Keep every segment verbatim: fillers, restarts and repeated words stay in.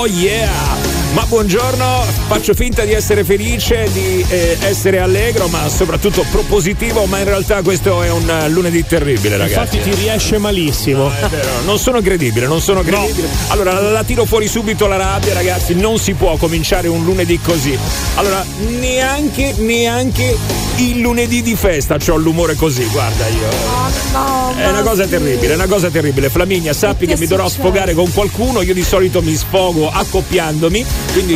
yeah! Ma buongiorno, faccio finta di essere felice, di eh, essere allegro, ma soprattutto propositivo, ma in realtà questo è un lunedì terribile, ragazzi. Infatti ti riesce malissimo. No, è vero, non sono credibile, non sono credibile. No. Allora, la tiro fuori subito la rabbia, ragazzi, non si può cominciare un lunedì così. Allora, neanche, neanche il lunedì di festa c'ho l'umore così, guarda io. No, no, è una cosa terribile, è una cosa terribile. Flaminia, sappi che, che mi dovrò succede? sfogare con qualcuno, io di solito mi sfogo accoppiandomi. Quindi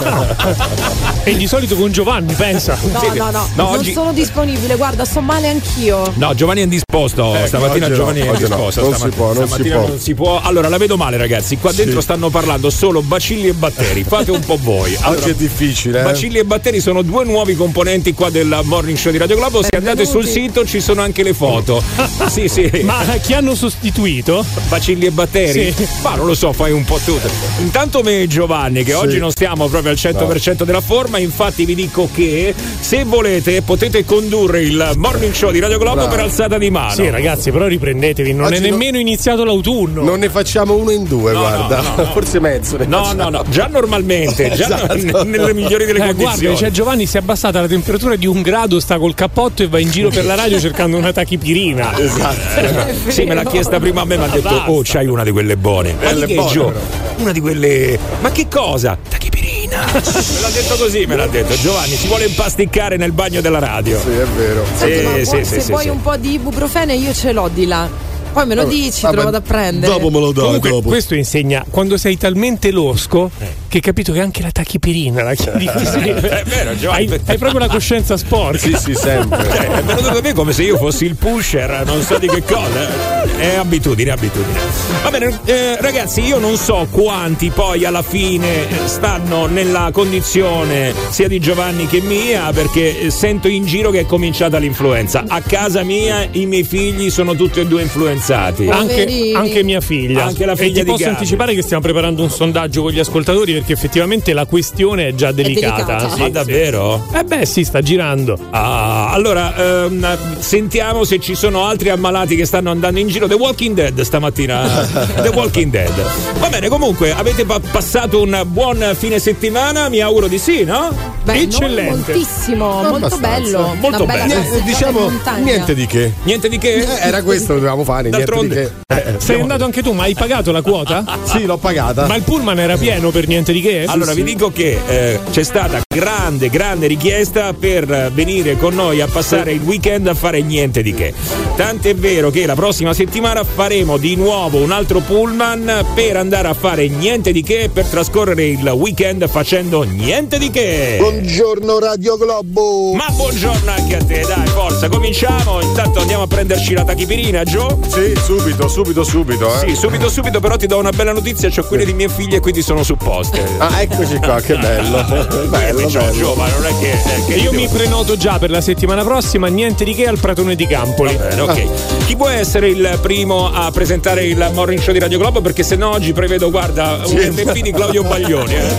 e di solito con Giovanni, pensa. No, sì, no, no, no, non oggi... sono disponibile, guarda, sto male anch'io. No, Giovanni è indisposto, eh, stamattina Giovanni no, è indisposto. No, non Stamat- si può, non si può. non si può. Allora, la vedo male, ragazzi. Qua dentro sì. stanno parlando solo bacilli e batteri. Fate un po' voi. Allora, oggi è difficile. Eh? Bacilli e batteri sono due nuovi componenti qua del Morning Show di Radio Globo. Se andate sul sito ci sono anche le foto. Sì, sì. Ma chi hanno sostituito? Bacilli e batteri? Sì. Ma non lo so, fai un po' tutto. Intanto me e Giovanni, che sì. oggi non stiamo proprio al cento per cento no. della forma, infatti vi dico che se volete potete condurre il Morning Show di Radio Globo Bravo. per alzata di mano. Sì, ragazzi, però riprendetevi, non oggi è nemmeno no... iniziato l'autunno. Non ne facciamo uno in due, no, guarda. No, no, no. Forse mezzo. Ne no, facciamo. no, no, già normalmente, già esatto. n- nelle migliori delle eh, condizioni. Guarda, c'è Giovanni, si è abbassata la temperatura di un grado, sta col cappotto e va in giro per la radio cercando una tachipirina. Esatto. Sì, me l'ha chiesta prima a me, mi ha detto "Oh, c'hai una di quelle buone". Ma che buone, Gio? Una di quelle. Ma che cosa? Tachipirina. Me l'ha detto così, me l'ha detto Giovanni, si vuole impasticcare nel bagno della radio. Sì, è vero. Senti, sì, ma sì, poi, sì, se sì, vuoi sì. un po' di ibuprofene io ce l'ho di là. Poi me lo vabbè, dici, vabbè, te lo vado a prendere. Dopo me lo dai. Comunque, dopo. Questo insegna quando sei talmente losco eh. che hai capito che anche la tachipirina la chiedi così. È vero, Giovanni. Hai, hai proprio la coscienza sporca. Sì, sì, sempre. Cioè, è venuto da me come se io fossi il pusher, non so di che cosa. È abitudine, abitudine. Va bene, eh, ragazzi, io non so quanti poi alla fine stanno nella condizione sia di Giovanni che mia, perché sento in giro che è cominciata l'influenza. A casa mia i miei figli sono tutti e due influenzati. Anche, anche mia figlia. Anche la figlia e ti di posso Gabi. anticipare che stiamo preparando un sondaggio con gli ascoltatori perché effettivamente la questione è già delicata. È delicata. Sì, ma davvero? Sì. Eh beh sì, sta girando. Ah, allora ehm, sentiamo se ci sono altri ammalati che stanno andando in giro. The Walking Dead stamattina. The Walking Dead. Va bene, comunque avete pa- passato un buon fine settimana? Mi auguro di sì, no? Beh, eccellente. Moltissimo, Non molto abbastanza. bello. Molto Una bella bello. Eh, diciamo niente di che. Niente di che? Eh, era questo che dovevamo fare. D'altronde. Niente di che. Eh, Sei andato anche tu, ma hai pagato la quota? Sì, l'ho pagata. Ma il pullman era pieno per niente di che? Allora sì, vi sì. dico che eh, c'è stata grande grande richiesta per venire con noi a passare il weekend a fare niente di che. Tant'è vero che la prossima settimana faremo di nuovo un altro pullman per andare a fare niente di che, per trascorrere il weekend facendo niente di che. Buongiorno Radio Globo. Ma buongiorno anche a te, dai, forza, cominciamo. Intanto andiamo a prenderci la tachipirina, Gio? Sì, subito, subito, subito. Eh. Sì, subito, subito, però ti do una bella notizia, c'ho quelle di mie figlie e quindi sono supposte. Ah, eccoci qua, che bello. bello, C'ho bello. Gio, ma non è che. Eh, che Io devo... mi prenoto già per la settimana prossima, niente di che al Pratone di Campoli. Va bene, ok. Chi può essere il primo a presentare il Morning Show di Radio Globo? Perché se no oggi prevedo, guarda, un M V P di Claudio Baglioni. Eh.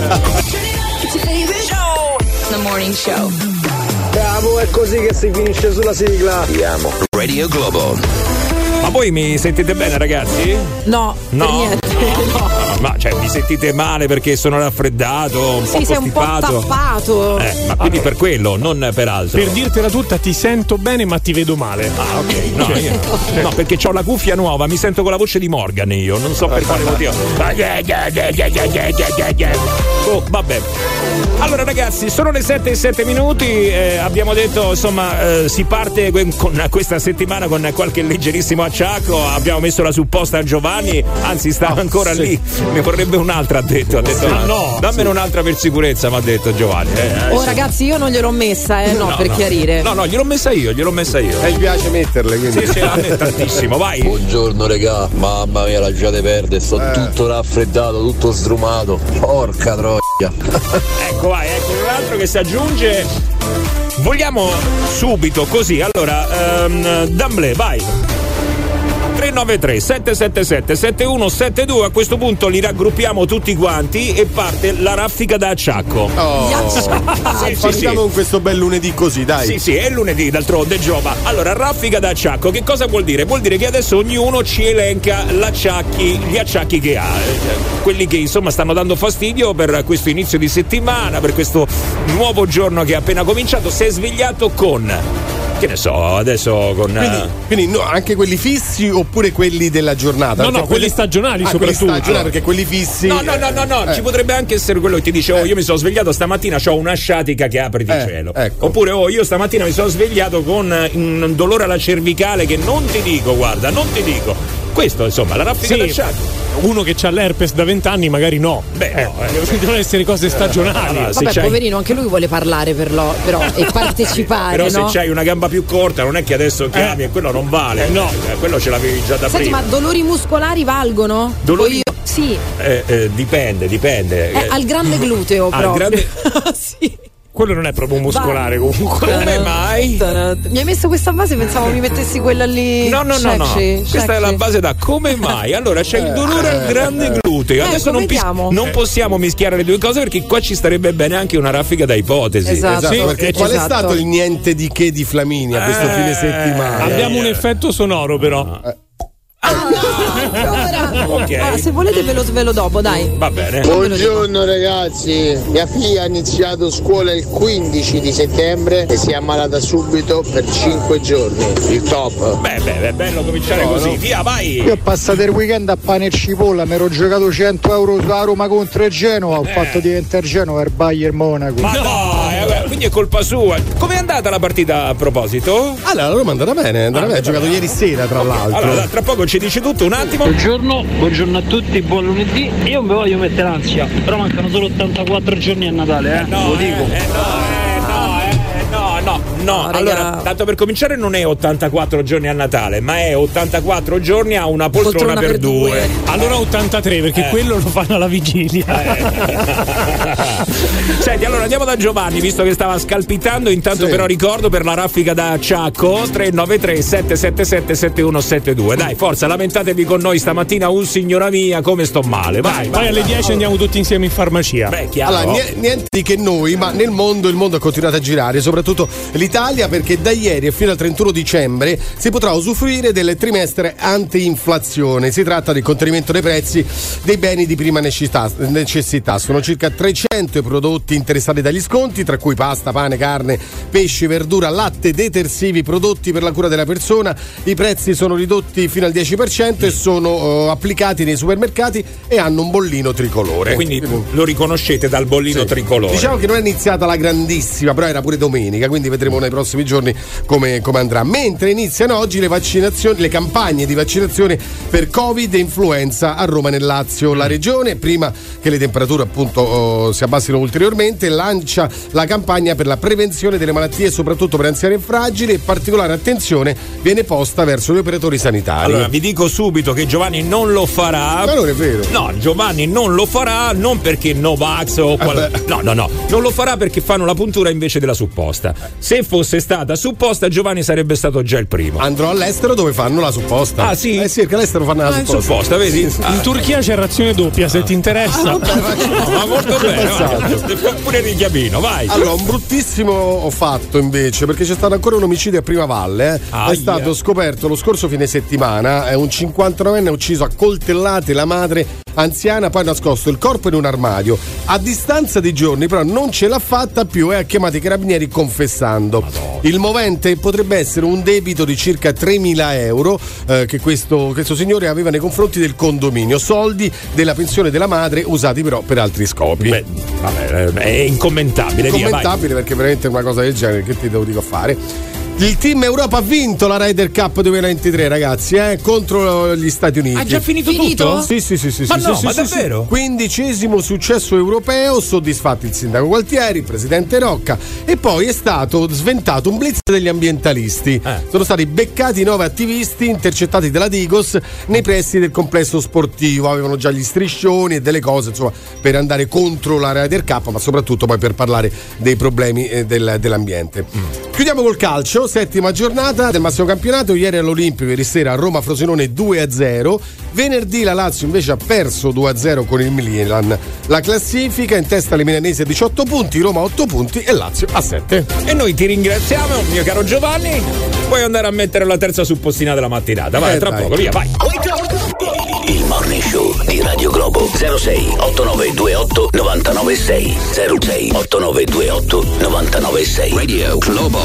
The Morning Show. Bravo, è così che si finisce sulla sigla. Andiamo. Radio Globo. Ma voi mi sentite bene, ragazzi? No, No, per niente. no, no. Ma cioè mi sentite male perché sono raffreddato, un Sì, po' sei un po' costipato? tappato. Eh, ma quindi per quello, non per altro. Per dirtela tutta, ti sento bene ma ti vedo male. Ah, ok. No, io no. no, perché ho la cuffia nuova, mi sento con la voce di Morgan io, non so per quale motivo. Oh, vabbè. Allora ragazzi, sono le sette e sette minuti, eh, abbiamo detto insomma eh, si parte con questa settimana con qualche leggerissimo acciacco, abbiamo messo la supposta a Giovanni, anzi sta oh, ancora sì. lì, ne vorrebbe un'altra, ha detto, ha detto ah, no, dammene sì. un'altra per sicurezza, mi ha detto Giovanni. Eh, oh sì. ragazzi, io non gliel'ho messa, eh, no, no per no. chiarire. No, no, gliel'ho messa io, gliel'ho messa io. E gli piace metterle, quindi. Sì, sì, a me tantissimo, vai. Buongiorno regà, mamma mia lasciate perdere, sto Eh. tutto raffreddato, tutto sdrumato. Porca troia. Ecco, vai, ecco un altro che si aggiunge. Vogliamo subito così, allora, um, D'Amblè, vai. tre tre nove tre sette sette sette sette uno sette due. A questo punto li raggruppiamo tutti quanti e parte la raffica da acciacco. Oh. sì, sì, Partiamo sì. con questo bel lunedì così, dai. Sì, sì, è lunedì d'altronde, Giova. Allora, raffica da acciacco, che cosa vuol dire? Vuol dire che adesso ognuno ci elenca l'acciacchi, gli acciacchi che ha, quelli che insomma stanno dando fastidio per questo inizio di settimana, per questo nuovo giorno che è appena cominciato. Si è svegliato con, che ne so, adesso con Quindi, quindi no, anche quelli fissi oppure quelli della giornata? No, no, Perché quelli stagionali ah, soprattutto. Quelli stagionali, perché quelli fissi. No, no, no, no, no. Eh. Ci potrebbe anche essere quello che ti dice: oh, io mi sono svegliato stamattina, c'ho una sciatica che apre di Eh, cielo. ecco. Oppure, oh, io stamattina mi sono svegliato con un dolore alla cervicale che non ti dico, guarda, non ti dico. Questo, insomma, la raffica Sì, d'acciacco. uno che ha l'herpes da vent'anni magari no. Beh, eh, no, eh. devono essere cose stagionali. Allora, se Vabbè, c'hai- poverino, anche lui vuole parlare per lo, però e partecipare. Però no? se c'hai una gamba più corta non è che adesso chiami Eh. e quello non vale. Eh, no. Eh, quello ce l'avevi già da Senti, prima. ma dolori muscolari valgono? Dolori- O io- Sì, Eh, eh, dipende, dipende. è Eh, al grande gluteo al proprio. grande- sì. Quello non è proprio muscolare Vai. comunque. Come mai? Mi hai messo questa base, pensavo mi mettessi quella lì. No, no, no, no. Sexy, Questa è sexy. la base da come mai? Allora c'è il dolore al grande gluteo. Adesso Ecco, non, pis- vediamo. non possiamo mischiare le due cose perché qua ci starebbe bene anche una raffica da ipotesi. Esatto. Esatto, Sì, perché eh, qual è esatto. stato il niente di che di Flaminia questo Eh, fine settimana? Abbiamo Eh. un effetto sonoro però. Allora, Ok. ah, se volete ve lo svelo dopo, dai. Va bene. Buongiorno ragazzi, mia figlia ha iniziato scuola il quindici di settembre e si è ammalata subito per cinque giorni. Il top. Beh, beh, è bello cominciare così. Via, vai. Io ho passato il weekend a pane e cipolla, mi ero giocato cento euro sulla Roma contro il Genova, ho fatto diventare Genova il Bayern Monaco. Ma no, eh, quindi è colpa sua. Com'è andata la partita a proposito? Allora, la Roma è andata bene, è andata bene, ha giocato ieri sera tra l'altro. Allora, tra poco ci dici tutto, un attimo. Buongiorno, buongiorno a tutti, buon lunedì. Io mi voglio mettere ansia, però mancano solo ottantaquattro giorni a Natale, eh? No, Lo eh, dico. eh, no, eh, no, eh, no, no, no. raga. Allora, tanto per cominciare non è ottantaquattro giorni a Natale, ma è ottantaquattro giorni a una poltrona, Poltrona per, per due. due. Allora ottantatré perché Eh. quello lo fanno alla vigilia. Senti, allora andiamo da Giovanni, visto che stava scalpitando. Intanto Sì. però ricordo per la raffica da acciacco tre nove tre sette sette sette sette uno sette due. Dai, forza, lamentatevi con noi stamattina. Un signora mia, come sto male. Vai, Poi vai. alle dieci andiamo tutti insieme in farmacia. Beh, chiaro. Allora, nie- niente di che noi, ma nel mondo il mondo ha continuato a girare, soprattutto l'Italia, perché da ieri e fino al trentuno dicembre si potrà usufruire del trimestre anti-inflazione. Si tratta del contenimento dei prezzi dei beni di prima necessità. necessità. Sono circa trecento i prodotti interessati dagli sconti, tra cui pasta, pane, carne, pesce, verdura, latte, detersivi, prodotti per la cura della persona. I prezzi sono ridotti fino al dieci per cento e sono eh, applicati nei supermercati e hanno un bollino tricolore. Quindi lo riconoscete dal bollino Sì. tricolore. Diciamo che non è iniziata la grandissima, però era pure domenica, quindi vedremo nei prossimi giorni come, come andrà. Mentre iniziano oggi le vaccinazioni, le campagne di vaccinazione per Covid e influenza a Roma e nel Lazio. La regione, prima che le temperature appunto oh, si abbassino ulteriormente, lancia la campagna per la prevenzione delle malattie, soprattutto per anziani e fragili, e particolare attenzione viene posta verso gli operatori sanitari. Allora, vi dico subito che Giovanni non lo farà. Ma non è vero. No, Giovanni non lo farà non perché Novax o qual... beh. No, no, no, non lo farà perché fanno la puntura invece della supposta. Se fosse stata supposta, Giovanni sarebbe stato già il primo. Andrò all'estero dove fanno la supposta. Ah, sì? Eh sì, perché all'estero fanno la Ah, in supposta. supposta, vedi? Ah, In Turchia c'è razione doppia, se ti interessa. no, ma molto bene. pensato. Vai. Pure richiamino, vai. Allora, un bruttissimo ho fatto invece, perché c'è stato ancora un omicidio a Prima Valle. eh. Aia. È stato scoperto lo scorso fine settimana. È un cinquantanovenne ha ucciso a coltellate la madre anziana, poi ha nascosto il corpo in un armadio. A distanza di giorni, però, non ce l'ha fatta più e ha chiamato i carabinieri confessando. Madonna. Il movente potrebbe essere un debito di circa tremila euro eh, che questo, questo signore aveva nei confronti del condominio, soldi della pensione della madre usati però per altri scopi. Beh, vabbè, è incommentabile. Via, vai. Commentabile, perché veramente una cosa del genere che ti devo dico fare. Il team Europa ha vinto la Ryder Cup duemilaventitré, ragazzi, eh, contro gli Stati Uniti. Ha già finito, Finito? tutto? Sì, sì, sì, sì. Ma sì, no, sì, ma sì, sì. davvero? Quindicesimo successo europeo, soddisfatti il sindaco Gualtieri, il presidente Rocca, e poi è stato sventato un blitz degli ambientalisti. Eh. Sono stati beccati nove attivisti intercettati dalla Digos nei pressi del complesso sportivo. Avevano già gli striscioni e delle cose, insomma, per andare contro la Ryder Cup, ma soprattutto poi per parlare dei problemi eh, del, dell'ambiente. Mm. Chiudiamo col calcio. settima giornata del massimo campionato. Ieri all'Olimpico, ieri sera a Roma Frosinone due a zero. Venerdì la Lazio invece ha perso due a zero con il Milan. La classifica: in testa le milanesi a diciotto punti, Roma otto punti e Lazio a sette. E noi ti ringraziamo, mio caro Giovanni. Puoi andare a mettere la terza suppostina della mattinata. Vai, eh, tra dai. poco, via, vai. Il Morning Show di Radio Globo. zero sei otto nove due otto nove nove sei zero sei otto nove due otto nove nove sei. Radio Globo.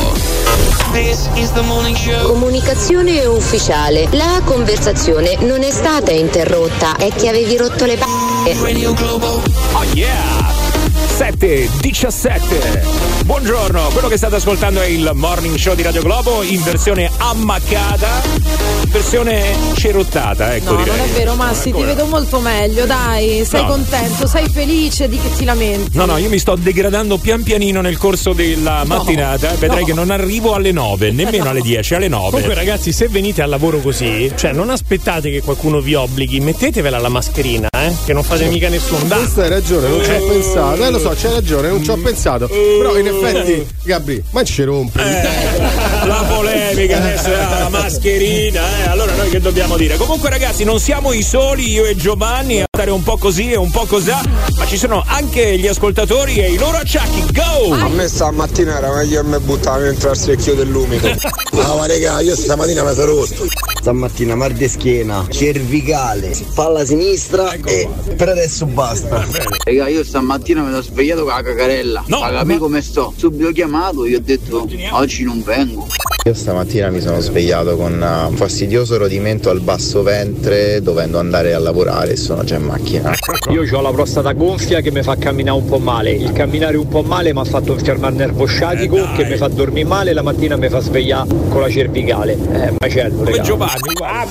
This is the morning show. Comunicazione ufficiale. La conversazione non è stata interrotta, è che avevi rotto le p***e. Radio Globo. Oh yeah! sette diciassette. Buongiorno, quello che state ascoltando è il Morning Show di Radio Globo in versione ammaccata, versione cerottata, ecco. No, direi. non è vero, Massi, ti vedo molto meglio, dai, sei no. contento, sei felice di che ti lamenti. No, no, io mi sto degradando pian pianino nel corso della no, mattinata, vedrai no. che non arrivo alle nove, nemmeno no. alle dieci, alle nove. Comunque ragazzi, se venite al lavoro così, cioè non aspettate che qualcuno vi obblighi, mettetevela la mascherina, eh, che non fate mica nessun danno. Questa hai ragione, non ci ho pensato, eh lo so, c'hai ragione, non ci ho pensato, però in effetti, Gabri, ma ci rompi. Eh, la polemica adesso, la mascherina, eh, allora noi che dobbiamo dire? Comunque ragazzi, non siamo i soli, io e Giovanni, a stare un po' così e un po' cosà, ma ci sono anche gli ascoltatori e i loro acciacchi, go! A me stamattina era meglio che mi buttavano dentro al secchio dell'umido. No, ma raga, io stamattina mi sono rotto. Stamattina mal di schiena, cervicale, palla sinistra ecco. e per adesso basta. Raga, io stamattina mi sono svegliato con la cacarella. No, ma capì come sto? Subito chiamato, io ho detto oggi non vengo. Io stamattina mi sono svegliato con un fastidioso rodimento al basso ventre, dovendo andare a lavorare e sono già in macchina. Io ho la prostata gonfia che mi fa camminare un po' male. Il camminare un po' male mi ha fatto infiammare il nervo sciatico eh che mi fa dormire male, la mattina mi fa svegliare con la cervicale. Eh, macello, come regà. Giovanni. Ah,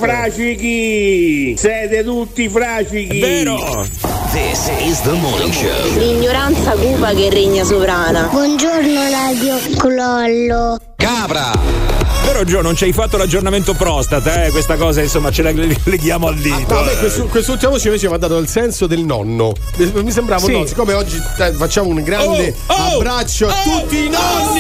fracichi! Siete tutti fracichi! È vero! This is the morning show. L'ignoranza cupa che regna sovrana. Buongiorno Radio Glollo. Cabra! Vero Gio, non ci hai fatto l'aggiornamento prostata, eh? Questa cosa insomma ce la leghiamo al dito. Ah, vabbè, questo, quest'ultima voce invece mi ha dato il senso del nonno. Mi sembrava sì. un no, siccome oggi eh, facciamo un grande oh, oh, abbraccio oh, a tutti oh, i nonni!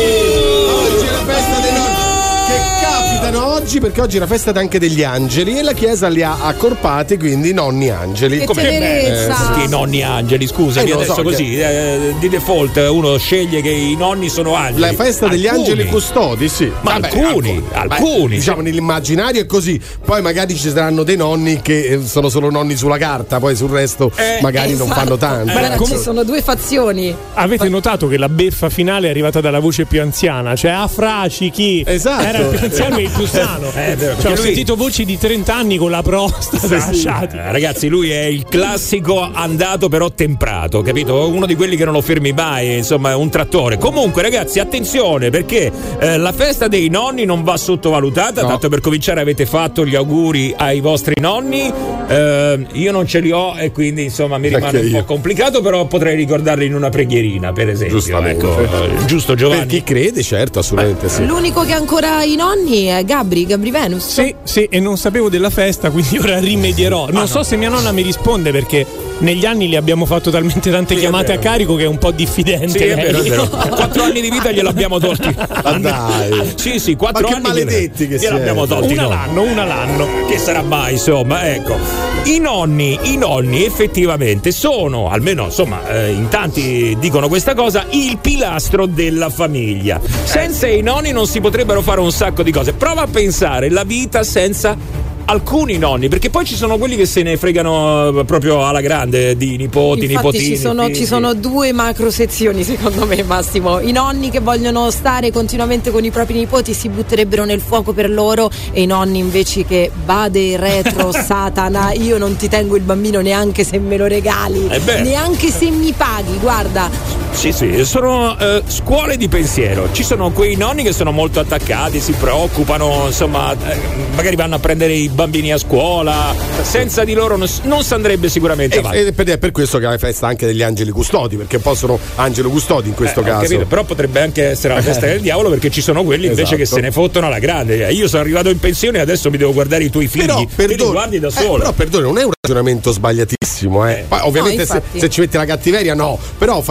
Oh, oggi è la festa dei nonni! Che capitano oggi perché oggi è la festa anche degli angeli e la chiesa li ha accorpati, quindi nonni angeli. Che come tenerezza! Eh, nonni angeli, scusami, eh, adesso so, così che... eh, di default uno sceglie che i nonni sono angeli. La festa degli alcuni. angeli custodi, sì. Ma vabbè, alcuni, alcuni, alcuni. Beh, diciamo nell'immaginario è così. Poi magari ci saranno dei nonni che sono solo nonni sulla carta, poi sul resto eh, esatto. magari non fanno tanto. Beh, come... Ci sono due fazioni. Avete notato che la beffa finale è arrivata dalla voce più anziana, cioè a fracichi. Esatto. Era il più anziano e il più sano. Eh, vero, cioè, ho lui... sentito voci di trenta anni con la prostata. Sì, sì. Eh, ragazzi, lui è il classico andato però temprato, capito? Uno di quelli che non lo fermi mai, insomma, è un trattore. Comunque, ragazzi, attenzione perché eh, la festa dei nonni non va sottovalutata. No. Tanto per cominciare, avete fatto gli auguri ai vostri nonni. Eh, io non ce li ho e quindi insomma mi rimane Anche un io. po' complicato, però potrei ricordarli in una preghierina, per esempio. Ecco, eh, giusto, Giovanni? Per chi crede, certo, assolutamente. Sì. L'unico che ha ancora i nonni è Gabri, Gabri Venus. Sì, sì, e non sapevo della festa, quindi ora rimedierò. Non ah, so no. se mia nonna mi risponde perché negli anni le abbiamo fatto talmente tante sì, chiamate a carico che è un po' diffidente. Sì, è vero, è vero. Quattro anni di vita gliel'abbiamo tolti. Ah, dai. Sì, sì, quattro Ma anni. Che maledetti che gliel'abbiamo tolti. Una l'anno, una l'anno. Che sarà mai, insomma, ecco. I nonni, i nonni effettivamente sono, almeno insomma, eh, in tanti dicono questa cosa, il pilastro della famiglia. Senza i nonni non si potrebbero fare un sacco di cose. Prova a pensare la vita senza alcuni nonni, perché poi ci sono quelli che se ne fregano proprio alla grande di nipoti, Infatti nipotini. Ci sono, ci sono due macro sezioni secondo me, Massimo. I nonni che vogliono stare continuamente con i propri nipoti si butterebbero nel fuoco per loro, e i nonni invece che vade retro Satana, io non ti tengo il bambino neanche se me lo regali, eh neanche se mi paghi, guarda. Sì, sì, sono eh, scuole di pensiero. Ci sono quei nonni che sono molto attaccati, si preoccupano, insomma, eh, magari vanno a prendere i bambini a scuola. Senza di loro non, non si andrebbe sicuramente avanti. Ed è per questo che è la festa anche degli angeli custodi, perché possono angelo custodi in questo eh, caso. Capito, però potrebbe anche essere la festa del diavolo, perché ci sono quelli invece esatto. che se ne fottono alla grande. Io sono arrivato in pensione e adesso mi devo guardare i tuoi figli. Però, perdone, te li guardi da solo. Eh, però perdone, non è un ragionamento sbagliatissimo, eh. Poi, ovviamente no, se, se ci metti la cattiveria no, però facendo un ragionamento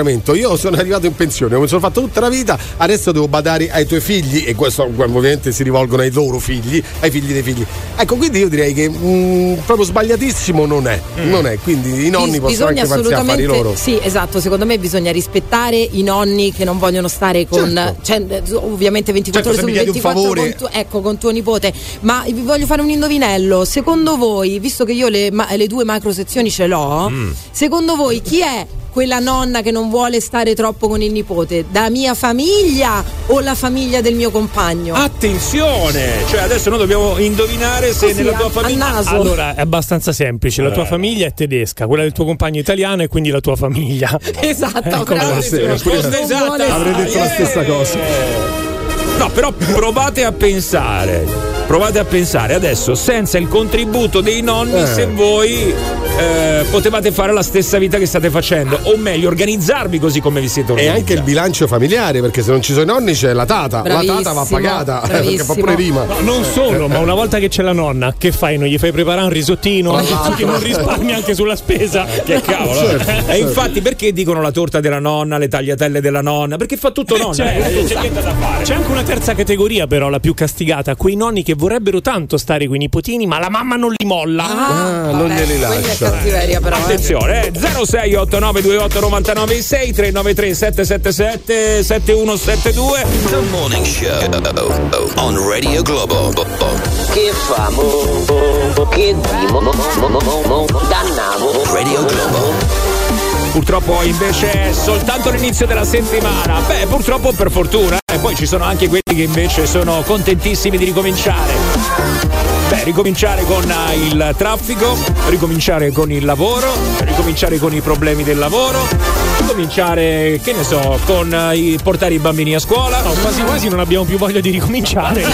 ragionamento. Io sono arrivato in pensione, come sono fatto tutta la vita, adesso devo badare ai tuoi figli, e questo ovviamente si rivolgono ai loro figli, ai figli dei figli. Ecco, quindi io direi che mh, proprio sbagliatissimo non è, mm. non è, quindi i nonni Bis- possono anche farsi affari loro. Sì, esatto, secondo me bisogna rispettare i nonni che non vogliono stare con, certo. cioè, ovviamente ventiquattro certo, ore su ventiquattro con, tu, ecco, con tuo nipote, ma vi voglio fare un indovinello. Secondo voi, visto che io le, ma, le due macro sezioni ce l'ho, mm. secondo voi chi è quella nonna che non vuole stare troppo con il nipote? Da mia famiglia o la famiglia del mio compagno? Attenzione, cioè adesso noi dobbiamo indovinare se Così, nella tua a, famiglia. A naso. Allora è abbastanza semplice, la tua eh. famiglia è tedesca, quella del tuo compagno italiano e quindi la tua famiglia. Esatto, ecco, risposta esatta. Avrei detto yeah. la stessa cosa. No, però provate a pensare. Provate a pensare adesso senza il contributo dei nonni eh. se voi eh, potevate fare la stessa vita che state facendo, o meglio organizzarvi così come vi siete organizzati. E anche il bilancio familiare, perché se non ci sono i nonni c'è la tata. Bravissimo, la tata va pagata perché fa pure rima. No, non solo, ma una volta che c'è la nonna, che fai? Non gli fai preparare un risottino? Che non risparmi anche sulla spesa. Che cavolo. Certo, certo. E infatti perché dicono la torta della nonna, le tagliatelle della nonna? Perché fa tutto nonna, c'è, eh, c'è niente da fare. C'è anche una terza categoria però, la più castigata, quei nonni che vorrebbero tanto stare con i nipotini ma la mamma non li molla. Ah, ah non glieli lascia. Però, attenzione, eh. zero sei otto nove due otto nove nove sei tre nove tre sette sette sette sette uno sette due. The Morning Show on Radio Globo. Che famo? Che dimo? Dannavo. Radio Globo. Purtroppo invece è soltanto l'inizio della settimana. Beh, purtroppo per fortuna. E poi ci sono anche quelli che invece sono contentissimi di ricominciare. Beh, ricominciare con il traffico, ricominciare con il lavoro, ricominciare con i problemi del lavoro, ricominciare, che ne so, con i portare i bambini a scuola. No, quasi quasi non abbiamo più voglia di ricominciare.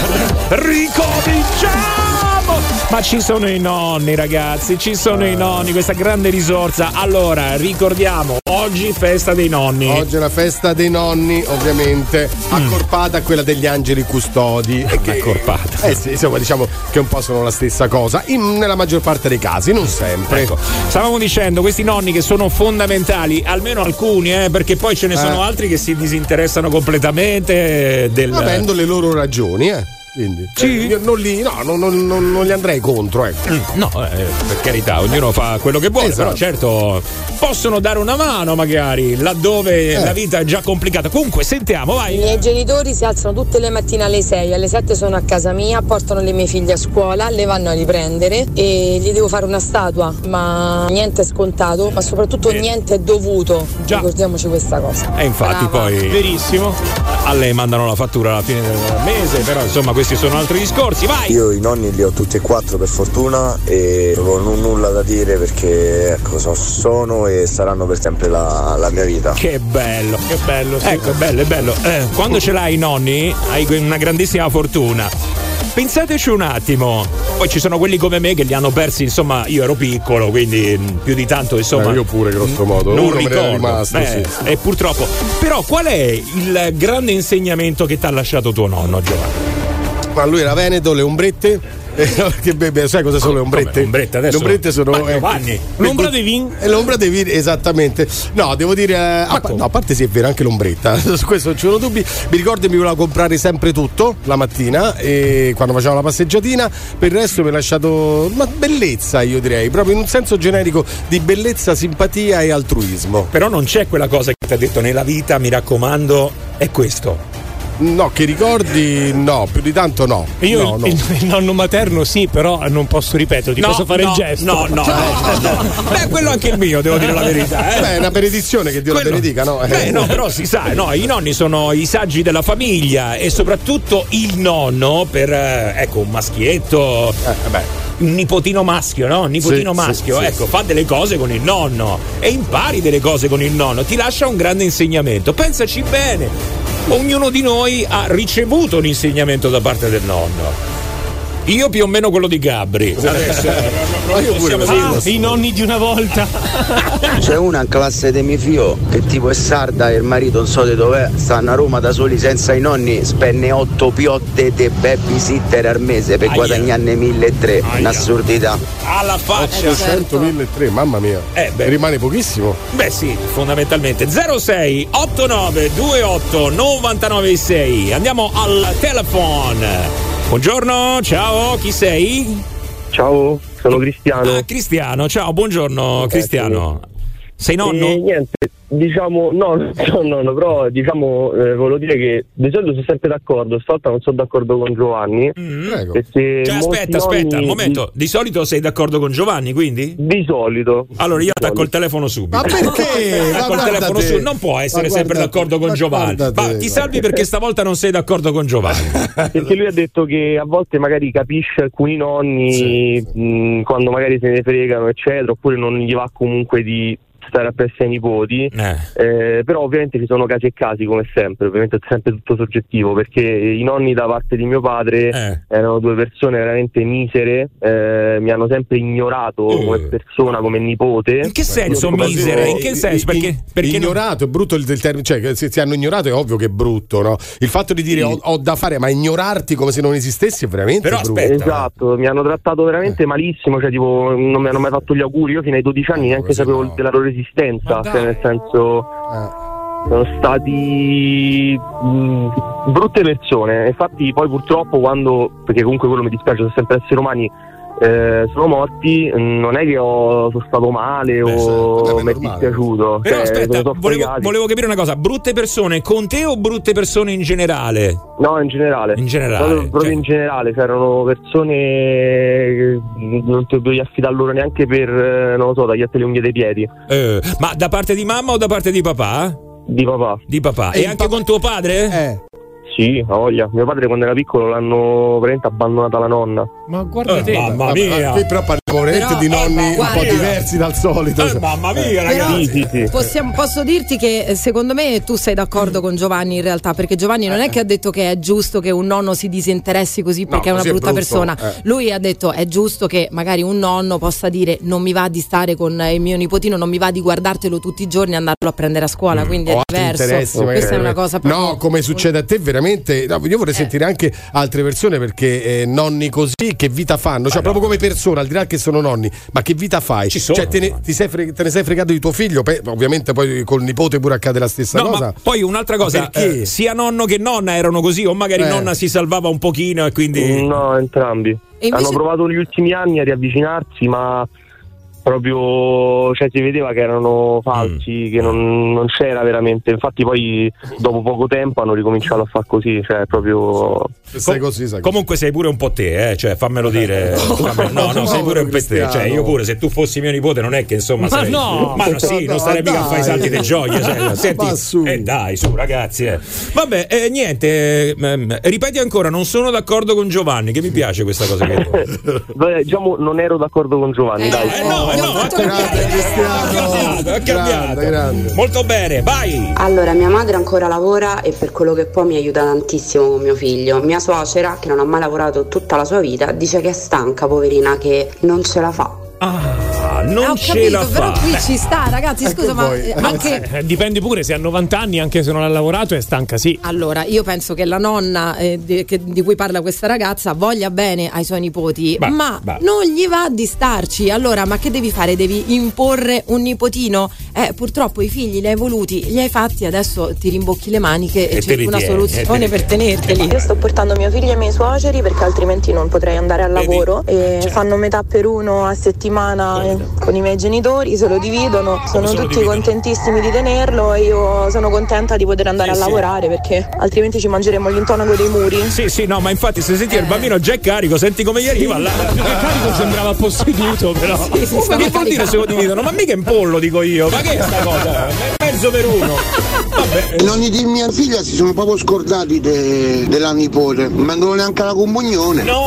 Ricominciamo! Ma ci sono i nonni, ragazzi, ci sono i nonni, questa grande risorsa. Allora, ricordiamo, oggi festa dei nonni. Oggi è la festa dei nonni, ovviamente, mm. accorpata a quella degli angeli custodi. E che accorpata. Eh sì, insomma, diciamo che un po' sono la stessa cosa, in, nella maggior parte dei casi, non sempre. Ecco, stavamo dicendo, questi nonni che sono fondamentali, almeno alcuni, eh, perché poi ce ne sono eh. altri che si disinteressano completamente del... Avendo le loro ragioni, eh. Quindi sì. eh, non, li, no, non, non, non, non li andrei contro, ecco. Mm, no, eh, per carità, ognuno fa quello che vuole, esatto. Però certo possono dare una mano magari laddove eh. la vita è già complicata. Comunque sentiamo, vai. I miei genitori si alzano tutte le mattine alle sei, alle sette sono a casa mia, portano le mie figlie a scuola, le vanno a riprendere e gli devo fare una statua, ma niente è scontato, ma soprattutto eh. niente è dovuto. Già. Ricordiamoci questa cosa. E infatti Brava. Poi verissimo. A lei mandano la fattura alla fine del mese, però insomma questi sono altri discorsi, vai! Io i nonni li ho tutti e quattro per fortuna e non ho nulla da dire perché ecco, so, sono e saranno per sempre la, la mia vita. Che bello, che bello, sì. Ecco, è bello, è bello. Eh, quando ce l'hai i nonni hai una grandissima fortuna. Pensateci un attimo, poi ci sono quelli come me che li hanno persi, insomma, io ero piccolo, quindi più di tanto, insomma. Eh, io pure, grosso modo. Non Uno ricordo. Me ne è rimasto, eh, sì. E purtroppo. Però qual è il grande insegnamento che ti ha lasciato tuo nonno, Giovanni? Ma lui era veneto, le ombrette. Che bebe, sai cosa sono le ombrette? Ombrette adesso? Le ombrette sono eh, Giovanni. L'ombra dei vin? L'ombra dei vin, esattamente. No, devo dire, eh, a, no, a parte sì, è vero, anche l'ombretta. Su questo non ci sono dubbi. Mi ricordo che mi voleva comprare sempre tutto la mattina e quando facevo la passeggiatina. Per il resto mi ha lasciato ma bellezza, io direi, proprio in un senso generico di bellezza, simpatia e altruismo. Però non c'è quella cosa che ti ha detto nella vita, mi raccomando, è questo. No, che ricordi no, più di tanto no. Io no, il, no. Il, il nonno materno sì, però non posso ripetere, ti no, posso fare no, il gesto. No, no, no, no. Beh, quello anche il mio, devo dire la verità. Eh. Beh, è una benedizione che Dio quello, la benedica, no? Beh, no, però si sa, no, i nonni sono i saggi della famiglia e soprattutto il nonno per, ecco, un maschietto. Eh, beh. Un nipotino maschio, no? Un nipotino sì, maschio, sì, ecco, sì. fa delle cose con il nonno e impari delle cose con il nonno, ti lascia un grande insegnamento. Pensaci bene. Ognuno di noi ha ricevuto un insegnamento da parte del nonno. Io più o meno quello di Gabri. Adesso no, io pure ah, i nonni di una volta. C'è una in classe di mio figlio che tipo è sarda e il marito non so di dov'è, stanno a Roma da soli senza i nonni, spende otto piotte di babysitter al mese per guadagnarne milletrecento, un'assurdità. Alla faccia. ottocento milletrecento, mamma mia. Eh beh. Rimane pochissimo. Beh sì, fondamentalmente. zero sei otto nove due otto nove nove sei. Andiamo al telefono. Buongiorno, ciao, chi sei? Ciao, sono Cristiano. Ah, Cristiano, ciao, buongiorno, Cristiano. Sei nonno? Eh, niente, diciamo, no, non sono nonno, però diciamo, eh, volevo dire che di solito sono sempre d'accordo, stavolta non sono d'accordo con Giovanni. Mm, perché cioè, aspetta, aspetta, un momento, di solito sei d'accordo con Giovanni, quindi? Di solito. Allora io attacco il telefono subito. Ma perché? Attacco il telefono subito. Non può essere sempre d'accordo con Giovanni. Ma ti salvi perché stavolta non sei d'accordo con Giovanni. Perché lui ha detto che a volte magari capisce alcuni nonni sì, sì. Mh, quando magari se ne fregano, eccetera, oppure non gli va comunque di stare appresso ai nipoti, eh. Eh, però ovviamente ci sono casi e casi come sempre, ovviamente è sempre tutto soggettivo, perché i nonni da parte di mio padre eh. erano due persone veramente misere, eh, mi hanno sempre ignorato uh. come persona, come nipote. In che senso misere? In che senso? Perché, perché ignorato non... è brutto il, il termine, cioè se ti hanno ignorato è ovvio che è brutto, no? Il fatto di dire sì. ho, ho da fare, ma ignorarti come se non esistessi è veramente però brutto. Aspetta, esatto, mi hanno trattato veramente eh. malissimo, cioè tipo non mi hanno mai fatto gli auguri, io fino ai dodici anni neanche sapevo no. della loro esistenza, cioè nel senso sono stati mh, brutte persone. Infatti poi purtroppo quando, perché comunque quello mi dispiace, sono sempre esseri umani, eh, sono morti, non è che ho, sono stato male Beh, o mi è dispiaciuto. Però cioè, aspetta, volevo, volevo capire una cosa, brutte persone con te o brutte persone in generale? No, in generale. In generale. Proprio, proprio cioè... in generale, c'erano persone che non ti dovevi affidare loro neanche per, non lo so, tagliarti le unghie dei piedi. Eh, ma da parte di mamma o da parte di papà? Di papà. Di papà. E, e anche papà... con tuo padre? Eh. Sì, ha voglia. Mio padre quando era piccolo l'hanno veramente abbandonata la nonna. Ma guarda eh, te, mamma mia. Qui però parliamo veramente di nonni eh, un po' diversi dal solito. Eh, mamma mia, ragazzi. Sì, sì, sì. Possiamo, posso dirti che secondo me tu sei d'accordo con Giovanni in realtà, perché Giovanni non è che ha detto che è giusto che un nonno si disinteressi così perché no, è una brutta è persona. Eh. Lui ha detto è giusto che magari un nonno possa dire non mi va di stare con il mio nipotino, non mi va di guardartelo tutti i giorni e andarlo a prendere a scuola, mm. quindi o è diverso. Questa è una cosa proprio... No, come succede a te veramente. No, io vorrei eh. sentire anche altre persone, perché eh, nonni così che vita fanno? Cioè, ah, proprio no. come persona, al di là che sono nonni, ma che vita fai? Ci sono, cioè, te ne, ti sei fre- te ne sei fregato di tuo figlio? Pe- ovviamente poi col nipote pure accade la stessa no, cosa. Ma poi un'altra cosa, eh, sia nonno che nonna erano così, o magari eh. nonna si salvava un pochino e quindi. No, entrambi. E invece... Hanno provato negli ultimi anni a riavvicinarsi, ma proprio, cioè si vedeva che erano falsi, mm. che non, non c'era veramente. Infatti poi dopo poco tempo hanno ricominciato a far così, cioè proprio sei così, sai comunque così. Sei pure un po' te, eh? Cioè fammelo dire. Fammi... no, no, no, sei pure un po' te, cioè io pure se tu fossi mio nipote non è che insomma ma sarei... no, ma no, sì, non starei mica a fare i salti di gioia, cioè, senti, su. Eh dai, su ragazzi, eh. Vabbè, eh, niente, eh, ripeti ancora, non sono d'accordo con Giovanni, che mi piace questa cosa che Beh, diciamo non ero d'accordo con Giovanni, eh, dai. Eh, no, no, no, Cristiano, ha cambiato, ha cambiato. Grande, grande. Molto bene, vai. Allora, mia madre ancora lavora e per quello che può mi aiuta tantissimo con mio figlio. Mia suocera, che non ha mai lavorato tutta la sua vita, dice che è stanca, poverina, che non ce la fa. Ah, non ah, ho ce capito, la però fa. qui ci sta, ragazzi, scusa, ma eh, anche eh, dipende pure, se ha novanta anni, anche se non ha lavorato è stanca, sì. Allora, io penso che la nonna eh, di, che, di cui parla questa ragazza voglia bene ai suoi nipoti, bah, ma bah. non gli va di starci. Allora, ma che devi fare? Devi imporre un nipotino? Eh, purtroppo i figli li hai voluti, li hai fatti, adesso ti rimbocchi le maniche e, e cerchi una tieni, soluzione per tenerteli. Io sto portando mio figlio e i miei suoceri perché altrimenti non potrei andare al lavoro. Vedi? E certo. Fanno metà per uno a settimana con i miei genitori, se lo dividono, sono tutti dividono? contentissimi di tenerlo e io sono contenta di poter andare sì, a lavorare sì. perché altrimenti ci mangeremo l'intonaco dei muri. Sì, sì, no, ma infatti se senti eh. il bambino già è carico, senti come gli arriva là. Più che carico sembrava posseduto, però. Sì, sì, ma che vuol dire se lo dividono? Ma mica in pollo, dico io, ma che è sta cosa? Mezzo per uno. Vabbè. I nonni di mia figlia si sono proprio scordati de- della nipote, non mandano neanche la comunione. No!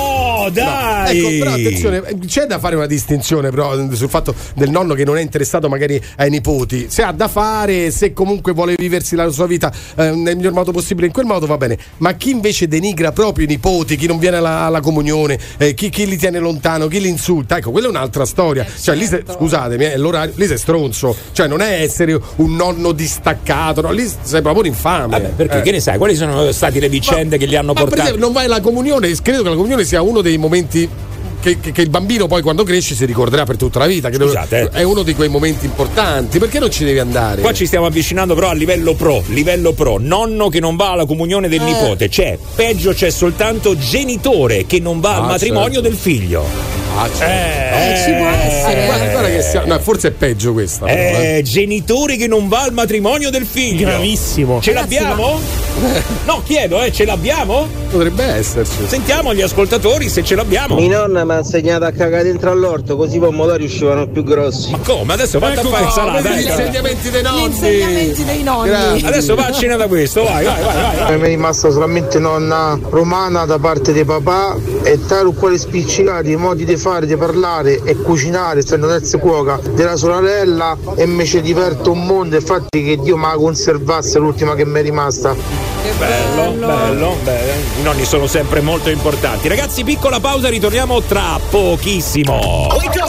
No, dai! Ecco, però attenzione, c'è da fare una distinzione però sul fatto del nonno che non è interessato magari ai nipoti. Se ha da fare, se comunque vuole viversi la sua vita eh, nel miglior modo possibile, in quel modo va bene. Ma chi invece denigra proprio i nipoti, chi non viene alla, alla comunione, eh, chi, chi li tiene lontano, chi li insulta, ecco, quella è un'altra storia. Cioè, lì se, scusatemi, è l'orario, lì sei stronzo. Cioè, non è essere un nonno distaccato, no? Lì sei proprio un infame. Vabbè, perché eh. che ne sai? Quali sono state le vicende ma, che li hanno ma portati? Per esempio, non vai alla comunione, credo che la comunione sia uno dei momenti Che, che, che il bambino poi quando cresce si ricorderà per tutta la vita. Che Scusate, è uno di quei momenti importanti. Perché non ci devi andare? Qua ci stiamo avvicinando però a livello pro. Livello pro. Nonno che non va alla comunione del eh. nipote. C'è. Peggio c'è soltanto genitore che non va ah, al matrimonio certo. del figlio. Ah, certo. eh, eh, ci può essere. Eh, guarda, guarda che sia, no, forse è peggio questa. Eh, però, eh. Genitore che non va al matrimonio del figlio. Gravissimo. Ce Ragazzi, l'abbiamo? Ma... No, chiedo, eh, ce l'abbiamo? Potrebbe esserci. Sentiamo gli ascoltatori se ce l'abbiamo. Mia nonna mi ha insegnato a cagare dentro all'orto, così i pomodori uscivano più grossi. Ma come? Adesso vatti ecco a fare insalata. Gli insegnamenti dei nonni. Gli insegnamenti dei nonni. Grazie. Adesso va a cena da questo, vai, vai, vai, vai, vai. Mi è rimasta solamente nonna romana da parte di papà e tale quale spiccicati i modi di fare, di parlare e cucinare, essendo terza cuoca della sorella, e mi ci diverto un mondo. Infatti che Dio me la conservasse l'ultima che mi è rimasta. Che bello, bello, bello, bello. I nonni sono sempre molto importanti. Ragazzi, piccola pausa, ritorniamo tra pochissimo.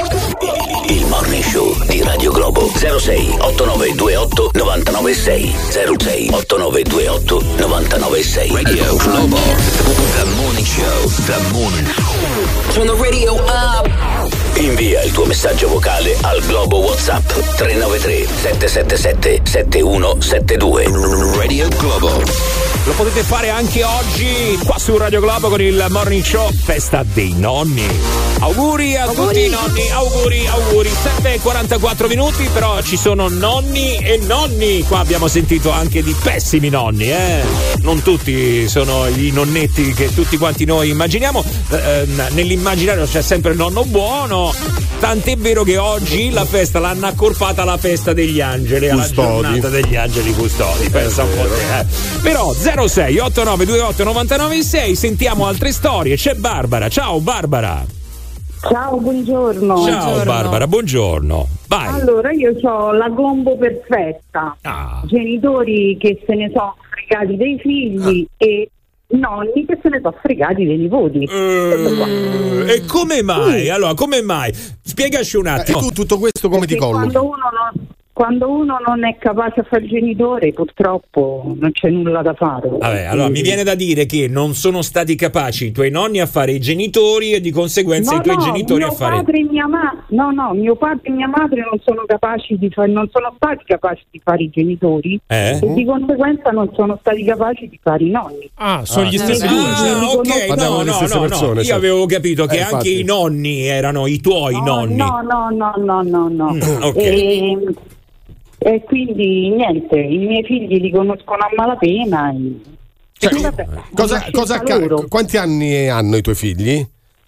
Il Morning Show di Radio Globo. Zero sei otto nove due otto nove nove sei zero sei otto nove due otto nove nove sei. Radio Globo. The Morning Show. The Morning Show. Turn the radio up. Invia il tuo messaggio vocale al Globo WhatsApp tre nove tre sette sette sette sette uno sette due. Radio Globo. Lo potete fare anche oggi qua su Radio Globo con il Morning Show Festa dei Nonni. Auguri a auguri. tutti i nonni, auguri, auguri. sette e quarantaquattro minuti, però ci sono nonni e nonni. Qua abbiamo sentito anche di pessimi nonni, eh. Non tutti sono i nonnetti che tutti quanti noi immaginiamo. Eh, nell'immaginario c'è sempre il nonno buono. Tant'è vero che oggi la festa l'hanno accorpata alla festa degli angeli, alla giornata degli angeli custodi. Pensa un po' te, eh. Però zero sei otto nove due otto nove nove sei, sentiamo altre storie. C'è Barbara. Ciao Barbara. Ciao, buongiorno. Ciao buongiorno. Barbara, buongiorno. Vai. Allora, io ho la combo perfetta. Ah. Genitori che se ne sono fregati dei figli ah. e nonni che se ne sono fregati dei nipoti. Uh, e come mai? Sì. Allora, come mai? Spiegaci un attimo. E tu tutto questo come Perché ti collochi? Quando uno non... Quando uno non è capace a fare il genitore, purtroppo non c'è nulla da fare. Vabbè, allora mi viene da dire che non sono stati capaci i tuoi nonni a fare i genitori e di conseguenza no, i tuoi no, genitori a fare. Padre e mia ma- no, no, mio padre e mia madre non sono capaci di fare, non sono stati capaci di fare i genitori eh? e di conseguenza non sono stati capaci di fare i nonni. Ah, sono ah, gli stessi eh, due. Ah, ah ok, no, no, no, persone, no. Io avevo capito che eh, anche i nonni erano i tuoi no, nonni. No, no, no, no, no, no. Mm, okay. E, E quindi niente, i miei figli li conoscono a malapena. E... Cioè, vabbè, cosa, cosa acc- quanti anni hanno i tuoi figli?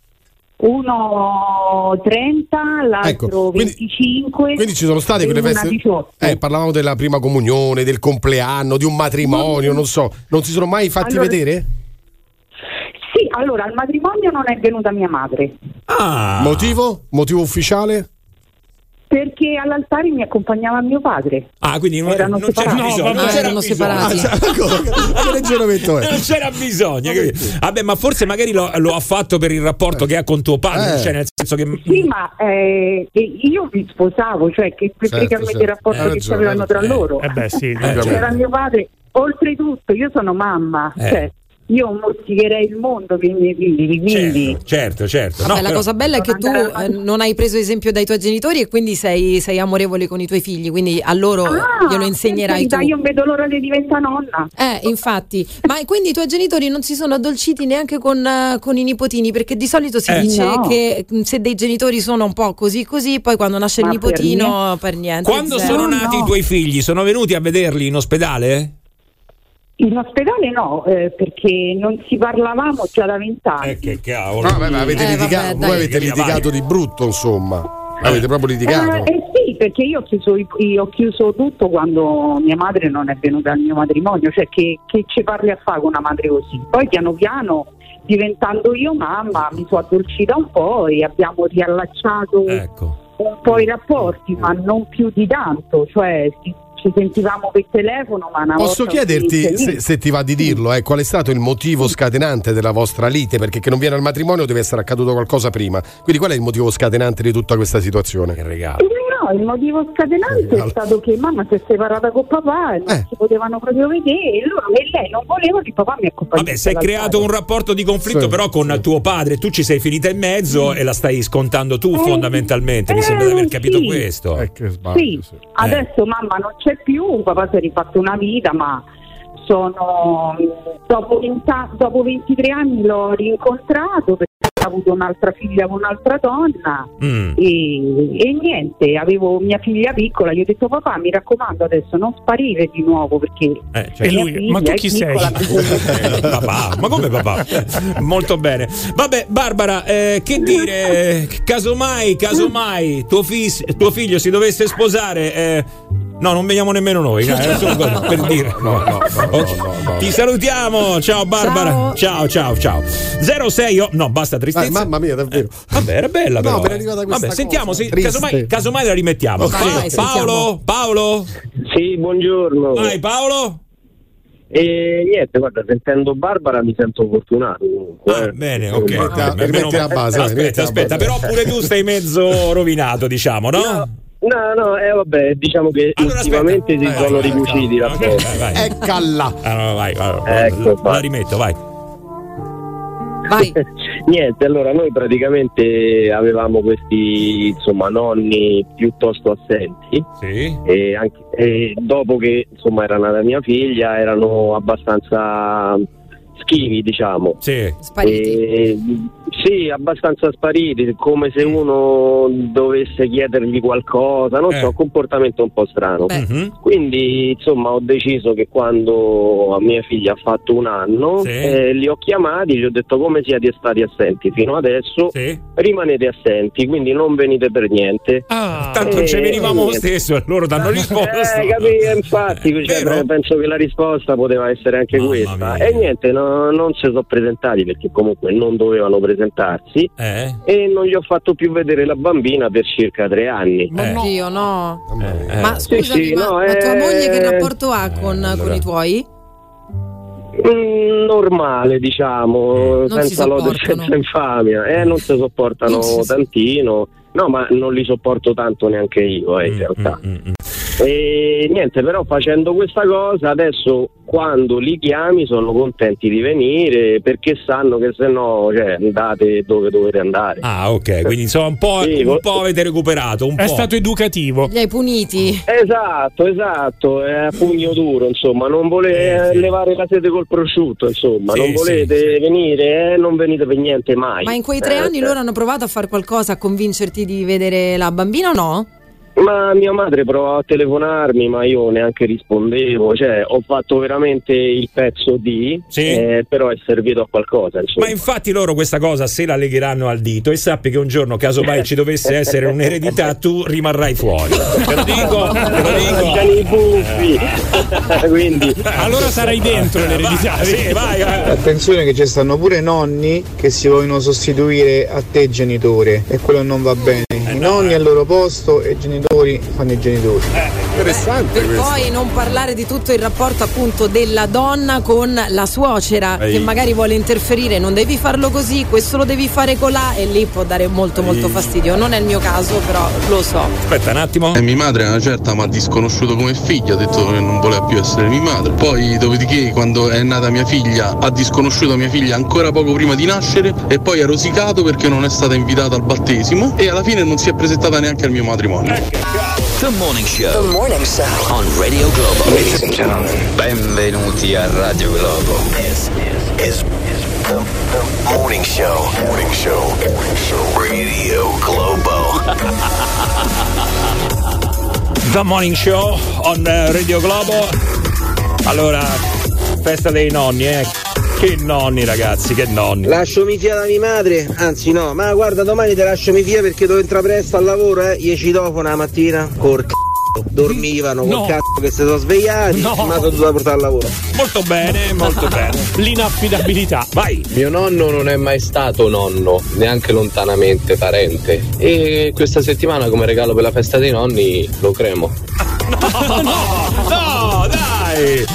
Uno trenta, l'altro ecco, quindi, venticinque. Quindi ci sono state quelle feste. Eh, parlavamo della prima comunione, del compleanno, di un matrimonio, non so. Non si sono mai fatti allora, vedere? Sì, allora al matrimonio non è venuta mia madre. Ah. Motivo? Motivo ufficiale? Perché all'altare mi accompagnava mio padre. Ah, quindi non, erano non c'era no, bisogno. Non c'era erano bisogno. separati. Ah, non c'era bisogno. Vabbè, ma forse magari lo, lo ha fatto per il rapporto eh. che ha con tuo padre. Eh. Cioè, nel senso che. Sì, ma eh, io mi sposavo, cioè che perché certo, certo. il rapporto eh, che avevano tra eh. loro. Eh beh, sì, eh, c'era mio padre. Oltretutto, io sono mamma. Eh. Cioè, io morticherei il mondo per i miei figli, quindi certo, certo, certo. Vabbè, no, la però... cosa bella è che tu eh, non hai preso esempio dai tuoi genitori e quindi sei, sei amorevole con i tuoi figli, quindi a loro ah, glielo insegnerai tu. Io vedo l'ora di diventare nonna. Eh, infatti. Ma quindi i tuoi genitori non si sono addolciti neanche con, uh, con i nipotini, perché di solito si eh, dice no. che se dei genitori sono un po' così così, poi quando nasce Ma il nipotino per niente. Per niente quando zero. sono nati no. i tuoi figli, sono venuti a vederli in ospedale? In ospedale no, eh, perché non si parlavamo già da vent'anni. Eh, che cavolo. No, vabbè, avete eh, litigato, vabbè, voi avete litigato di brutto, insomma. Avete proprio litigato? Eh, eh sì, perché io ho chiuso, io ho chiuso tutto quando mia madre non è venuta al mio matrimonio, cioè che, che ci parli a fare con una madre così. Poi piano piano diventando io mamma mi sono addolcita un po' e abbiamo riallacciato ecco. un po' i rapporti, ma non più di tanto, cioè ci, ci sentivamo per telefono, ma una Posso volta chiederti se, se ti va di dirlo, eh, qual è stato il motivo scatenante della vostra lite? Perché che non viene al matrimonio deve essere accaduto qualcosa prima, quindi qual è il motivo scatenante di tutta questa situazione? Che regalo. No, il motivo scatenante è stato che mamma si è separata con papà e non Eh. si potevano proprio vedere, e loro e lei non voleva che papà mi accompagnasse. Vabbè, si è creato un rapporto di conflitto Sì. però con tuo padre, tu ci sei finita in mezzo e la stai scontando tu fondamentalmente, mi sembra di aver capito sì. questo. Eh, che sbaglio, Sì, sì. adesso mamma non c'è più, papà si è rifatto una vita, ma sono dopo, venti dopo ventitré anni l'ho rincontrato perché ha avuto un'altra figlia con un'altra donna Mm. e, e niente, avevo mia figlia piccola, gli ho detto papà mi raccomando adesso non sparire di nuovo perché Eh, cioè, E mia lui, figlia ma tu è chi piccola, sei? Eh, papà, ma come papà? Molto bene. Vabbè, Barbara, eh, che dire? Casomai, casomai tuo, fis- tuo figlio si dovesse sposare, eh, no, non veniamo nemmeno noi, eh, solo per dire. No, no, no, no, no, no. Ti salutiamo, ciao Barbara. Ciao, ciao, ciao. zero sei oh, no, basta tristezza. Dai, mamma mia, davvero. Vabbè, era bella però. No, appena eh. arrivata questa Vabbè, cosa, sentiamo, se, triste. casomai, casomai la rimettiamo. Vai, Paolo, sentiamo. Paolo? Sì, buongiorno. Vai Paolo? E niente, guarda, sentendo Barbara mi sento fortunato comunque. Ah, eh. bene, ok. Rimetti va bene, rimetti la base, vai, rimetti Aspetta, la aspetta, base. però pure tu stai mezzo rovinato, diciamo, no? No, no, no, eh, vabbè, diciamo che Allora, ultimamente aspetta. si Vai, sono vai, ricuciti i vai, rapporti. vai, vai, vai. Eccalla. Ah, no, vai, vai, Ecco la, qua. la rimetto, vai. Vai. Niente, allora noi praticamente avevamo questi insomma nonni piuttosto assenti Sì. e, anche, e dopo che insomma era nata mia figlia erano abbastanza schivi, diciamo. Sì. Spariti. E, sì, abbastanza spariti, come se uno dovesse chiedergli qualcosa, non Eh. so, comportamento un po' strano. Beh. Mhm. Quindi insomma ho deciso che quando mia figlia ha fatto un anno Sì. eh, li ho chiamati, gli ho detto come siete stati assenti fino adesso, Sì. rimanete assenti, quindi non venite per niente. Ah, Tanto Eh, ci venivamo lo niente. stesso e loro danno risposta. Eh, capì, infatti, Eh, cioè, vero? penso che la risposta poteva essere anche Mamma questa. mia. E niente, no- non si sono presentati perché comunque non dovevano presentarsi Eh? e non gli ho fatto più vedere la bambina per circa tre anni. Eh. Oddio, no. Eh, Ma Sì, scusami, sì, ma, no, ma tua eh, moglie che rapporto ha con, allora. con i tuoi? Mm, normale, diciamo, Non si senza lode e sopportano. senza infamia. Eh, non si sopportano Non si so- tantino. No, ma non li sopporto tanto neanche io, eh, in realtà. Mm, mm, mm. E niente, però facendo questa cosa adesso quando li chiami sono contenti di venire perché sanno che se no, cioè, andate dove dovete andare. Ah, ok, quindi insomma un po', Sì, un vo- po' avete recuperato, un è po'. stato educativo. Li hai puniti? Esatto, esatto, è a pugno duro, insomma, non volete Sì, sì. levare la sede col prosciutto, insomma, Sì, non sì, volete sì. venire, eh, non venite per niente mai. Ma in quei tre Eh, anni eh. loro hanno provato a fare qualcosa a convincerti di vedere la bambina o no? Ma mia madre provava a telefonarmi, ma io neanche rispondevo, cioè ho fatto veramente il pezzo di, Sì. eh, però è servito a qualcosa, insomma. Ma infatti loro questa cosa se la legheranno al dito e sappi che un giorno casomai ci dovesse essere un'eredità tu rimarrai fuori. Te lo dico, te lo dico. C'hanno i buffi, quindi Allora sarai dentro l'eredità. Sì, vai, vai. Attenzione che ci stanno pure nonni che si vogliono sostituire a te genitore e quello non va bene. I nonni al loro posto e i genitori fanno i genitori. Interessante Per questo. poi non parlare di tutto il rapporto appunto della donna con la suocera Ehi. che magari vuole interferire, non devi farlo così, questo lo devi fare colà e lì può dare molto molto fastidio. Non è il mio caso, però lo so. Aspetta un attimo. E mia madre a una certa mi ha disconosciuto come figlio, ha detto che non voleva più essere mia madre. Poi dopodiché quando è nata mia figlia ha disconosciuto mia figlia ancora poco prima di nascere e poi ha rosicato perché non è stata invitata al battesimo e alla fine non si è presentata neanche al mio matrimonio. The Morning Show. The Morning Show. On Radio Globo. Ladies and gentlemen, benvenuti a Radio Globo. This is the, the Morning Show. Morning Show. Morning Show. Radio Globo. The Morning Show on eh, Radio Globo. Allora, festa dei nonni, eh. Che nonni, ragazzi, che nonni. Lascio mia figlia da mia madre, anzi no, ma guarda domani ti lascio mia figlia perché devo entrare presto al lavoro, eh, gli citofono la mattina, col c***o dormivano No. col cazzo che si sono svegliati, No. ma sono dovuto portare al lavoro. Molto bene, molto bene. L'inaffidabilità. Vai. Mio nonno non è mai stato nonno, neanche lontanamente parente. E questa settimana come regalo per la festa dei nonni lo cremo. No, no, dai.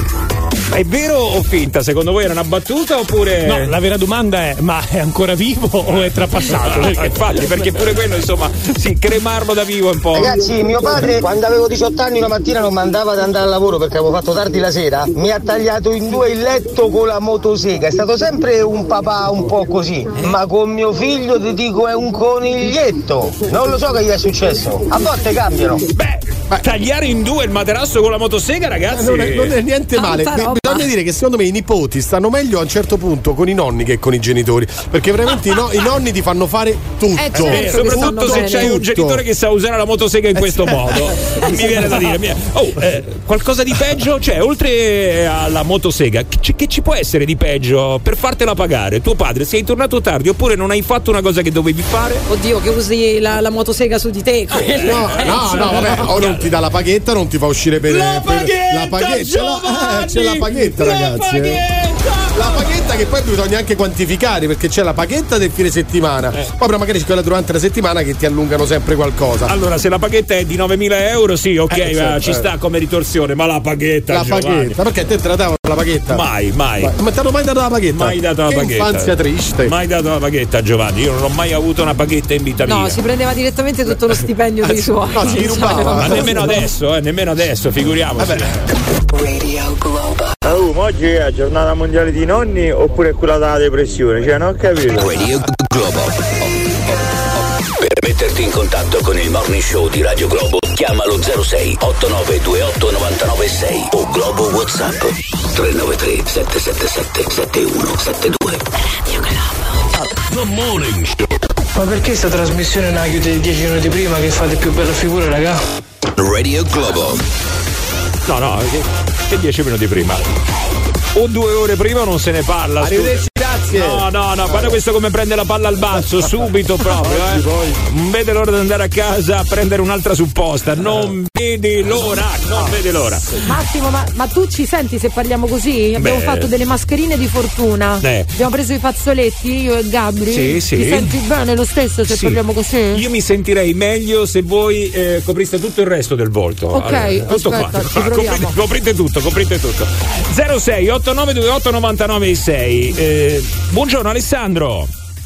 Ma è vero o finta? Secondo voi era una battuta oppure. No, la vera domanda è: ma è ancora vivo o è trapassato? Ah, infatti, perché pure quello, insomma, sì, cremarlo da vivo è un po'. Ragazzi, mio padre quando avevo diciotto anni una mattina non mi andava ad andare al lavoro perché avevo fatto tardi la sera, mi ha tagliato in due il letto con la motosega. È stato sempre un papà un po' così, ma con mio figlio ti dico è un coniglietto. Non lo so che gli è successo, a volte cambiano. Beh, tagliare in due il materasso con la motosega, ragazzi. Non è, non è niente male. roba. Bisogna dire che secondo me i nipoti stanno meglio a un certo punto con i nonni che con i genitori, perché veramente i, no- i nonni ti fanno fare tutto. Eh, certo, Eh, che soprattutto stanno se bene. c'hai un Tutto. genitore che sa usare la motosega in questo modo. Mi viene da dire. mi- Oh, eh, qualcosa di peggio? Cioè, oltre alla motosega, che, che ci può essere di peggio per fartela pagare? Tuo padre sei tornato tardi oppure non hai fatto una cosa che dovevi fare? Oddio, che usi la, la motosega su di te. No, no, no, vabbè, o non ti dà la paghetta, non ti fa uscire per La per- paghetta, la paghetta, Giovanni! eh, c'è la paghetta, La ragazzi. eh. paghetta! La paghetta che poi bisogna anche quantificare, perché c'è la paghetta del fine settimana, Eh. poi però magari c'è quella durante la settimana che ti allungano sempre qualcosa. Allora, se la paghetta è di novemila euro, sì, ok, Eh, certo, ma ci eh. sta come ritorsione, ma la paghetta, La Giovanni. paghetta, perché te te la davano la paghetta? Mai, mai. Ma ti hanno mai dato la paghetta? Mai dato la che paghetta. infanzia triste. Mai dato la paghetta, Giovanni. Io non ho mai avuto una paghetta in vita No, mia. si prendeva direttamente tutto lo stipendio dei suoi. No, si rubava. Ma nemmeno adesso, eh, nemmeno adesso, figuriamoci. Radio Globo. Oh, ma oggi è la giornata mondiale di nonni oppure quella della depressione? Cioè, non ho capito. Radio Globo. Per metterti in contatto con il Morning Show di Radio Globo, chiamalo zero sei otto nove due otto nove nove sei o Globo WhatsApp tre nove tre sette sette sette sette uno sette due. Radio Globo. The Morning Show. Ma perché sta trasmissione non la chiudete dieci minuti prima che fate più bella figura, raga? Radio Globo. No, no, che, che dieci minuti prima. O due ore prima non se ne parla. Arrivederci, grazie. No, no, no, guarda questo come prende la palla al balzo, subito proprio, eh. Non vede l'ora di andare a casa a prendere un'altra supposta. Non vede l'ora, non vede l'ora. Massimo, ma, ma tu ci senti se parliamo così? Abbiamo Beh. fatto delle mascherine di fortuna. Eh. Abbiamo preso i fazzoletti, io e Gabri. Sì, sì. Ti senti bene lo stesso se Sì. parliamo così? Io mi sentirei meglio se voi eh, copriste tutto il resto del volto. Ok, tutto aspetta, qua. ci proviamo. Coprite, coprite tutto, coprite tutto. zero sei otto nove due otto nove nove sei. Eh, buongiorno Alessandro.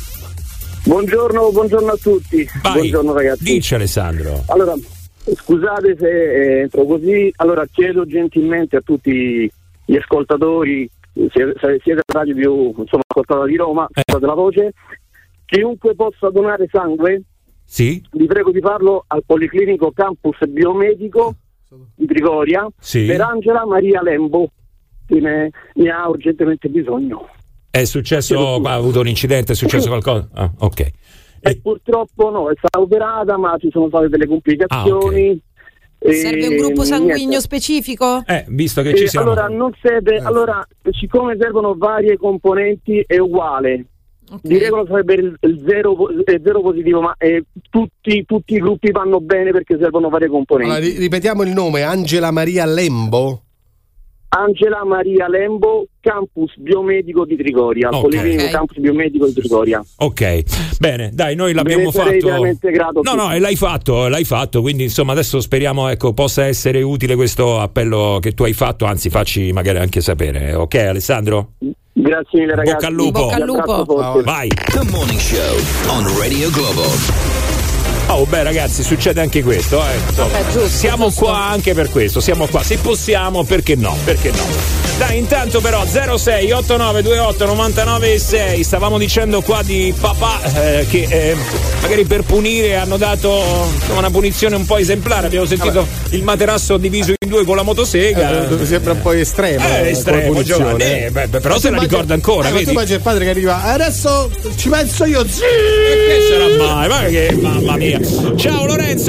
Buongiorno, buongiorno a tutti. Vai, Buongiorno ragazzi. dici Alessandro. Allora, scusate se eh, entro così. Allora, chiedo gentilmente a tutti gli ascoltatori, se, se siete radio più insomma ascoltata di Roma, Eh. scusate la voce, chiunque possa donare sangue, Sì? vi prego di farlo al Policlinico Campus Biomedico di Trigoria Sì. per Angela Maria Lembo, che ne, ne ha urgentemente bisogno. È successo, ha avuto un incidente, è successo qualcosa? Ah, ok. E purtroppo no, è stata operata, ma ci sono state delle complicazioni. e Serve un gruppo sanguigno niente. specifico? Eh, visto che E ci siamo. allora non serve, allora siccome servono varie componenti è uguale. Di regola sarebbe il, il zero, il zero positivo, ma eh, tutti, tutti i gruppi vanno bene perché servono varie componenti. Allora, ri- ripetiamo il nome, Angela Maria Lembo. Angela Maria Lembo, Campus Biomedico di Trigoria, Ok. Policlinico Ok. Campus Biomedico di Trigoria. Ok, bene, dai, noi l'abbiamo Ve ne sarei fatto. veramente grato. No, no, e l'hai fatto, l'hai fatto, quindi insomma adesso speriamo ecco possa essere utile questo appello che tu hai fatto, anzi facci magari anche sapere, ok Alessandro? Grazie mille ragazzi. Bocca al lupo. Bocca al lupo. Vai. The Morning Show on Radio Globo. Oh beh ragazzi, succede anche questo, eh. Insomma, Vabbè, giusto, siamo giusto. qua anche per questo, siamo qua, se possiamo, perché no? Perché no? Dai, intanto però zero sei otto nove due otto nove nove sei, stavamo dicendo qua di papà eh, che eh, magari per punire hanno dato insomma, una punizione un po' esemplare, abbiamo sentito il materasso diviso in due con la motosega. Eh, sembra un po' estremo. Eh, come estremo, punizione. Giovanni, eh, beh, beh, però Ma se tu la immagini- ricorda ancora, eh, ma vedi? tu immagini il padre che arriva, adesso ci penso io, sì! E che sarà mai? Ma che mamma mia. Ciao Lorenzo,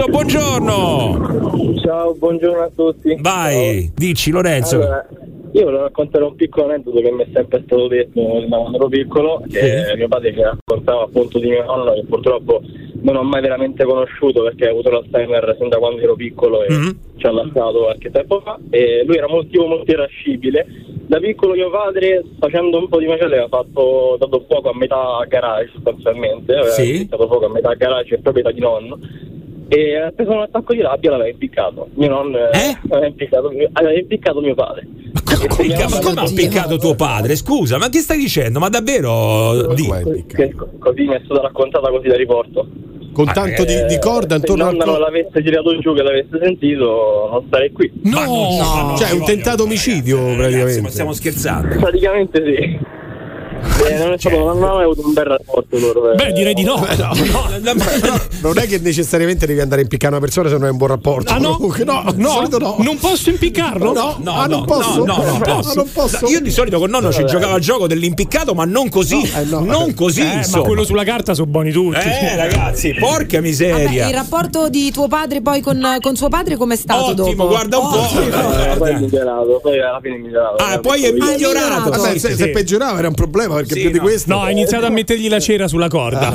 buongiorno. Ciao, buongiorno a tutti. Vai, dici Lorenzo. Allora, io volevo raccontare un piccolo aneddoto che mi è sempre stato detto da quando ero piccolo, che Sì. mio padre mi raccontava appunto di mio nonno che purtroppo non ho mai veramente conosciuto perché ho avuto l'Alzheimer sin da quando ero piccolo e mm-hmm. ci ha lasciato qualche tempo fa, e lui era molto, molto irascibile. Da piccolo mio padre, facendo un po' di macello, aveva fatto dato fuoco a metà garage sostanzialmente, aveva sì. dato fuoco a metà garage e proprietà di nonno, e ha preso un attacco di rabbia e l'aveva impiccato. Mio nonno eh? aveva, impiccato, aveva impiccato mio padre. Ma come, ma come ha impiccato tuo padre? Scusa, ma che stai dicendo? Ma davvero? Di... Che, così mi è stata raccontata, così la riporto. Con tanto eh, di, di corda intorno al corpo. Se non l'avesse tirato giù, che l'avesse sentito, non starei qui. No, no, no cioè un tentato omicidio, ragazzi, praticamente. Ragazzi, ma stiamo scherzando. Praticamente sì. Eh, non, è stato, non ho mai avuto un bel rapporto loro. Beh, direi di no. no, no, no non è che necessariamente devi andare a impiccare una persona se non hai un buon rapporto. Ah, no? No, no, no, no. Non posso impiccarlo? No, no, ah, non no, posso. No, no, non posso. Ah, non posso. No, io di solito con nonno ci giocavo al gioco dell'impiccato, ma non così. No, eh, no. Non così. Eh, ma quello sulla carta sono buoni tutti. Eh, ragazzi, porca miseria. Vabbè, il rapporto di tuo padre poi con, con suo padre com'è stato? Ottimo, dopo? guarda un Ottimo. po'. Eh, poi è migliorato, poi alla fine è migliorato. Ah, poi è migliorato. Vabbè, sì, se, sì. se peggiorava era un problema, perché sì, più di no. questo. No, ha iniziato a mettergli la cera sulla corda.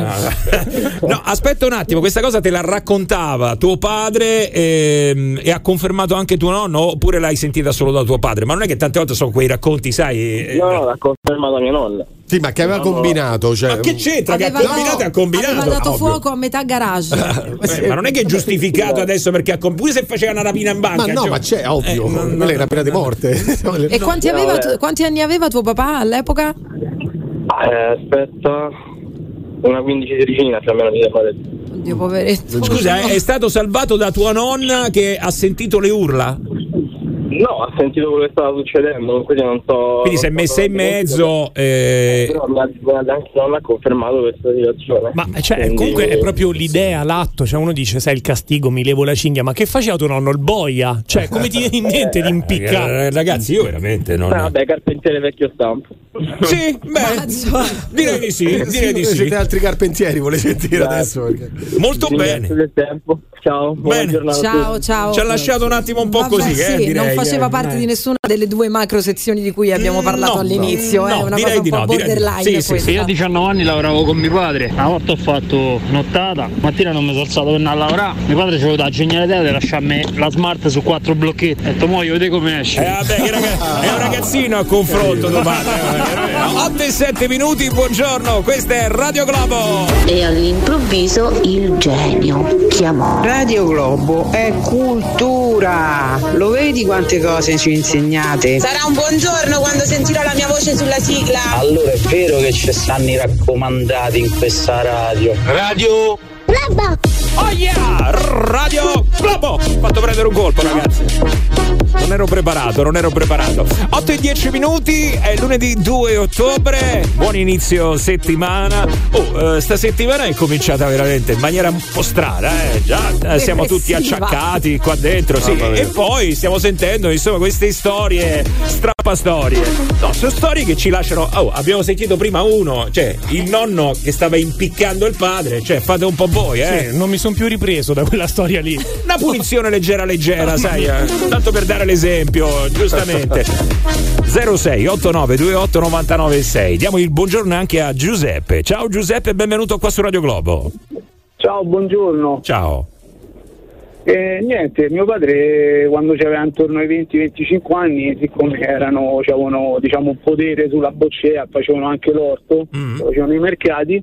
No, aspetta un attimo, questa cosa te la raccontava tuo padre e, e ha confermato anche tuo nonno, oppure l'hai sentita solo da tuo padre? Ma non è che tante volte sono quei racconti, sai? No, no, l'ha confermato mia nonna. Sì, ma che aveva no, combinato? Cioè... Ma che c'entra? Aveva che ha combinato e ha combinato. Aveva dato no, fuoco a metà garage. Beh, ma non è che è giustificato adesso perché ha comp- pure se faceva una rapina in banca. Ma no, cioè... ma c'è, ovvio, eh, non è rapina di morte. E no, quanti, aveva, tu, quanti anni aveva tuo papà all'epoca? Eh, aspetta, una quindici sedicina più o meno mi sembra. Oddio, poveretto. Scusa, è stato salvato da tua nonna che ha sentito le urla? No, ha sentito quello che stava succedendo, quindi non so. Quindi si è messa in mezzo. Eh... Però mi ha, anche non ha confermato questa situazione. Ma cioè, quindi... comunque è proprio l'idea, l'atto. Cioè, uno dice, sai, il castigo, mi levo la cinghia. Ma che faceva tuo nonno? Il boia? Cioè, come ti viene in mente di impiccare? Eh, ragazzi, io veramente non. Ah, vabbè, carpentiere vecchio stampo. Sì, beh, direi di sì. Direi di sì. Siete altri carpentieri, volete sentire Dai. adesso? Perché... Molto bene. Del tempo. Ciao, buona giornata. Ciao, ciao. Ci ha lasciato un attimo un po' Vabbè, così, sì, eh, direi, non faceva eh, parte eh. di nessuna delle due macro sezioni di cui abbiamo parlato no, all'inizio. no, È no, una direi cosa un di po' no, borderline. Sì, sì, questa. Io a diciannove anni lavoravo con mio padre. Una volta ho fatto nottata, mattina non mi sono alzato per andare a lavorare. Mio padre ci aveva la genialità di lasciarmi la smart su quattro blocchetti. Ho detto, mo io vedo come esce. Eh, vabbè, che ragazzi, è un ragazzino a confronto tuo padre. otto e sette minuti, buongiorno, questa è Radio Globo. E all'improvviso il genio chiamò. Radio Globo è cultura. Lo vedi quante cose ci insegnate? Sarà un buongiorno quando sentirò la mia voce sulla sigla. Allora è vero che ci stanno i raccomandati in questa radio. Radio Globo. Oh yeah! Radio Globo! Fatto prendere un colpo, ragazzi. Non ero preparato, non ero preparato. otto e dieci minuti, è lunedì due ottobre. Buon inizio settimana. Oh, eh, sta settimana è cominciata veramente in maniera un po' strana, eh. Già eh, siamo tutti acciaccati qua dentro, sì. E poi stiamo sentendo, insomma, queste storie, strappastorie. No, sono storie che ci lasciano. Oh, abbiamo sentito prima uno, cioè il nonno che stava impiccando il padre, cioè fate un po' voi, eh. Sì, non mi sono più ripreso da quella storia lì. Una punizione leggera leggera, sai, eh. Tanto per dare l'esempio, giustamente. zero sei otto nove due otto nove nove sei. Diamo il buongiorno anche a Giuseppe. Ciao Giuseppe, benvenuto qua su Radio Globo. Ciao, buongiorno. Ciao. Eh, niente, mio padre quando c'aveva intorno ai venti venticinque anni, siccome erano, avevano diciamo un potere sulla boccea, facevano anche l'orto, mm. facevano i mercati,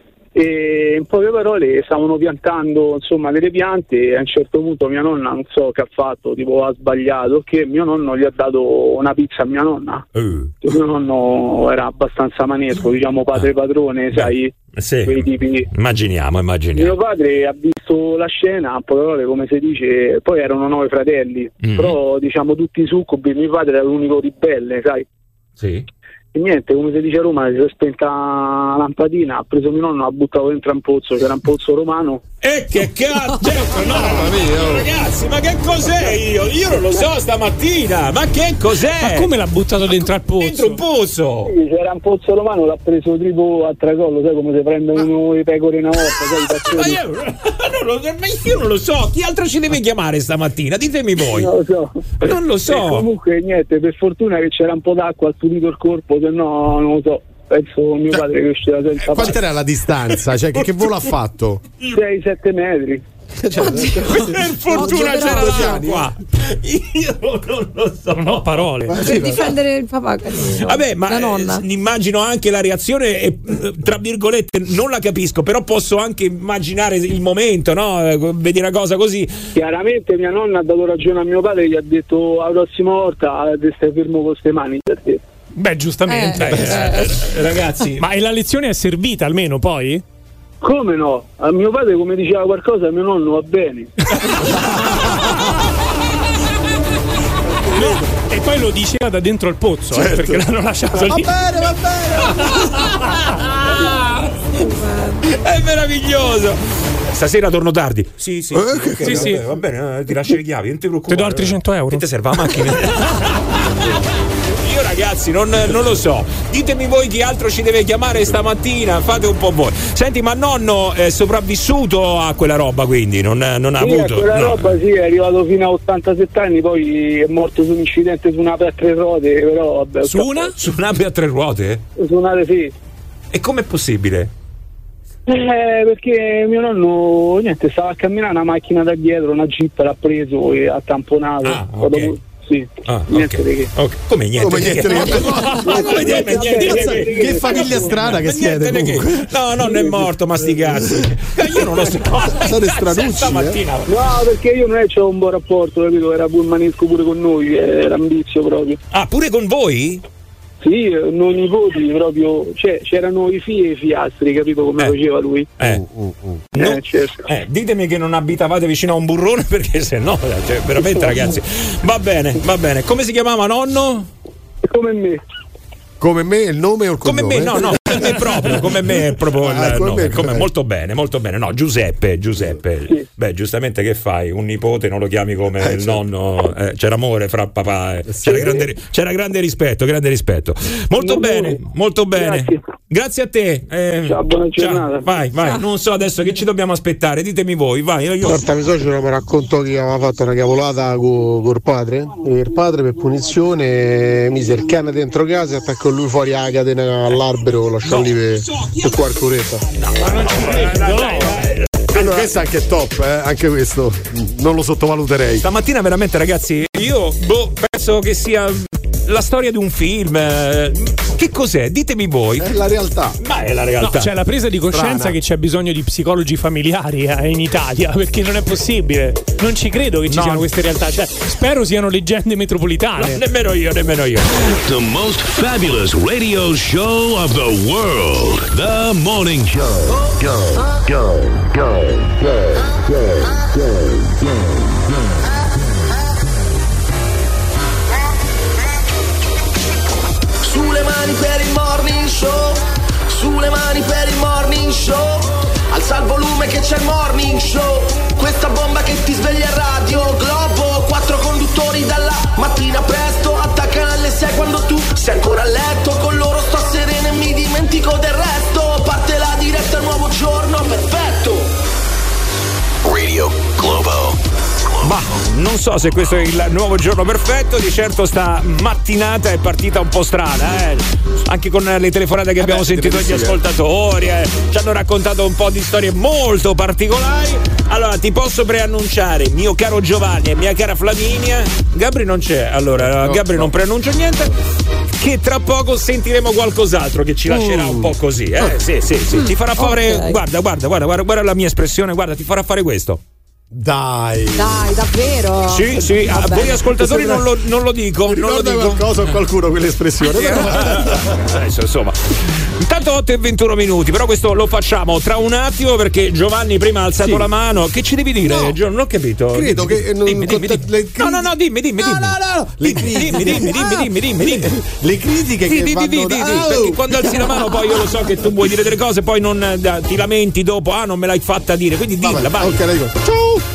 e in poche parole stavano piantando insomma delle piante, e a un certo punto mia nonna non so che ha fatto, tipo ha sbagliato, che mio nonno gli ha dato una pizza a mia nonna. uh. Mio nonno era abbastanza manesco, diciamo padre padrone, sai, sì. quei tipi. Immaginiamo, immaginiamo. Mio padre ha visto la scena, a poche parole come si dice, poi erano nove fratelli, mm. però diciamo tutti succubi, mio padre era l'unico ribelle, sai. Sì. E niente, come si dice a Roma, si è spenta la lampadina, ha preso mio nonno, ha buttato dentro un pozzo, che era un pozzo romano. E che cazzo, no, no, ragazzi, ma che cos'è io? Io non lo so stamattina, ma che cos'è? Ma come l'ha buttato dentro al pozzo? Dentro un pozzo? Sì, c'era un pozzo romano, l'ha preso tipo a tracollo, sai come si prendono le pecore una volta, sai, ma io, non lo, ma io non lo so, chi altro ci deve chiamare stamattina? Ditemi voi. Non lo so. Non lo so. E comunque niente, per fortuna che c'era un po' d'acqua, ha pulito il corpo, se no non lo so. penso mio padre che uscirà senza padre. Quant'era la distanza? Cioè, che, che volo ha fatto? sei sette metri. Cioè, per fortuna c'era l'acqua. Io non lo so, non ho parole per difendere il papà. Vabbè, ma la nonna. Eh, immagino anche la reazione e, tra virgolette, non la capisco, però posso anche immaginare il momento, no? Vedi una cosa così. Chiaramente mia nonna ha dato ragione a mio padre, gli ha detto la prossima volta stai fermo con queste mani per te. Beh, giustamente. Eh, eh, eh, ragazzi, ma e la lezione è servita almeno poi? Come no? A mio padre, come diceva qualcosa, a mio nonno va bene. No, e poi lo diceva da dentro al pozzo, certo. eh, perché l'hanno lasciato va lì. Va bene, va bene. È meraviglioso. Stasera torno tardi. Sì, sì. Eh, sì, okay, sì, va sì. bene. Va bene, eh, ti lascio le chiavi, non ti preoccupare. Ti do altri cento euro. Che ti serve la macchina? Io ragazzi non, non lo so, ditemi voi chi altro ci deve chiamare stamattina, fate un po' voi. Senti, ma nonno è sopravvissuto a quella roba, quindi non, non ha sì, avuto a quella no. roba sì, è arrivato fino a ottantasette anni, poi è morto su un incidente su un'ape a tre ruote, però vabbè. Su una? Su un'ape a tre ruote? Su un'ape sì. E com'è possibile? Eh, perché mio nonno niente, stava a camminare una macchina da dietro, una Jeep l'ha preso e ha tamponato. Ah, ok. Dopo, sì, ah, niente okay. di che. Okay. Come niente? Come niente di che? Come niente, niente, che famiglia strana che siete comunque. No, non è morto, ma sti cazzi. Io non lo so. State stranucci, stamattina. Eh? No, perché io non è c'ho un buon rapporto, capito? Era pullmanesco pure con noi, era ambizio proprio. Ah, pure con voi? Sì, noi nipoti proprio, cioè c'erano i figli e i figliastri, capito come eh. faceva lui? Eh. Uh, uh, uh. No. Eh, certo. eh, ditemi che non abitavate vicino a un burrone, perché se no, cioè, veramente ragazzi. Va bene, va bene. Come si chiamava nonno? Come me. Come me il nome o il cognome? Come me, no, no, come me proprio, come me è proprio il ah, nome. me, come, molto bene, molto bene. No, Giuseppe, Giuseppe. Sì. Beh, giustamente che fai? Un nipote non lo chiami come eh, il certo. nonno, eh, c'era amore fra papà, eh. c'era, grande, c'era grande rispetto, grande rispetto. Molto non bene, voi. molto bene. Grazie, Grazie a te. Eh, ciao, buona giornata. Ciao. Vai, vai. Ciao. Non so adesso che ci dobbiamo aspettare, ditemi voi, vai. Io... Porta, mio suocero mi raccontò che aveva fatto una cavolata con col padre e il padre per punizione mise il cane dentro casa e attaccò lui fuori la catena all'albero, lasciò no. lì per, per qualche oretta. No, ma non ci credo, no, no. Allora, questo è anche top, eh? Anche questo non lo sottovaluterei. Stamattina veramente ragazzi, io boh, penso che sia la storia di un film. Che cos'è? Ditemi voi. È la realtà. Ma è la realtà. No, c'è la presa di coscienza Strana. che c'è bisogno di psicologi familiari eh, in Italia, perché non è possibile. Non ci credo che ci no. siano queste realtà. Cioè, spero siano leggende metropolitane. No, nemmeno io, nemmeno io. The most fabulous radio show of the world. The Morning Show. Go, go, go, go, go, go, go. Sulle mani per il morning show, sulle mani per il morning show, alza il volume che c'è il morning show, questa bomba che ti sveglia a Radio Globo, quattro conduttori dalla mattina presto, attaccano alle sei quando tu sei ancora a letto, con loro sto sereno e mi dimentico del resto, parte la diretta, nuovo giorno perfetto. Radio Globo. Ma non so se questo è il nuovo giorno perfetto, di certo sta mattinata è partita un po' strana, eh? Anche con le telefonate che abbiamo eh beh, sentito dagli ascoltatori, eh? Ci hanno raccontato un po' di storie molto particolari. Allora ti posso preannunciare, mio caro Giovanni e mia cara Flaminia, Gabri non c'è, allora no, Gabri no. non preannuncio niente, che tra poco sentiremo qualcos'altro che ci lascerà uh. un po' così, eh? Sì, sì, sì, ti farà fare, okay. guarda, guarda, guarda, guarda, guarda la mia espressione, guarda, ti farà fare questo. Dai, dai, davvero? Sì, sì, a voi ascoltatori non lo, non lo dico. Non lo dico. qualcosa o qualcuno quell'espressione. Adesso, insomma. Intanto otto e ventuno minuti, però questo lo facciamo tra un attimo perché Giovanni prima ha alzato sì. la mano. Che ci devi dire? No. Giorgio, non ho capito. Credo dimmi, che non dimmi, dimmi, dimmi. Le... No, no, no, dimmi, dimmi, no, dimmi. No, no, no. Le dimmi, dimmi, dimmi, dimmi, dimmi, dimmi, dimmi. Le critiche sì, che di, vanno di, da... di, di, oh. perché quando alzi la mano poi io lo so che tu vuoi dire delle cose, poi non ti lamenti dopo, ah, non me l'hai fatta dire, quindi dilla, vai. Ok, la dico. Ciao.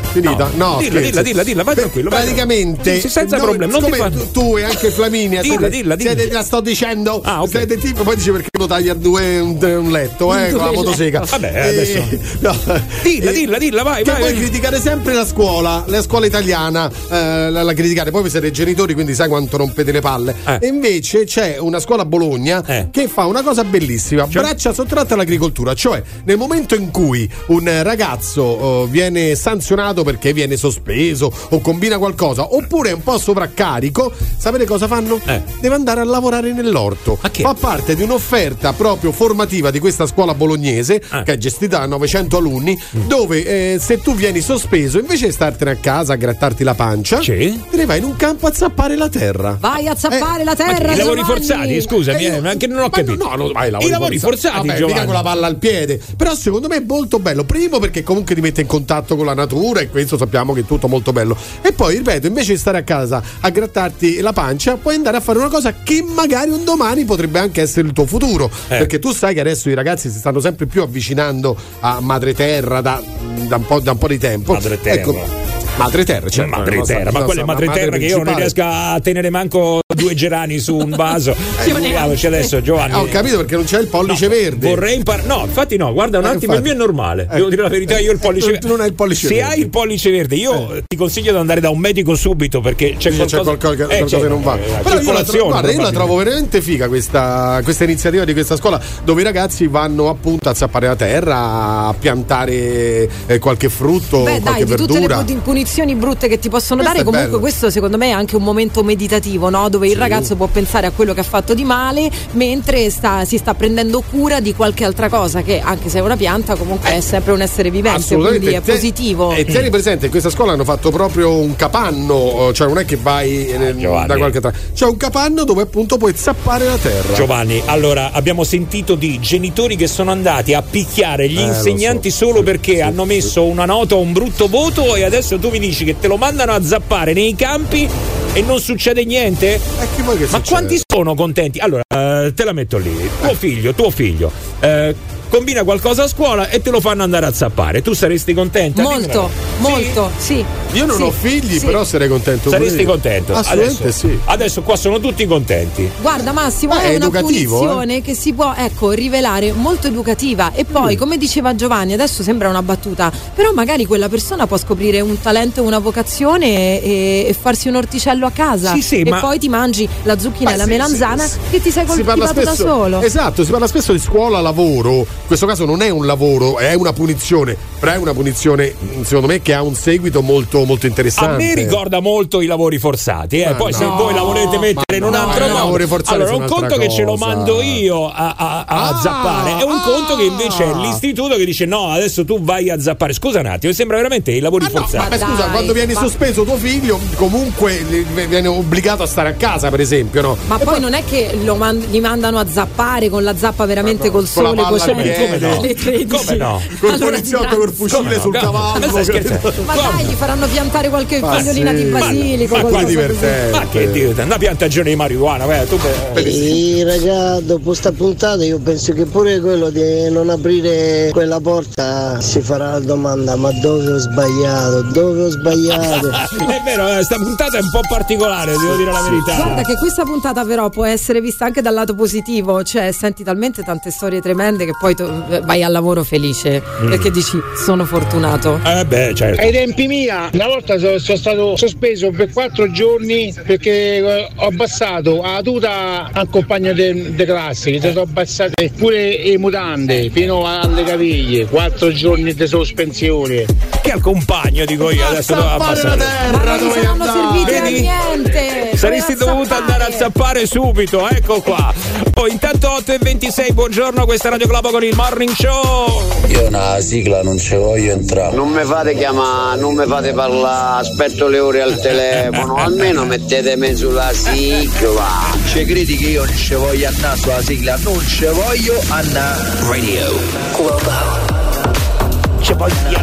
Finita? No, no dilla, dilla, dilla, dilla, vai Beh, tranquillo. Praticamente, vai. Sì, senza noi, problemi. Non ti fa... tu, tu e anche Flaminia, dilla, siete, dilla, dilla. siete, la sto dicendo. Ah, ok. Siete tipo, poi dice perché lo taglia due un, un letto, eh, con la motosega. Vabbè, adesso. Eh, no. Dilla, eh, dilla, dilla, vai, che vai. Poi vai. criticare sempre la scuola, la scuola italiana, eh, la, la criticare. Poi vi siete genitori, quindi sai quanto rompete le palle. Eh. E invece c'è una scuola a Bologna eh. che fa una cosa bellissima, cioè? Braccia sottratte all'agricoltura, cioè nel momento in cui un ragazzo uh, viene sanzionato perché viene sospeso o combina qualcosa oppure è un po' sovraccarico, sapete cosa fanno? Eh. Deve andare a lavorare nell'orto. Fa parte di un'offerta proprio formativa di questa scuola bolognese eh. che è gestita da novecento alunni mm. dove eh, se tu vieni sospeso invece di startene a casa a grattarti la pancia sì. te ne vai in un campo a zappare la terra. Vai a zappare eh. la terra. I lavori forzati, scusami, eh, anche non ho capito. No, no, vai, I lavori forzati, Vabbè, Giovanni. mica con la palla al piede. Però secondo me è molto bello. Primo perché comunque ti mette in contatto con la natura e questo sappiamo che è tutto molto bello. E poi, ripeto, invece di stare a casa a grattarti la pancia, puoi andare a fare una cosa che magari un domani potrebbe anche essere il tuo futuro. Eh. Perché tu sai che adesso i ragazzi si stanno sempre più avvicinando a madre terra da, da, un, po', da un po' di tempo. Madre terra. Ecco, madre terra, cioè, madre terra, ma quella è madre terra che io non riesco a tenere manco due gerani su un vaso. Figuriamoci adesso, Giovanni. Ah, ho capito perché non c'è il pollice no, verde. Vorrei imparare. No, infatti no, guarda un eh, attimo, infatti. il mio è normale. Eh. Devo dire la verità, io il pollice verde. Tu non hai il pollice Se verde. hai il pollice verde, io eh. ti consiglio di andare da un medico subito perché c'è, sì, qualcosa, c'è qualcosa, che, eh, qualcosa c'è, che non va. Eh, Però io la, trovo, guarda, io la trovo veramente figa questa, questa iniziativa di questa scuola dove i ragazzi vanno appunto a zappare la terra, a piantare eh, qualche frutto, Beh, qualche dai, di verdura. tutte le punizioni brutte che ti possono Questo dare, comunque bello. questo secondo me è anche un momento meditativo, no? Dove il sì. ragazzo può pensare a quello che ha fatto di male mentre sta, si sta prendendo cura di qualche altra cosa che anche se è una pianta comunque è sempre un essere vivente, quindi è te, positivo. E tieni presente, in questa scuola hanno fatto proprio un capanno, cioè non è che vai nel, da qualche altra. C'è un capanno dove appunto puoi zappare la terra. Giovanni, allora abbiamo sentito di genitori che sono andati a picchiare gli eh, insegnanti so. solo sì, perché sì, hanno sì. messo una nota o un brutto voto e adesso tu mi dici che te lo mandano a zappare nei campi e non succede niente? Eh, che vuoi che Ma succede? quanti sono contenti? Allora, eh, te la metto lì. Tuo figlio, tuo figlio. Eh, combina qualcosa a scuola e te lo fanno andare a zappare. Tu saresti contenta? Molto, molto, sì. sì. Io non sì, ho figli, sì. però sarei contento. Saresti contento? Assolutamente adesso, sì. Adesso qua sono tutti contenti. Guarda Massimo, ah, è, è una educativo, punizione eh? che si può, ecco, rivelare molto educativa. E poi, mm. come diceva Giovanni, adesso sembra una battuta, però magari quella persona può scoprire un talento, una vocazione e, e farsi un orticello a casa. Sì, sì, e ma... poi ti mangi la zucchina Beh, e la sì, melanzana sì, sì. che ti sei coltivato spesso, da solo. Esatto, si parla spesso di scuola lavoro. In questo caso non è un lavoro, è una punizione, però è una punizione secondo me che ha un seguito molto molto interessante. A me ricorda molto i lavori forzati, eh. Poi no, se voi la volete mettere in un no, altro no, modo, allora un conto cosa. che ce lo mando io a, a, a ah, zappare, è un ah, conto che invece è l'istituto che dice no, adesso tu vai a zappare. Scusa un attimo, sembra veramente i lavori ma forzati. No, ma dai, scusa, quando viene ma... sospeso tuo figlio, comunque viene obbligato a stare a casa, per esempio, no? Ma e poi poi non è che lo man- gli mandano a zappare con la zappa veramente no, col sole, con col come no? le tredici. Come no? Col allora, poliziotto col fucile no? sul No, cavallo. Ma dai, gli faranno piantare qualche ma fogliolina sì. di basilico. Ma, ma, ma divertente. Ma che dire, una piantagione di marijuana, vai, tu Sì, raga, dopo sta puntata io penso che pure quello di non aprire quella porta si farà la domanda: ma dove ho sbagliato? Dove ho sbagliato? È vero, sta puntata è un po' particolare, devo dire la verità. Guarda che questa puntata però può essere vista anche dal lato positivo, cioè senti talmente tante storie tremende che poi tu vai al lavoro felice mm. perché dici sono fortunato. Eh beh, certo. Ai tempi mia, una volta sono, sono stato sospeso per quattro giorni perché ho abbassato la tuta al compagno di classe, che ti sono abbassate pure i mutande fino alle caviglie, quattro giorni di sospensione. Che al compagno dico io, adesso devo abbassare. Ma non mi saranno serviti a niente. Saresti dovuto andare a zappare subito, ecco qua. Poi intanto otto e ventisei, buongiorno, questa è Radio Globo con il Morning Show. Io una sigla non ci voglio entrare. Non mi fate chiamare, non mi fate parlare, aspetto le ore al telefono, almeno mettetemi sulla sigla. Ci credi che io non ci voglio andare sulla sigla? Non ci voglio andare. Radio Globo. Ci voglio andare.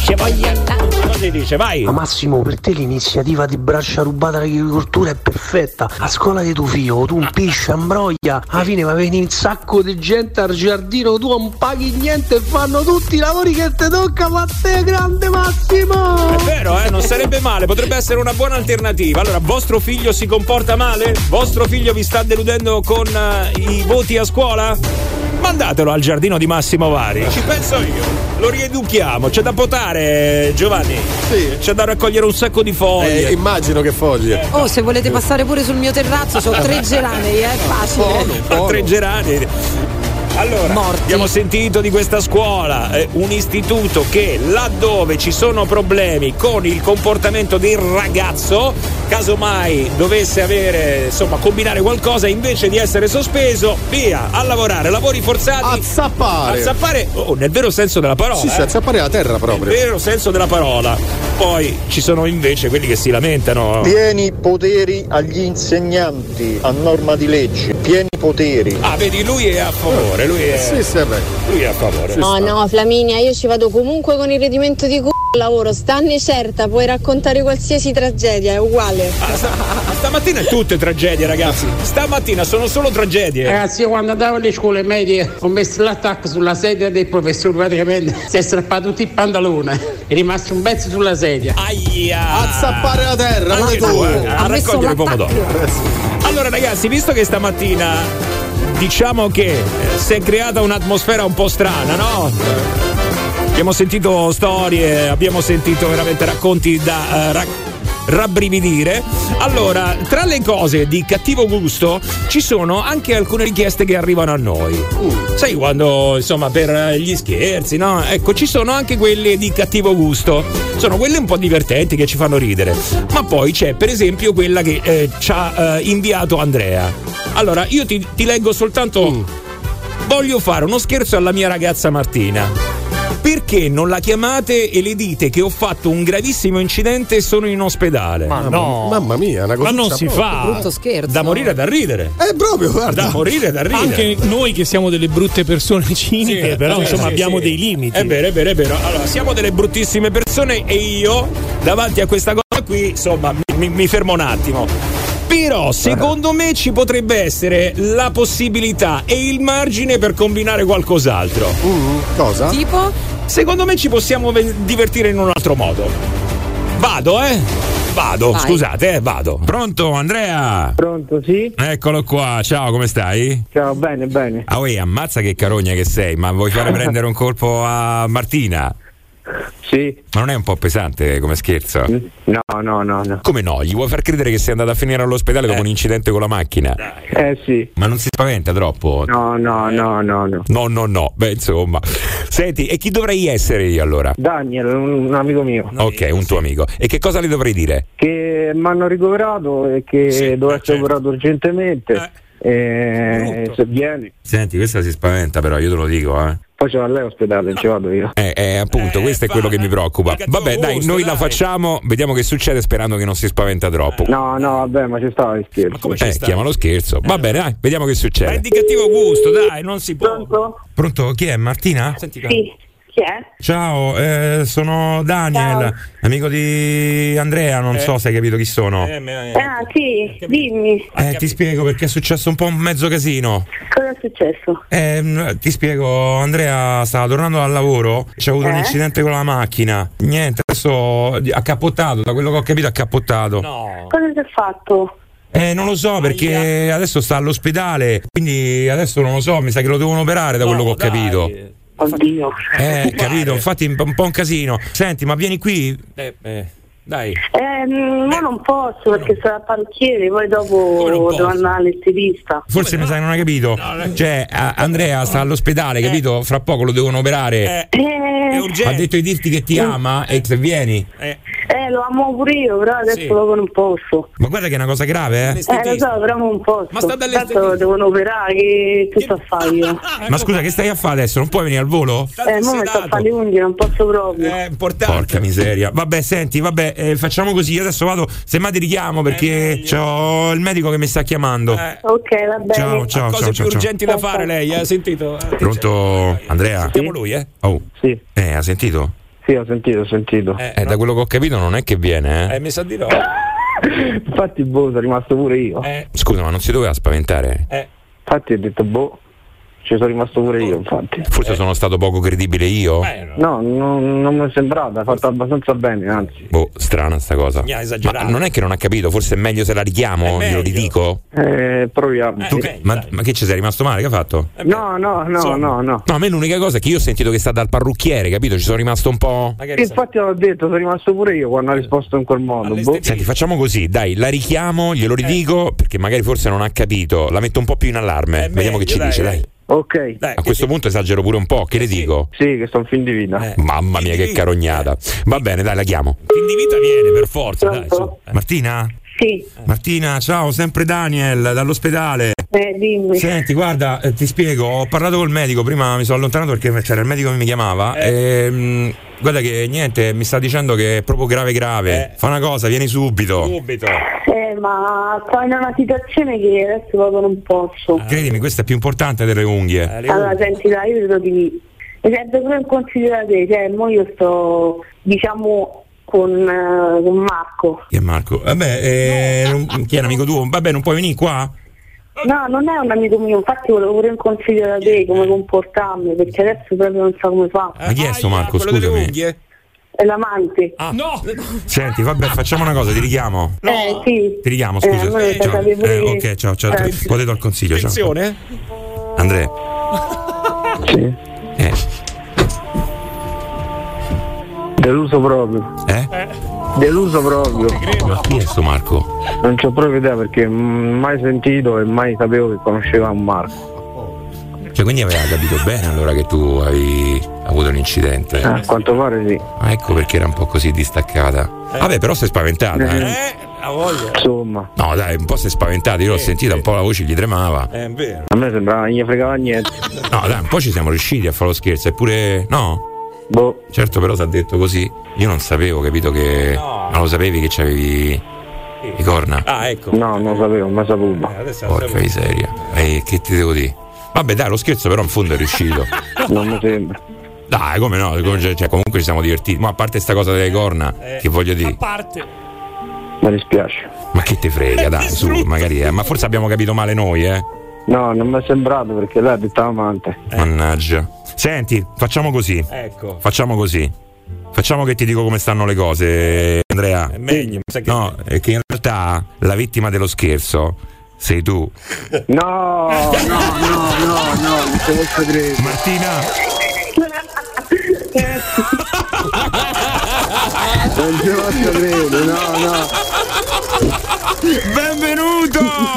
Ci voglio andare. Cosa dice? Vai. Ma Massimo, per te l'iniziativa di braccia rubate all'agricoltura è perfetta. A scuola di tuo figlio, tu un pisci, ambroglia, alla fine va venire un sacco di gente al giardino, tu non paghi niente e fanno tutti i lavori che ti tocca, ma te grande Massimo! È vero, eh, non sarebbe male, potrebbe essere una buona alternativa. Allora, vostro figlio si comporta male? Vostro figlio vi sta deludendo con uh, i voti a scuola? Mandatelo al giardino di Massimo Vari, ci penso io. Lo rieduchiamo, c'è da potare, Giovanni. Sì. C'è da raccogliere un sacco di foglie. Eh, immagino che foglie. Oh, se volete passare pure sul mio terrazzo, ho tre geranei, è facile. Ho tre geranei. Allora, Morti. abbiamo sentito di questa scuola, eh, un istituto che laddove ci sono problemi con il comportamento del ragazzo, casomai dovesse avere, insomma, combinare qualcosa, invece di essere sospeso, via, a lavorare, lavori forzati. A zappare. A zappare, oh, nel vero senso della parola. Sì, sì, eh. a zappare la terra proprio. Nel vero senso della parola. Poi ci sono invece quelli che si lamentano. Pieni poteri agli insegnanti, a norma di legge. Pieni poteri. Ah, vedi, lui è a favore. Lui è, sì, sì, beh. lui è a favore. No, no, Flaminia, io ci vado comunque con il redimento di c***o al lavoro, stanne certa, puoi raccontare qualsiasi tragedia, è uguale. Ah, sta, stamattina è tutte tragedie, ragazzi. Stamattina sono solo tragedie. Ragazzi, io quando andavo alle scuole medie ho messo l'attacco sulla sedia del professore, praticamente si è strappato tutto il pantalone, è rimasto un pezzo sulla sedia. Aia! A zappare la terra, anche tu, tu, eh, a raccogliere i pomodori. Eh, Allora, ragazzi, visto che stamattina diciamo che si è creata un'atmosfera un po' strana, no? Abbiamo sentito storie, abbiamo sentito veramente racconti da uh, rac- rabbrividire. Allora, tra le cose di cattivo gusto ci sono anche alcune richieste che arrivano a noi. Uh, sai, quando, insomma, per gli scherzi, no? Ecco, ci sono anche quelle di cattivo gusto. Sono quelle un po' divertenti che ci fanno ridere. Ma poi c'è, per esempio, quella che eh, ci ha eh, inviato Andrea. Allora, io ti, ti leggo soltanto. Mm. Voglio fare uno scherzo alla mia ragazza Martina. Perché non la chiamate e le dite che ho fatto un gravissimo incidente e sono in ospedale? Ma no, mamma mia, una cosa. Ma non si proprio. fa. Brutto scherzo. Da morire da ridere. È proprio, guarda. Da morire da ridere. Anche noi che siamo delle brutte persone ciniche, sì, però sì, insomma sì, abbiamo sì. dei limiti. È vero, è vero, è vero. Allora, siamo delle bruttissime persone e io, davanti a questa cosa qui, insomma, mi, mi, mi fermo un attimo. Però secondo me ci potrebbe essere la possibilità e il margine per combinare qualcos'altro. Mm, cosa? Tipo? Secondo me ci possiamo ve- divertire in un altro modo. Vado, eh? Vado, Vai. scusate, eh, vado. Pronto, Andrea? Pronto, sì? Eccolo qua, ciao, come stai? Ciao, bene, bene. Ah, uè, ammazza che carogna che sei, ma vuoi fare prendere un colpo a Martina? Sì. Ma non è un po' pesante come scherzo? No, no, no, no. Come no? Gli vuoi far credere che sei andato a finire all'ospedale dopo un incidente con la macchina? Eh sì. Ma non si spaventa troppo? No, no, no, no, no. No, no, no. Beh, insomma. Senti, e chi dovrei essere io allora? Daniel, un, un amico mio. Ok, un tuo amico. E che cosa le dovrei dire? Che mi hanno ricoverato e che Sì, devo eh, essere certo. operato urgentemente. E se vieni. Senti, questa si spaventa però, io te lo dico, eh. Poi c'è lei ospedale, non ci vado io. Eh, eh, appunto, Eh, questo è quello che mi preoccupa. Vabbè, dai, gusto, noi la dai. facciamo, vediamo che succede sperando che non si spaventa troppo. No, no, vabbè, ma ci stava il scherzo. Eh, chiamalo scherzo. Va bene, dai, vediamo che succede. Ma è di cattivo gusto, dai, non si può. Pronto? Pronto? Chi è? Martina? Sì. Chi è? Ciao, eh, sono Daniel, Ciao. amico di Andrea, non Eh. so se hai capito chi sono. Ah, sì, dimmi. Eh, ti spiego perché è successo un po' un mezzo casino. Cosa è successo? Eh, ti spiego, Andrea stava tornando dal lavoro, c'è avuto un Eh? incidente con la macchina. Niente, adesso ha cappottato, da quello che ho capito ha cappottato. Cosa ti ha fatto? Eh, non lo so perché adesso sta all'ospedale, quindi adesso non lo so, mi sa che lo devono operare da quello che ho capito. Oddio. Eh, capito, infatti un po', un po' un casino. Senti, ma vieni qui. Eh, eh, dai. Eh, ma non posso perché sono al parrucchiere, poi dopo devo andare all'estetista. Forse mi sa che non hai capito. Cioè, a- Andrea sta all'ospedale, capito? Fra poco lo devono operare. Eh, Ha detto di dirti che ti ama e se vieni. eh, lo amo pure io, però adesso Sì. dopo non posso. Ma guarda che è una cosa grave, eh. Eh, lo so, però non posso. Ma sta Tanto devono operare, che, che sto a fare io? Ma scusa, che stai a fare adesso? Non puoi venire al volo? Eh, mo mi sto a fare le unghie, non posso proprio. Porca miseria. Vabbè, senti, vabbè, eh, facciamo così. Io adesso vado, semmai ti richiamo perché c'ho il medico che mi sta chiamando. Ok, va bene. Ciao, ciao, Cose ciao, più ciao, ciao. urgenti da fare, lei, ha sentito? Pronto, Andrea? Sentiamo lui, eh? Oh. Sì. Eh, ha sentito? Sì, ho sentito, ho sentito. Eh, eh no. Da quello che ho capito non è che viene, eh? Eh, mi sa di no. Infatti, boh, sono rimasto pure io. Eh. Scusa, ma non si doveva spaventare? Eh. Infatti ho detto, boh, ci sono rimasto pure io, infatti. Forse eh. sono stato poco credibile io? Eh, no, no non, non mi è sembrata, ha fatto abbastanza bene, anzi. Boh, strana sta cosa. Mi ha esagerato. Ma non è che non ha capito, forse è meglio se la richiamo, glielo ridico? Eh, proviamo. Eh, tu, meglio, ma, ma che ci sei rimasto male? Che ha fatto? Eh, no, no, no, Insomma. no, no. No, a me l'unica cosa è che io ho sentito che sta dal parrucchiere, capito? Ci sono rimasto un po'. Infatti l'ho detto, sono rimasto pure io quando ha risposto in quel modo. Boh. Senti, facciamo così, dai, la richiamo, glielo ridico, eh. perché magari forse non ha capito. La metto un po' più in allarme. È Vediamo meglio, che ci dai, dice, dai. dai. Ok. Dai, a questo punto esagero pure un po', che le sì. dico? Sì, che sto un film di vita. Eh. Mamma mia, che carognata. Va bene, dai, la chiamo. Fin di vita viene per forza, dai, su. Eh. Martina? Sì. Martina, ciao, sempre Daniel dall'ospedale. Eh, dimmi. Senti, guarda, eh, ti spiego, ho parlato col medico, prima mi sono allontanato perché c'era il medico che mi chiamava. Eh. E, mh, guarda che niente, mi sta dicendo che è proprio grave grave. Eh. Fa una cosa, vieni subito. Subito. Eh, ma sto in una situazione che adesso proprio non posso. Ah. Credimi, questa è più importante delle unghie. Eh, le Allora, unghie. senti, dai, io te lo dico. Mi serve pure un consiglio da te, cioè, mo io sto, diciamo, con, uh, con Marco. Chi è Marco? Vabbè, eh, non- chi è un amico tuo? Vabbè, non puoi venire qua? No, non è un amico mio, infatti volevo pure un consiglio da te, come comportarmi, perché adesso proprio non so come fa. Ma chi è sto Marco? Quello delle Scusami. unghie? È l'amante. Ah. No! Senti, vabbè, facciamo una cosa, ti richiamo. Eh, sì. Ti richiamo, Eh, scusa. allora Ciao. sapete pure Eh, che- ok, ciao, ciao. Eh, Poi ti do il consiglio, ciao. Attenzione. Andrea. Sì. Eh. Deluso proprio. Eh? Deluso proprio. Ma chi è sto Marco? Non c'ho proprio idea perché mm, mai sentito e mai sapevo che conosceva un Marco. Cioè, quindi aveva capito bene allora che tu avevi avuto un incidente. Eh, a quanto pare sì. Ah, ecco perché era un po' così distaccata. Vabbè, però sei spaventata, eh? Eh, la voglia. Insomma, No, dai, un po' sei spaventata. Io l'ho Eh, sentita, sì. un po' la voce gli tremava. È vero. a me sembrava non gli fregava niente. No, dai, un po' ci siamo riusciti a fare lo scherzo. Eppure, no? Boh. Certo, però ti ha detto così. Io non sapevo, capito che. No. Non lo sapevi che c'avevi le corna. Ah, ecco. No, non lo sapevo, mai saputo. Eh, adesso la Porca sapevo. miseria. E che ti devo dire? Vabbè, dai, lo scherzo però in fondo è riuscito. Non mi sembra. Dai, come no? Come- Cioè, comunque ci siamo divertiti. Ma a parte sta cosa delle corna, Eh, che voglio A dire? parte. Mi dispiace. Ma che te frega, dai, su, magari. Eh. Ma forse abbiamo capito male noi, eh? No, non mi è sembrato perché lei ha detto amante. Mannaggia. Senti, facciamo così. Ecco. Facciamo così. Facciamo che ti dico come stanno le cose, Andrea. È meglio. mi sa che- No, è che in realtà la vittima dello scherzo sei tu. No, no, no, no, no, non ci posso credere. Martina, Non ci posso credere, no, no. benvenuto!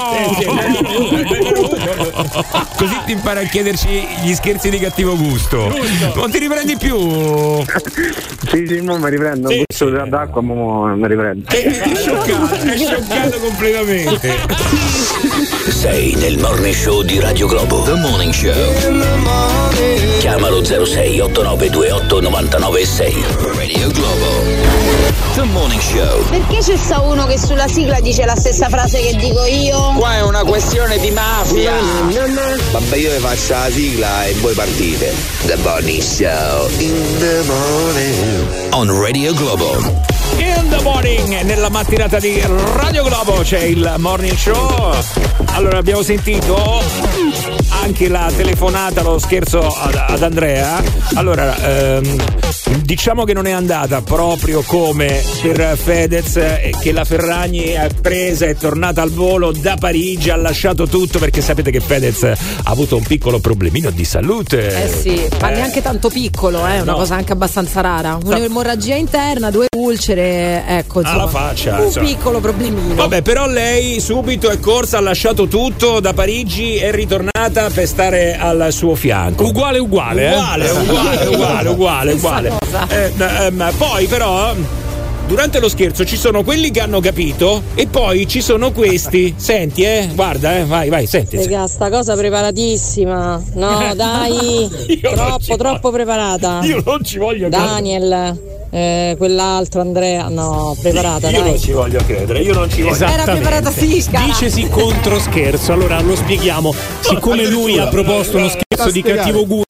Così ti impara a chiederci gli scherzi di cattivo gusto. Non ti riprendi più. Sì, sì, mo mi riprendo, un Sì, goccio d'acqua, mo mi riprendo. È scioccato, è scioccato completamente. Sei nel Morning Show di Radio Globo. The Morning Show. Chiamalo zero sei otto nove due otto nove nove sei. Radio Globo. The Morning Show. Perché c'è sta uno che sulla sigla dice la stessa frase che dico io? Qua è una questione di mafia. Vabbè, io vi faccio la sigla e voi partite. The Morning Show. In the morning. On Radio Globo. In the morning, nella mattinata di Radio Globo c'è il Morning Show. Allora abbiamo sentito anche la telefonata, lo scherzo ad, ad Andrea. Allora, ehm, diciamo che non è andata proprio come per Fedez, eh, che la Ferragni è presa, è tornata al volo da Parigi, ha lasciato tutto perché sapete che Fedez ha avuto un piccolo problemino di salute. Eh sì, ma Eh. neanche tanto piccolo, eh, una No. cosa anche abbastanza rara. Un'emorragia interna, due ulcere, ecco, insomma, Alla faccia, un insomma. piccolo problemino. Vabbè, però lei subito è corsa, ha lasciato tutto da Parigi, è ritornata per stare al suo fianco. Uguale, uguale. Uguale, eh? uguale, uguale, uguale, Stessa uguale. cosa. Eh, ehm, poi però durante lo scherzo ci sono quelli che hanno capito e poi ci sono questi. Senti, eh, guarda, eh, vai, vai, senti. senti. Raga, sta cosa preparatissima. No, dai. Io non troppo, ci troppo preparata. Io non ci voglio Daniel, eh, quell'altro Andrea. No, preparata, Io dai. non ci voglio credere, io non ci voglio Era preparata Sica. Dicesi contro scherzo. Allora lo spieghiamo. Siccome lui ha proposto uno scherzo di cattivo gusto,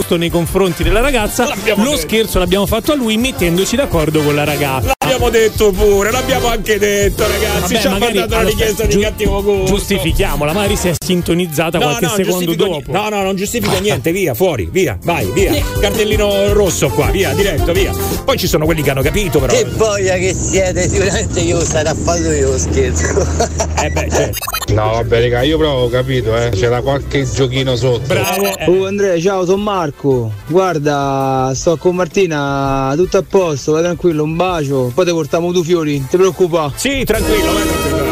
nascosto nei confronti della ragazza. L'abbiamo lo detto. Scherzo l'abbiamo fatto a lui mettendoci d'accordo con la ragazza. L'abbiamo detto pure, l'abbiamo anche detto, ragazzi. Vabbè, ci ha mandato una richiesta giu- di cattivo gusto. Giustifichiamola, magari si è sintonizzata no, qualche no, secondo dopo. No, no, non giustifica niente, via, fuori, via, vai, via. Cartellino rosso qua, via, diretto, via. Poi ci sono quelli che hanno capito, però. Che voglia che siete, sicuramente io sarò fatto io scherzo. Eh beh, certo. No, vabbè, raga, io però ho capito, eh. C'era qualche giochino sotto. Bravo. Oh Andrea, ciao, sono Marco. Guarda, sto con Martina, tutto a posto, vai tranquillo, un bacio. Poi ti portiamo due fiori, non ti preoccupare. Sì, tranquillo, vai tranquillo.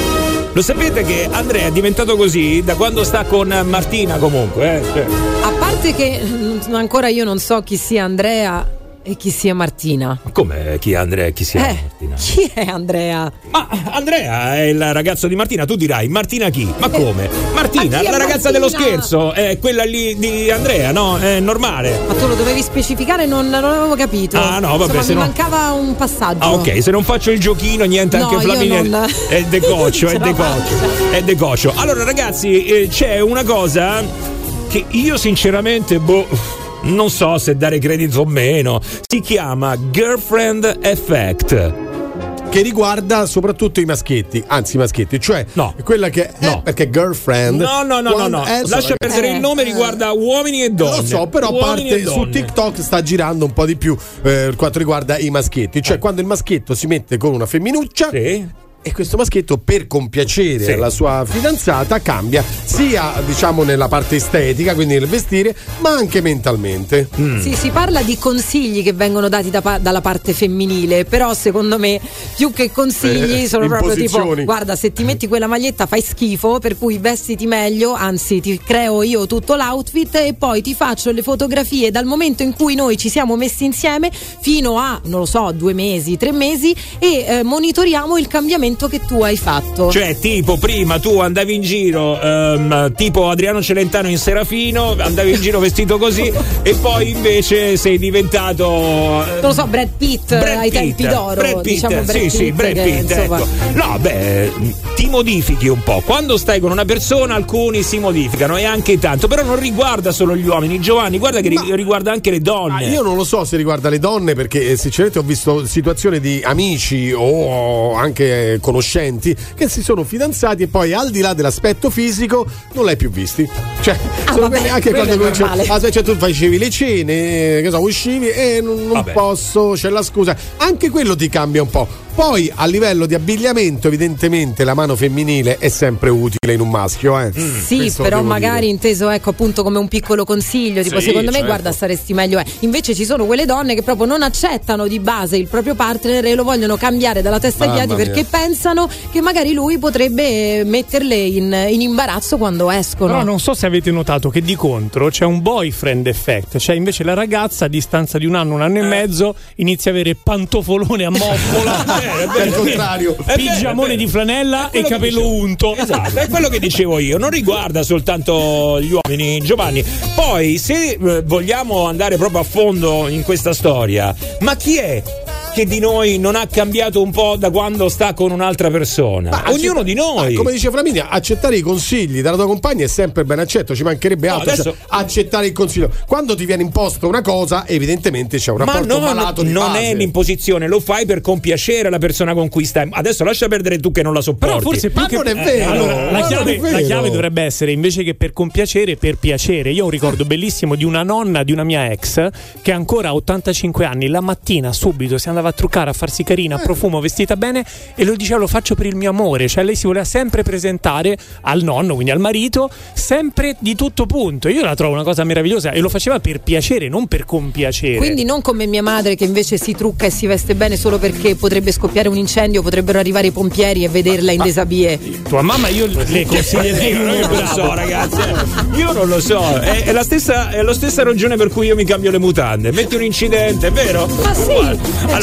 Lo sapete che Andrea è diventato così da quando sta con Martina comunque, eh? Cioè. A parte che ancora io non so chi sia Andrea e chi sia Martina. Ma come chi è Andrea e chi sia eh, Martina? Chi è Andrea? Ma Andrea è il ragazzo di Martina, tu dirai Martina chi? Ma come? Martina, la ragazza Martina? Dello scherzo, è quella lì di Andrea, no? È normale. Ma tu lo dovevi specificare, non, non avevo capito. Ah no, vabbè, Insomma, se mi no... mancava un passaggio. Ah ok, se non faccio il giochino niente, no, anche Flaminia non... è decoccio, è decoccio, è decoccio. Allora ragazzi, eh, c'è una cosa che io sinceramente, boh... non so se dare credito o meno. Si chiama Girlfriend Effect, che riguarda soprattutto i maschietti, anzi i maschietti, cioè no. quella che è no. perché girlfriend no no no no, no. lascia perdere eh, il nome, riguarda uomini e donne. Lo so, però uomini parte su TikTok sta girando un po' di più eh, per quanto riguarda i maschietti, cioè eh. quando il maschietto si mette con una femminuccia sì. E questo maschietto, per compiacere sì. la sua fidanzata, cambia sia diciamo nella parte estetica, quindi nel vestire, ma anche mentalmente. Mm. Sì, si parla di consigli che vengono dati da, dalla parte femminile, però secondo me più che consigli eh, sono proprio tipo: guarda, se ti metti quella maglietta fai schifo, per cui vestiti meglio, anzi ti creo io tutto l'outfit e poi ti faccio le fotografie dal momento in cui noi ci siamo messi insieme fino a, non lo so, due mesi, tre mesi e eh, monitoriamo il cambiamento che tu hai fatto. Cioè tipo prima tu andavi in giro um, tipo Adriano Celentano in Serafino, andavi in giro vestito così e poi invece sei diventato uh, non lo so, Brad Pitt, Brad ai Pitt, tempi d'oro, Brad Pitt, diciamo Brad sì, Pitt, sì, Brad che, Pitt, ecco. No, beh, ti modifichi un po'. Quando stai con una persona alcuni si modificano e anche tanto, però non riguarda solo gli uomini, Giovanni, guarda che Ma, riguarda anche le donne. Io non lo so se riguarda le donne, perché sinceramente ho visto situazioni di amici o anche conoscenti che si sono fidanzati e poi al di là dell'aspetto fisico non l'hai più visti, cioè ah, vabbè, anche quando cominciavi, ah, cioè, tu facevi le cene, che so, uscivi e non, non posso, c'è la scusa, anche quello ti cambia un po'. Poi a livello di abbigliamento evidentemente la mano femminile è sempre utile in un maschio, eh. Mm, sì, però magari dire. inteso ecco appunto come un piccolo consiglio, tipo sì, secondo certo. me guarda staresti meglio, eh. Invece ci sono quelle donne che proprio non accettano di base il proprio partner e lo vogliono cambiare dalla testa ai piedi perché pensano che magari lui potrebbe metterle in, in imbarazzo quando escono. Però non so se avete notato che di contro c'è un boyfriend effect, cioè invece la ragazza a distanza di un anno, un anno eh. e mezzo inizia a avere pantofolone a moppola. È il contrario, pigiamone di flanella e capello unto. Esatto, è quello che dicevo io, non riguarda soltanto gli uomini, Giovanni. Poi se eh, vogliamo andare proprio a fondo in questa storia, ma chi è che di noi non ha cambiato un po' da quando sta con un'altra persona? Ma ognuno accett- di noi. Come dice Flaminia, accettare i consigli dalla tua compagna è sempre ben accetto, ci mancherebbe altro. No, adesso... cioè, accettare il consiglio. Quando ti viene imposto una cosa, evidentemente c'è un rapporto Ma no, malato no, di non base. È l'imposizione, lo fai per compiacere la persona con cui stai. Adesso lascia perdere tu che non la sopporti. Però forse più Ma che... non è vero. Eh, allora, la, chiave, è vero. la chiave dovrebbe essere invece che per compiacere, per piacere. Io ho un ricordo bellissimo di una nonna di una mia ex che ancora a ottantacinque anni la mattina subito si andava a truccare, a farsi carina, a profumo, vestita bene e lo diceva: lo faccio per il mio amore. Cioè lei si voleva sempre presentare al nonno, quindi al marito, sempre di tutto punto. Io la trovo una cosa meravigliosa e lo faceva per piacere, non per compiacere. Quindi non come mia madre che invece si trucca e si veste bene solo perché potrebbe scoppiare un incendio, potrebbero arrivare i pompieri e vederla in desabie. Tua mamma io le consiglierei. Io non lo so, ragazzi, io non lo so, è, è la stessa è la stessa ragione per cui io mi cambio le mutande. Metti un incidente, è vero? Ma sì, allora,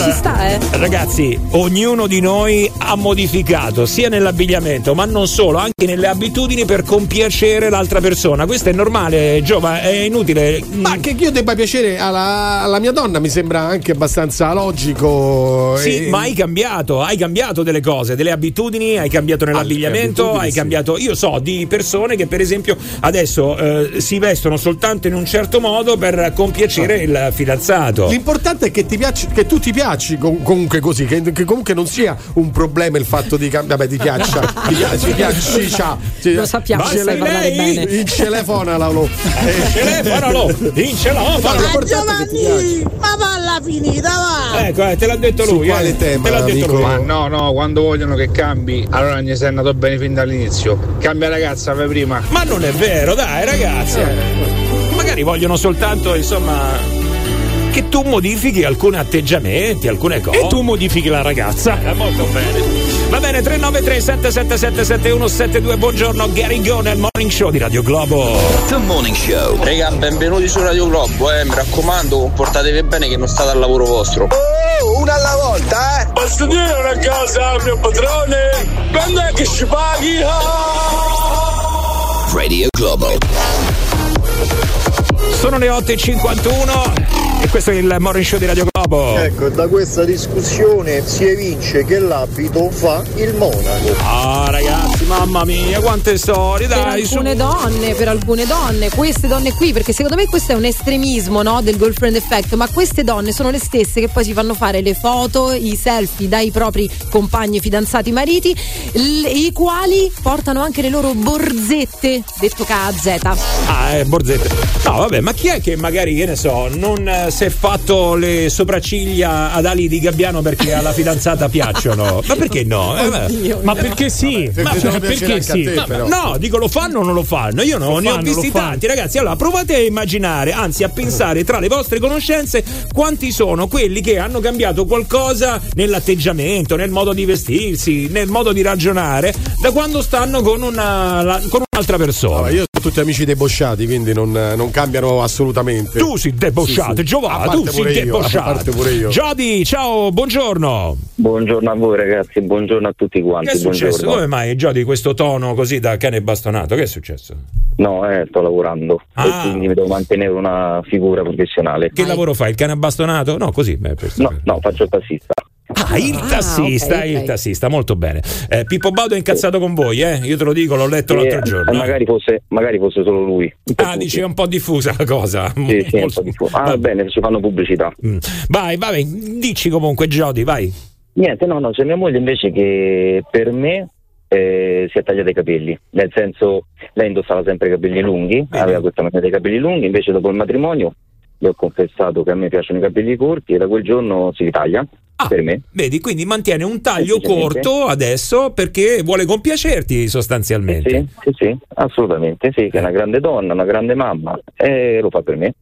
ci sta, eh. Ragazzi, ognuno di noi ha modificato sia nell'abbigliamento, ma non solo, anche nelle abitudini per compiacere l'altra persona. Questo è normale, Gio, ma è inutile. Ma che io debba piacere alla, alla mia donna mi sembra anche abbastanza logico. Sì, e... ma hai cambiato, hai cambiato delle cose, delle abitudini, hai cambiato nell'abbigliamento, hai sì. cambiato. Io so di persone che per esempio adesso eh, si vestono soltanto in un certo modo per compiacere il fidanzato. L'importante è che ti piaci, che tu ti piaci com- comunque così, che, che comunque non sia un problema il fatto di cambiare. Vabbè, ti piaccia, ti piaci, ti piaci, ciao. Lo sappiamo, sai parlare bene. In telefonalo. In telefonalo, in telefonalo. Giovanni, ma palla finita, va! Ecco, eh, te l'ha detto lui, quale eh. tema, te l'ha detto amico? lui. Ma no, no, quando vogliono che cambi, allora ne sei andato bene fin dall'inizio. Cambia ragazza, fai prima. Ma non è vero, dai, ragazzi. Eh. Magari vogliono soltanto, insomma, che tu modifichi alcuni atteggiamenti, alcune cose. E tu modifichi la ragazza. Eh, molto bene. Va bene, tre nove tre sette sette sette sette uno sette due, buongiorno Gary Go nel Morning Show di Radio Globo. The Morning Show. Raga, benvenuti su Radio Globo, eh, mi raccomando, comportatevi bene che non state al lavoro vostro. Oh, una alla volta, eh! Posso dire una cosa al mio padrone? Quando è che ci paghi? Radio Globo. Sono le otto e cinquantuno e questo è il Morning Show di Radio Globo. Ecco, da questa discussione si evince che l'abito fa il monaco. Ah, ragazzi, mamma mia, quante storie, Per dai. alcune su... donne, per alcune donne, queste donne qui, perché secondo me questo è un estremismo, no, del girlfriend effect, ma queste donne sono le stesse che poi si fanno fare le foto, i selfie dai propri compagni, fidanzati, mariti, l- i quali portano anche le loro borzette, detto K A Z. Ah, eh, borzette. No, vabbè, ma chi è che magari, che ne so, non eh, si è fatto le sopracciglia ad ali di gabbiano perché alla fidanzata piacciono? Ma perché no? Eh, Oddio, Ma no. perché sì? Perché Ma devono perché piacere sì? anche a te, però. No, dico lo fanno o non lo fanno? Io no, Lo ne ho fanno, visti lo fanno. tanti, ragazzi. Allora, provate a immaginare, anzi a pensare tra le vostre conoscenze quanti sono quelli che hanno cambiato qualcosa nell'atteggiamento, nel modo di vestirsi, nel modo di ragionare, da quando stanno con una la- con un'altra persona. Allora, io sono tutti amici debosciati, quindi non, non cambiano assolutamente. Tu sei debosciato, Sì, sì. Giovanni, A parte tu sei pure io, debosciato. a parte pure io. Jody, ciao, buongiorno. Buongiorno a voi ragazzi, buongiorno a tutti quanti. Che è successo? Buongiorno. Come mai, Jody, questo tono così da cane bastonato? Che è successo? No, eh, sto lavorando Ah. e quindi mi devo mantenere una figura professionale. Che lavoro fai? Il cane bastonato? No, così. Beh, per No, no, faccio il tassista. Ah, il Ah, tassista, ok, ok. il tassista, molto bene. Eh, Pippo Baudo è incazzato con voi, eh? Io te lo dico, l'ho letto l'altro Eh, giorno. eh, magari, fosse, magari fosse solo lui. Ah, dici, è un po' diffusa la cosa. Sì, sì, è un po' diffuso. Ah, va bene, ci fanno pubblicità. Mm. Vai, vai, dici comunque, Jody, vai. Niente, no, no, c'è mia moglie invece che per me eh, si è tagliata i capelli. Nel senso, lei indossava sempre i capelli lunghi, aveva questa mania dei capelli lunghi, invece dopo il matrimonio le ho confessato che a me piacciono i capelli corti e da quel giorno si ritaglia. Per me. Vedi, quindi mantiene un taglio Semplicemente. corto adesso perché vuole compiacerti sostanzialmente. Sì, sì, sì, assolutamente, sì, che è una grande donna, una grande mamma e lo fa per me.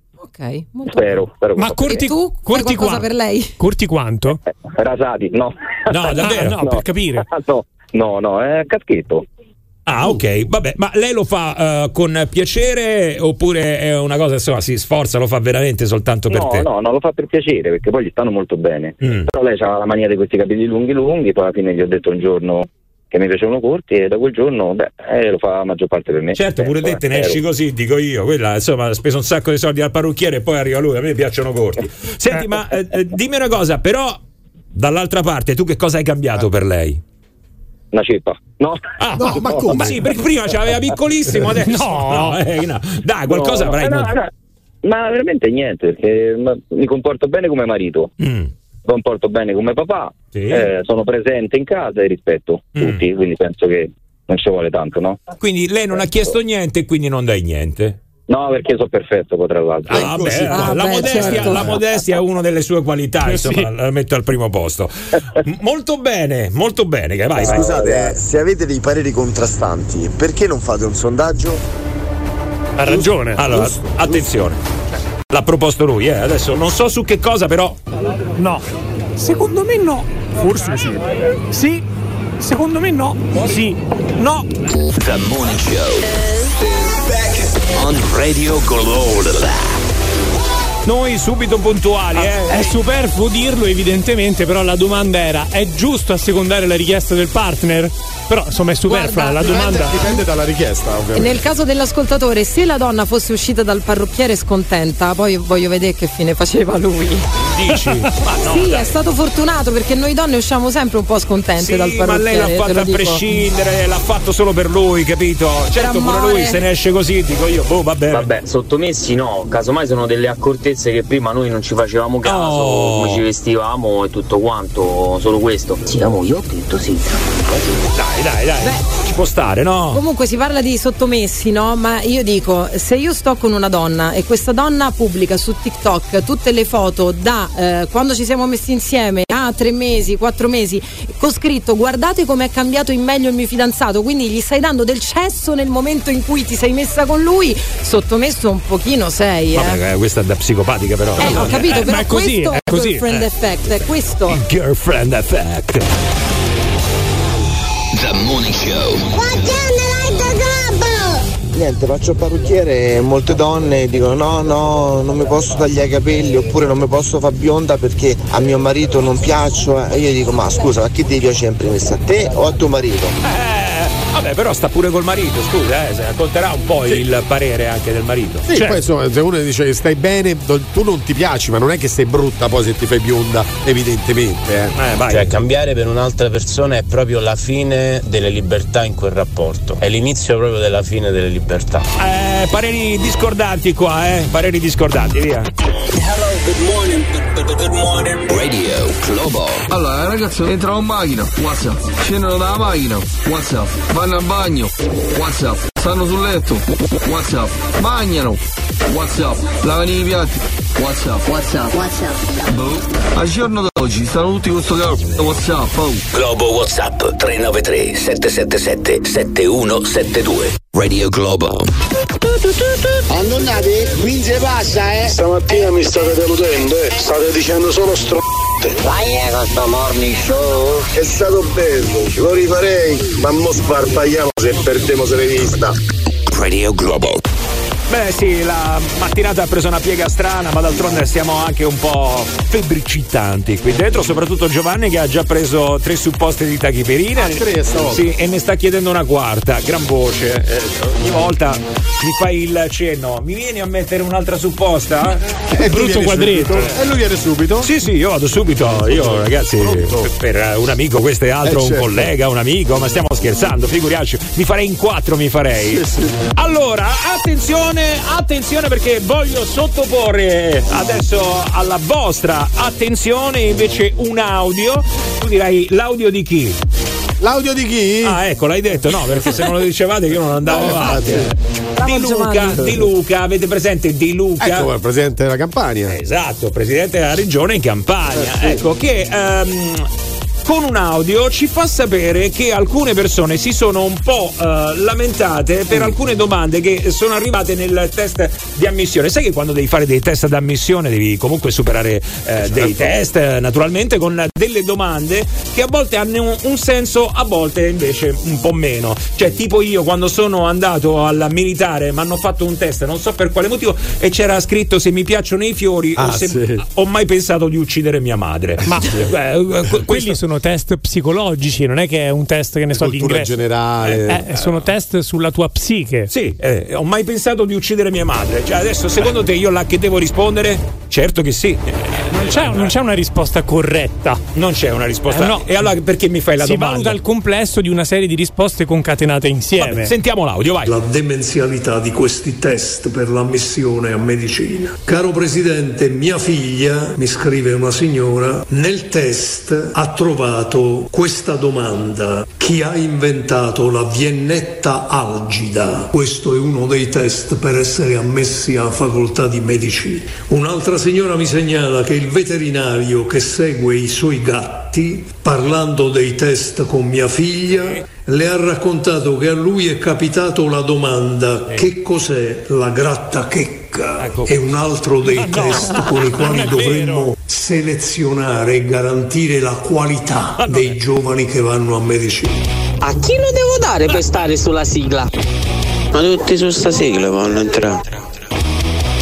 Ok, molto Spero, spero che Ma lo fa per corti, E tu fai corti qualcosa qua- per lei? Corti quanto? me. Eh, rasati, no. No, davvero? Ah, no, per capire. no, no, no, è a caschetto. Ah, ok, vabbè, ma lei lo fa eh, con piacere oppure è una cosa, insomma, si sforza, lo fa veramente soltanto per No, te? no, no, lo fa per piacere perché poi gli stanno molto bene. Mm. Però lei ha la mania di questi capelli lunghi lunghi, poi alla fine gli ho detto un giorno che mi piacevano corti e da quel giorno, beh, eh, lo fa la maggior parte per me. Certo, pure te Penso, te ne eh, esci spero. così, dico io. Quella, insomma, ha speso un sacco di soldi al parrucchiere e poi arriva lui. A me piacciono corti. Senti, ma eh, eh, dimmi una cosa, però, dall'altra parte, tu che cosa hai cambiato per lei? Una ceppa. No, Ah, No, ma come? Ma sì, perché prima ce l'aveva piccolissimo, adesso. No. no, eh, no. Dai, qualcosa no, avrai. eh, no, no, ma veramente niente, perché ma, mi comporto bene come marito. Mm. Comporto bene come papà, Sì. eh, sono presente in casa e rispetto Mm. tutti, quindi penso che non ci vuole tanto, no? Quindi lei non ha chiesto niente e quindi non dai niente. No, perché sono perfetto, poi tra l'altro. Ah, beh, Ah, la, beh, modestia, certo. la modestia è una delle sue qualità, Eh, insomma, sì. la metto al primo posto. M- molto bene, molto bene. che Vai, vai. Scusate, eh, se avete dei pareri contrastanti, perché non fate un sondaggio? Ha ragione. Allora, attenzione. L'ha proposto lui, eh. Adesso non so su che cosa, però. No. Secondo me no. Forse sì. Sì. Secondo me no. Sì. No. The Morning Show on Radio Globo. noi subito puntuali. Eh. È superfluo dirlo evidentemente, però la domanda era: è giusto assecondare la richiesta del partner? Però insomma è superflua Guarda, la Dipende, domanda. dipende dalla richiesta, ovviamente. Nel caso dell'ascoltatore, se la donna fosse uscita dal parrucchiere scontenta, poi voglio vedere che fine faceva lui. Dici? Ma no, sì, dai. è stato fortunato perché noi donne usciamo sempre un po' scontente Sì, dal ma lei parrucchiere. l'ha te fatto lo a dico. prescindere, l'ha fatto solo per lui, capito? Certo, pure amore. lui se ne esce così, dico io, boh, vabbè. Vabbè, sottomessi no, casomai sono delle accortezze che prima noi non ci facevamo caso, Oh. come ci vestivamo e tutto quanto, solo questo. Sì, amo, io ho detto sì. Dai, dai, dai. Beh. Ci può stare, no? Comunque si parla di sottomessi, no? Ma io dico, se io sto con una donna e questa donna pubblica su TikTok tutte le foto da eh, quando ci siamo messi insieme a tre mesi, quattro mesi, con scritto guardate come è cambiato in meglio il mio fidanzato, quindi gli stai dando del cesso nel momento in cui ti sei messa con lui, sottomesso un pochino sei, eh. Vabbè, questa è da psicopatica però. Eh, ho capito, Eh, però ma è così, questo è è il così. girlfriend eh. effect, è questo. Girlfriend effect. The Morning Show. Niente, faccio il parrucchiere e molte donne dicono no, no, non mi posso tagliare i capelli oppure non mi posso fare bionda perché a mio marito non piaccio. E io dico ma scusa, a chi ti piace in primis, a te o a tuo marito? Eh, vabbè, però sta pure col marito, scusa, eh, se conterà un po' Sì. il parere anche del marito. Sì, Cioè, poi insomma, se uno dice stai bene, tu non ti piaci, ma non è che sei brutta poi se ti fai bionda, evidentemente. Eh. eh, vai. Cioè, cambiare per un'altra persona è proprio la fine delle libertà in quel rapporto. È l'inizio proprio della fine delle libertà. Eh, pareri discordanti qua, eh. Pareri discordanti, via. Hello, good morning. Good morning. Radio Globo. Allora ragazzi, entrano in macchina, WhatsApp, scendono dalla macchina, WhatsApp, vanno al bagno, WhatsApp, stanno sul letto, WhatsApp, mangiano, WhatsApp, lavano i piatti, WhatsApp, WhatsApp, WhatsApp. Boh. Al giorno d'oggi stanno tutti con sto cazzo WhatsApp, oh. Globo WhatsApp tre nove tre sette sette sette sette uno sette due. Radio Globo. Andonnati, qui se passa, eh! Stamattina mi state deludendo, eh? State dicendo solo str***e. Vai eh, con sto morning show! È stato bello, lo rifarei, ma mo sparpagliamo se perdiamo se l'hai vista. Radio Globo. Beh sì, la mattinata ha preso una piega strana, ma d'altronde siamo anche un po' febbricitanti qui dentro, soprattutto Giovanni che ha già preso tre supposte di tachiperina. Ah, tre stavolta. Sì, e ne sta chiedendo una quarta, gran voce. Eh, ogni volta mi fai il cenno, mi vieni a mettere un'altra supposta? E lui Brutto viene quadretto. subito. E lui viene subito? Sì, sì, io vado subito. Io, ragazzi, per, per un amico, questo è altro, Eh, un certo. collega, un amico, ma stiamo scherzando, figuriamoci. Mi farei in quattro, mi farei. Sì, sì. Allora, attenzione, attenzione perché voglio sottoporre adesso alla vostra attenzione invece un audio. Tu dirai l'audio di chi? L'audio di chi? Ah, ecco, l'hai detto, no, perché se non lo dicevate io non andavo Eh, avanti. infatti. Di Luca, di Luca, avete presente Di Luca? Ecco, il presidente della Campania. Esatto, presidente della regione in Campania. Eh, sì. Ecco che ehm, con un audio ci fa sapere che alcune persone si sono un po' eh, lamentate per alcune domande che sono arrivate nel test di ammissione. Sai che quando devi fare dei test d'ammissione devi comunque superare eh, dei test, eh, naturalmente con delle domande che a volte hanno un, un senso, a volte invece un po' meno. Cioè, tipo io quando sono andato al militare mi hanno fatto un test, non so per quale motivo, e c'era scritto se mi piacciono i fiori Ah, o se sì. ho mai pensato di uccidere mia madre. Ma eh, que- quelli sono test psicologici, non è che è un test che ne so di Cultura ingresso. generale. Eh, sono test sulla tua psiche. Sì, eh, ho mai pensato di uccidere mia madre. Cioè, adesso secondo te io là che devo rispondere? Certo che sì. Non c'è, non c'è una risposta corretta. Non c'è una risposta. Eh, no. E allora perché mi fai la si domanda? valuta il complesso di una serie di risposte concatenate insieme. Vabbè, sentiamo l'audio, vai. La demenzialità di questi test per l'ammissione a medicina. Caro Presidente, mia figlia, mi scrive una signora, nel test ha trovato questa domanda: chi ha inventato la viennetta algida? Questo è uno dei test per essere ammessi alla facoltà di medicina. Un'altra signora mi segnala che il veterinario che segue i suoi gatti, parlando dei test con mia figlia, le ha raccontato che a lui è capitato la domanda: che cos'è la grattachecca? Ecco. È un altro dei test con i quali dovremmo selezionare e garantire la qualità dei giovani che vanno a medicina. A chi lo devo dare per stare sulla sigla? Ma tutti su sta sigla vanno entrare.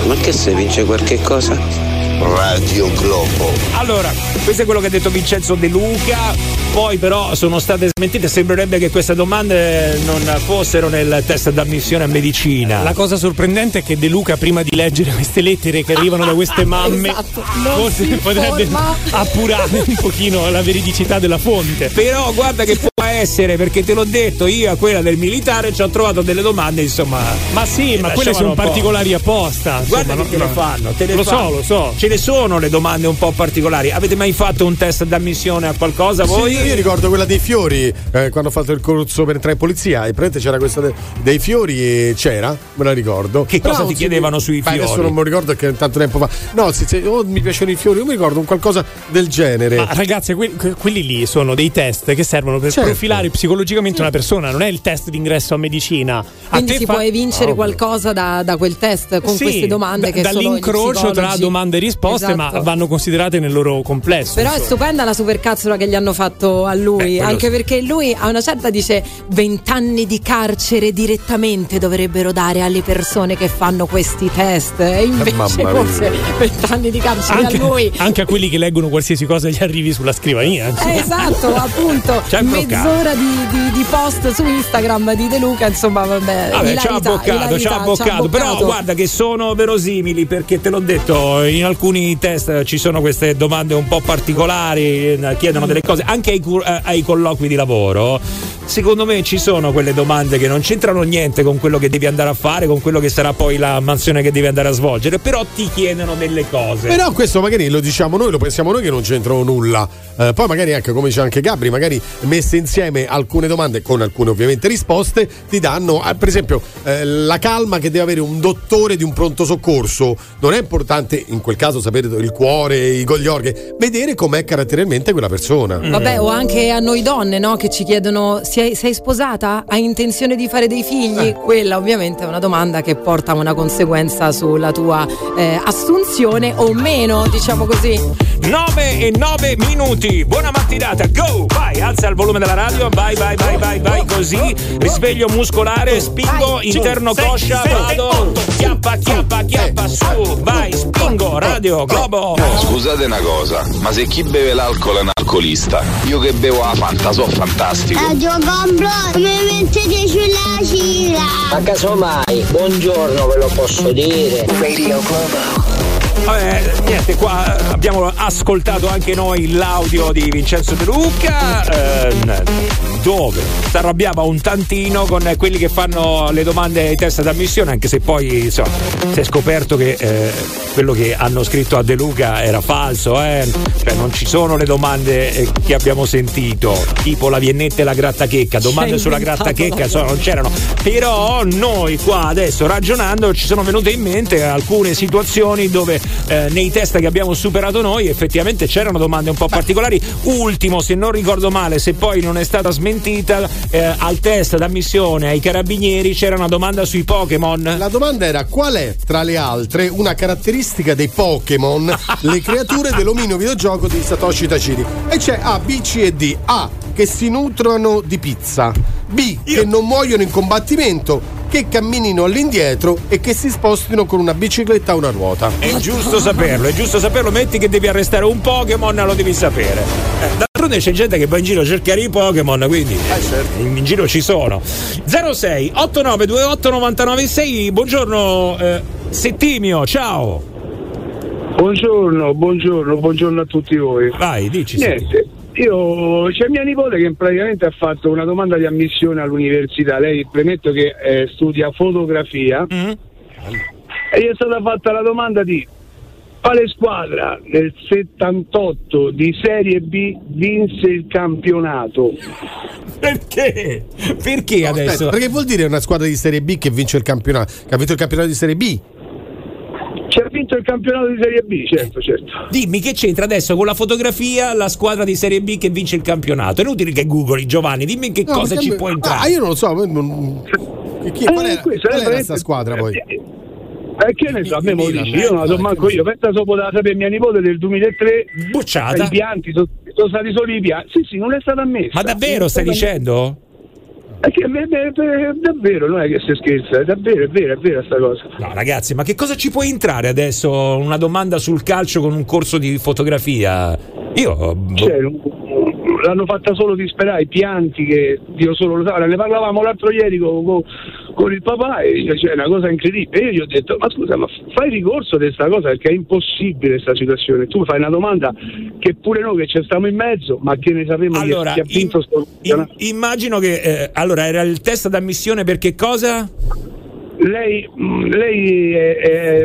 ma che se vince qualche cosa? Radio Globo. Allora, questo è quello che ha detto Vincenzo De Luca, poi però sono state smentite, sembrerebbe che queste domande non fossero nel test d'ammissione a medicina. La cosa sorprendente è che De Luca, prima di leggere queste lettere che arrivano da queste mamme, esatto, forse potrebbe forma. appurare un pochino la veridicità della fonte. Però guarda che può essere, perché te l'ho detto, io a quella del militare ci ho trovato delle domande, insomma. Ma sì, ma quelle sono particolari apposta. Guarda insomma, che te no, le fanno, te le lo fanno. so, lo so. Ce ne sono le domande un po' particolari. Avete mai fatto un test d'ammissione a qualcosa voi? Sì, io ricordo quella dei fiori, eh, quando ho fatto il corso per entrare in polizia, e praticamente c'era questa de- dei fiori e c'era, me la ricordo. Che cosa ti chiedevano sui fiori? Adesso non mi ricordo, che tanto tempo fa. No, sì, sì, oh, mi piacciono i fiori, io mi ricordo un qualcosa del genere. Ma ragazzi, que- que- quelli lì sono dei test che servono per Certo. profilare psicologicamente una persona, non è il test d'ingresso a medicina. A Quindi te si fa- può vincere Oh. qualcosa da, da quel test con Sì, queste domande da- che solo gli dall'incrocio tra psicologi- domande e risposte, Esatto. ma vanno considerate nel loro complesso. Però è insomma. stupenda la supercazzola che gli hanno fatto a lui, Beh, quello anche sì. perché lui a una certa dice vent'anni di carcere direttamente dovrebbero dare alle persone che fanno questi test, e invece mamma forse mia. vent'anni di carcere anche, a lui. anche a quelli che leggono qualsiasi cosa gli arrivi sulla scrivania. insomma. Eh, esatto, appunto, Ci ha mezz'ora di, di, di post su Instagram di De Luca, insomma, vabbè, Vabbè, ci ha ilarità, boccato, ci ha ilarità, boccato, però guarda che sono verosimili, perché te l'ho detto, in alcuni test ci sono queste domande un po' particolari, eh, chiedono delle cose, anche ai, cur- eh, ai colloqui di lavoro. Secondo me ci sono quelle domande che non c'entrano niente con quello che devi andare a fare, con quello che sarà poi la mansione che devi andare a svolgere, però ti chiedono delle cose. Però questo magari lo diciamo noi, lo pensiamo noi che non c'entrano nulla. Eh, poi magari anche, come dice anche Gabri, magari messe insieme alcune domande con alcune ovviamente risposte ti danno, eh, per esempio, eh, la calma che deve avere un dottore di un pronto soccorso. Non è importante in quel caso sapere il cuore, i gli organi, vedere com'è caratterialmente quella persona. Vabbè, o anche a noi donne, no? Che ci chiedono: sei, sei sposata? Hai intenzione di fare dei figli? Eh. Quella ovviamente è una domanda che porta a una conseguenza sulla tua eh, assunzione o meno, diciamo così. nove e nove minuti, buona mattinata, go! Vai, alza il volume della radio, vai, vai, vai, vai, vai, così, risveglio muscolare, spingo, interno coscia, vado, chiappa, chiappa, chiappa, su, vai, spingo, radio, globo. Scusate una cosa, ma se chi beve l'alcol è un alcolista, io che bevo la Fanta so fantastico. Radio Globo, come mettete sulla sigla? Ma casomai, buongiorno ve lo posso dire. Radio Globo. Vabbè, niente, qua abbiamo ascoltato anche noi l'audio di Vincenzo De Luca, ehm, dove si arrabbiava un tantino con quelli che fanno le domande ai test d'ammissione, anche se poi insomma si è scoperto che eh, quello che hanno scritto a De Luca era falso, eh? Cioè non ci sono le domande eh, che abbiamo sentito, tipo la viennetta e la grattachecca, domande C'è sulla inventato grattachecca, la- insomma non c'erano, però noi qua adesso ragionando ci sono venute in mente alcune situazioni dove eh, nei test che abbiamo superato noi effettivamente c'erano domande un po' particolari. Ultimo, se non ricordo male, se poi non è stata smentita, eh, al test d'ammissione ai carabinieri c'era una domanda sui Pokémon. La domanda era: qual è tra le altre una caratteristica dei Pokémon, le creature dell'ominio videogioco di Satoshi Tajiri? E c'è A, B, C e D. A, che si nutrono di pizza; B, che non muoiono in combattimento; che camminino all'indietro e che si spostino con una bicicletta a una ruota. È giusto saperlo, è giusto saperlo. Metti che devi arrestare un Pokémon, lo devi sapere. Eh, d'altronde c'è gente che va in giro a cercare i Pokémon, quindi eh, in, in giro ci sono. zero sei otto nove due otto nove nove sei. Buongiorno eh, Settimio, ciao. Buongiorno, buongiorno, buongiorno a tutti voi. Vai, dici. Niente, io c'è mia nipote che praticamente ha fatto una domanda di ammissione all'università. Lei, premetto che eh, studia fotografia, mm-hmm. e gli è stata fatta la domanda di quale squadra nel settantotto di Serie B vinse il campionato. Perché? Perché No, adesso? aspetta, perché vuol dire una squadra di Serie B che vince il campionato? Che ha vinto il campionato di Serie B? Ci ha vinto il campionato di Serie B, certo, certo. Dimmi che c'entra adesso con la fotografia la squadra di Serie B che vince il campionato. È inutile che googoli, Giovanni, dimmi in che No, cosa perché- ci può entrare. Ah, io non lo so. Non... Chi, qual Eh, era, questa qual è era veramente- sta squadra poi? Eh, che ne so, a me me lo Milan, dici, io non la so manco io, pensa solo poteva sapere mia nipote del duemilatré, bocciata. I pianti, sono, sono stati solo i pianti. Sì, sì, non è stata ammessa. Ma davvero Non è stai stata dicendo? È che è, è, è, davvero, non è che si scherza, è davvero, è vero, è vera sta cosa. No, ragazzi, ma che cosa ci può entrare adesso? Una domanda sul calcio con un corso di fotografia? Io. Cioè, l'hanno fatta solo disperare, i pianti che Dio solo lo sa. Ne parlavamo l'altro ieri con, con, con il papà e cioè, è una cosa incredibile. E io gli ho detto, ma scusa, ma fai ricorso a questa cosa perché è impossibile questa situazione. Tu fai una domanda che pure noi che ci stiamo in mezzo, ma che ne sappiamo allora, chi ha vinto im- sto im- immagino che eh, allora era il test d'ammissione per che cosa? Lei, lei è, è,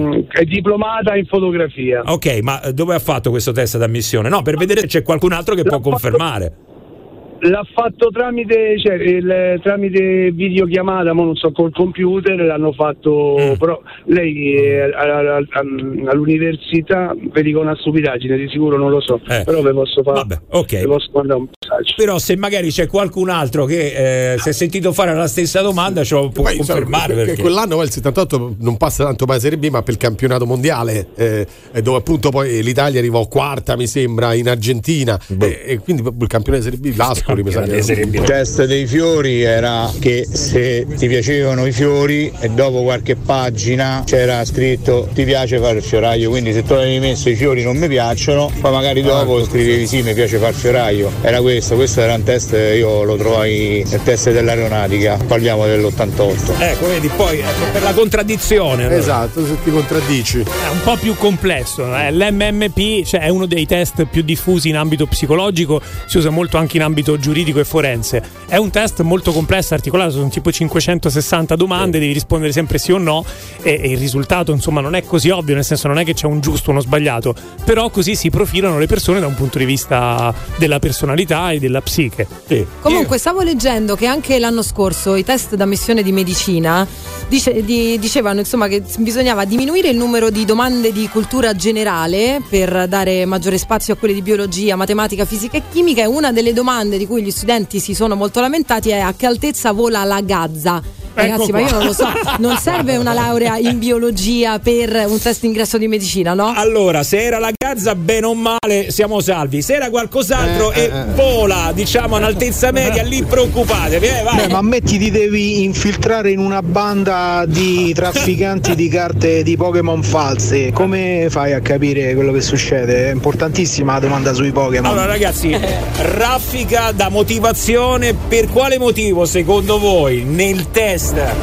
è diplomata in fotografia. Ok, ma dove ha fatto questo test d'ammissione? No, per vedere se c'è qualcun altro che L'ha può fatto... confermare. L'ha fatto tramite, cioè, il, tramite videochiamata, ma non so, col computer l'hanno fatto, mm. però lei è, a, a, a, all'università, vi dico una stupidaggine, di sicuro non lo so, eh. però ve posso fare, Vabbè, okay. vi posso mandare un messaggio. Però se magari c'è qualcun altro che eh, si è sentito fare la stessa domanda, ce lo può poi, confermare. Perché perché quell'anno poi il settantotto non passa tanto per la Serie B, ma per il campionato mondiale, eh, dove appunto poi l'Italia arrivò quarta, mi sembra, in Argentina, e, e quindi il campione di Serie B, l'Ascoli. Il test dei fiori era che se ti piacevano i fiori e dopo qualche pagina c'era scritto ti piace fare il fioraio, quindi se tu avevi messo i fiori non mi piacciono, poi magari dopo ah, scrivevi sì mi piace fare il fioraio. Era questo, questo era un test, io lo trovai nel test dell'aeronautica, parliamo dell'ottantotto. Ecco, vedi, poi ecco, per la contraddizione. Allora. Esatto, se ti contraddici. È un po' più complesso, eh? L'M M P, cioè, è uno dei test più diffusi in ambito psicologico, si usa molto anche in ambito giuridico e forense. È un test molto complesso, articolato, sono tipo cinquecentosessanta domande, devi rispondere sempre sì o no e, e il risultato insomma non è così ovvio, nel senso non è che c'è un giusto o uno sbagliato, però così si profilano le persone da un punto di vista della personalità e della psiche. Sì. Comunque stavo leggendo che anche l'anno scorso i test d'ammissione di medicina dice, di, dicevano insomma che bisognava diminuire il numero di domande di cultura generale per dare maggiore spazio a quelle di biologia, matematica, fisica e chimica, e una delle domande di cui gli studenti si sono molto lamentati è: a che altezza vola la gazza? Ragazzi, ecco, ma io non lo so, non serve una laurea in biologia per un test ingresso di medicina, no? Allora, se era la gazza, bene o male siamo salvi. Se era qualcos'altro eh, e eh, vola, diciamo, in altezza media, lì preoccupatevi, eh, vai. Beh, ma ammetti ti devi infiltrare in una banda di trafficanti di carte di Pokémon false. Come fai a capire quello che succede? È importantissima la domanda sui Pokémon. Allora, ragazzi, raffica da motivazione. Per quale motivo, secondo voi, nel test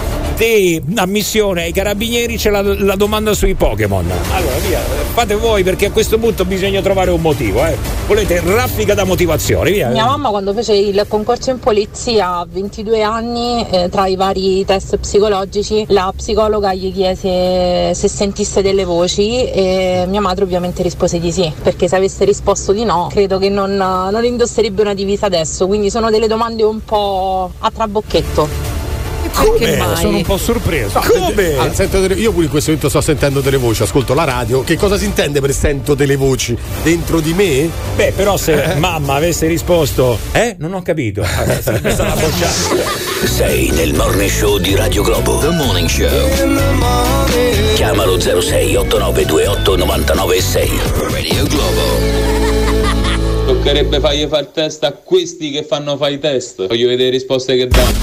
di ammissione ai carabinieri c'è la, la domanda sui Pokémon? Allora via, fate voi, perché a questo punto bisogna trovare un motivo, eh. Volete raffica da motivazione, via. Mia mamma quando fece il concorso in polizia a ventidue anni, eh, tra i vari test psicologici, la psicologa gli chiese se sentisse delle voci e mia madre ovviamente rispose di sì, perché se avesse risposto di no credo che non, non indosserebbe una divisa adesso, quindi sono delle domande un po' a trabocchetto. Come? Sono un po' sorpreso. No, come? Ah, sento delle, io pure in questo momento sto sentendo delle voci, ascolto la radio. Che cosa si intende per sento delle voci? Dentro di me? Beh, però se eh. mamma avesse risposto eh, non ho capito, sarebbe stata bocciata. Sei nel Morning Show di Radio Globo. The Morning Show. Chiamalo zero sei otto nove due otto nove nove sei. Radio Globo. Toccherebbe fargli fare il test a questi che fanno fare i test. Voglio vedere le risposte che danno.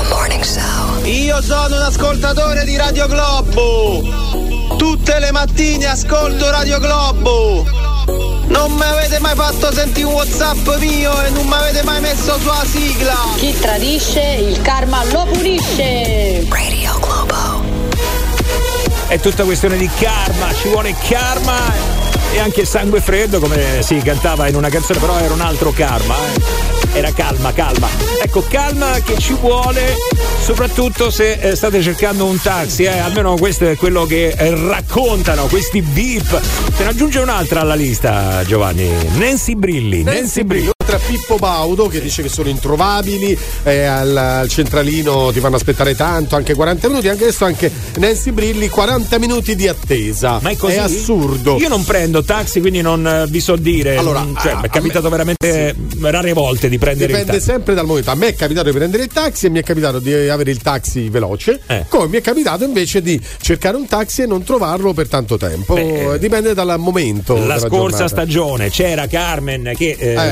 Io sono un ascoltatore di Radio Globo. Tutte le mattine ascolto Radio Globo. Non mi avete mai fatto sentire un WhatsApp mio e non mi avete mai messo sulla sigla. Chi tradisce il karma lo punisce. Radio Globo. È tutta questione di karma, ci vuole karma e anche sangue freddo, come si cantava in una canzone, però era un altro karma, eh. Era calma, calma. Ecco, calma che ci vuole, soprattutto se eh, state cercando un taxi, eh. Almeno questo è quello che eh, raccontano questi beep. Se ne aggiunge un'altra alla lista, Giovanni. Nancy Brilli. Nancy, Nancy Brilli. Tra Pippo Baudo che dice che sono introvabili, eh, al, al centralino ti fanno aspettare tanto, anche quaranta minuti, anche adesso anche Nancy Brilli, quaranta minuti di attesa. Ma è così? È assurdo. Io non prendo taxi, quindi non vi so dire. Allora, cioè, mi è capitato me, veramente sì. rare volte di prendere Dipende il taxi. sempre dal momento. A me è capitato di prendere il taxi e mi è capitato di avere il taxi veloce, eh. come mi è capitato invece di cercare un taxi e non trovarlo per tanto tempo. Beh, dipende dal momento. La scorsa giornata. stagione c'era Carmen che eh, eh. si muoveva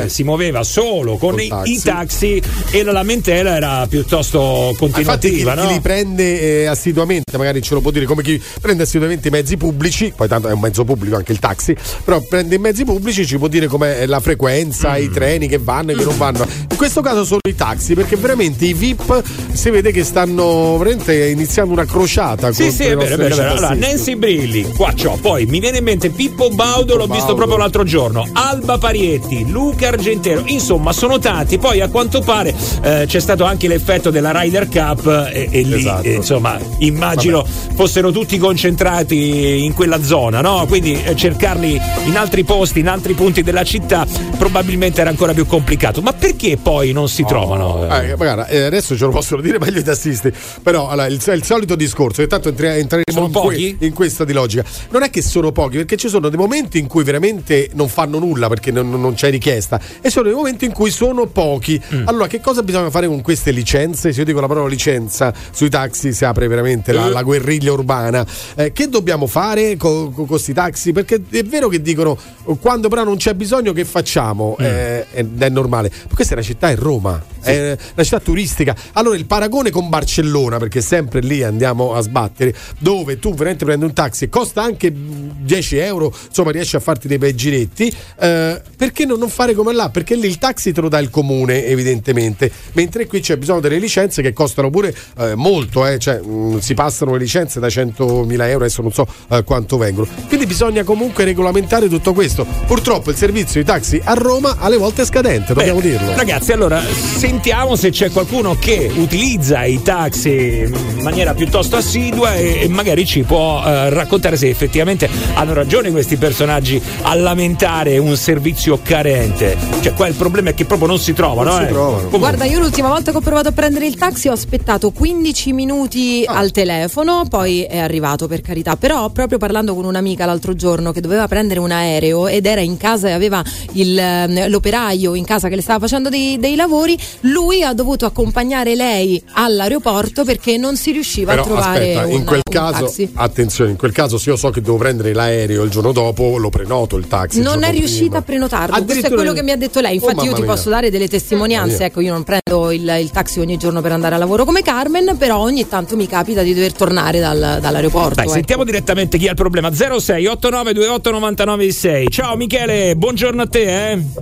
faceva solo con i taxi. i taxi e la lamentela era piuttosto continuativa. Infatti chi, no? chi li prende eh, assiduamente, magari ce lo può dire, come chi prende assiduamente i mezzi pubblici, poi tanto è un mezzo pubblico anche il taxi, però prende i mezzi pubblici, ci può dire com'è la frequenza, mm. i treni che vanno e che non vanno. In questo caso sono i taxi, perché veramente i V I P si vede che stanno veramente iniziando una crociata. Sì, sì, è vero, è vero, è vero. Allora, Nancy Brilli, qua c'ho, poi mi viene in mente Pippo Baudo, l'ho Baudo. visto proprio l'altro giorno, Alba Parietti, Luca Argentero, insomma sono tanti. Poi a quanto pare eh, c'è stato anche l'effetto della Ryder Cup e, e lì esatto. eh, insomma immagino Vabbè. fossero tutti concentrati in quella zona, no? Quindi eh, cercarli in altri posti, in altri punti della città probabilmente era ancora più complicato. Ma perché poi non si oh. trovano? Eh, guarda, eh, adesso ce lo possono dire meglio i tassisti, però allora, il, il solito discorso, intanto entriamo in, que, in questa di logica. Non è che sono pochi, perché ci sono dei momenti in cui veramente non fanno nulla perché non, non c'è richiesta, e sono dei momenti in cui sono pochi. Mm. Allora, che cosa bisogna fare con queste licenze? Se io dico la parola licenza sui taxi si apre veramente la, la guerriglia urbana. Eh, che dobbiamo fare con co, questi taxi? Perché è vero che dicono quando però non c'è bisogno che facciamo? Mm. Eh, ed è normale. Ma questa è una città, è Roma, sì. è una città turistica. Allora il paragone con Barcellona, perché sempre lì andiamo a sbattere, dove tu veramente prendi un taxi e costa anche dieci euro, insomma riesci a farti dei bei giretti, eh, perché non, non fare come là? Perché lì il taxi te lo dà il comune evidentemente, mentre qui c'è bisogno delle licenze che costano pure eh, molto, eh, cioè mh, si passano le licenze da centomila euro, adesso non so eh, quanto vengono, quindi bisogna comunque regolamentare tutto questo. Purtroppo il servizio di taxi a Roma alle volte è scadente, dobbiamo Beh, dirlo. Ragazzi, allora sentiamo se c'è qualcuno che utilizza i taxi in maniera piuttosto assidua e, e magari ci può eh, raccontare se effettivamente hanno ragione questi personaggi a lamentare un servizio carente. Cioè qua il problema è che proprio non si trovano, non eh. si trovano. Guarda, io l'ultima volta che ho provato a prendere il taxi ho aspettato quindici minuti ah. al telefono, poi è arrivato, per carità, però proprio parlando con un'amica l'altro giorno che doveva prendere un aereo ed era in casa e aveva il, l'operaio in casa che le stava facendo dei, dei lavori, lui ha dovuto accompagnare lei all'aeroporto perché non si riusciva però, a trovare aspetta, un, in quel un caso, taxi. Attenzione, in quel caso se io so che devo prendere l'aereo il giorno dopo, lo prenoto il taxi. Non è riuscita prima. a prenotarlo, questo è quello che mi ha detto lei. Infatti oh, io ti posso dare delle testimonianze, ecco, io non prendo il, il taxi ogni giorno per andare a lavoro come Carmen, però ogni tanto mi capita di dover tornare dal, dall'aeroporto. Dai, ecco. Sentiamo direttamente chi ha il problema. Zero sei otto nove due otto nove nove sei. Ciao Michele, buongiorno a te, eh?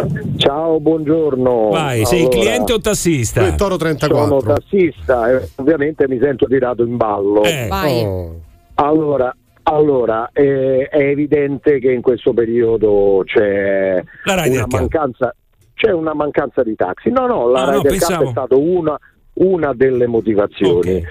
Ciao, buongiorno. Vai, sei allora, cliente o tassista? Io Toro trentaquattro. Sono tassista e ovviamente mi sento tirato in ballo. Eh. Vai. Oh. Allora, allora eh, è evidente che in questo periodo c'è una mancanza, c'è una mancanza di taxi. No, no, la ah, Ryder no, Cup è stata una, una delle motivazioni. Okay.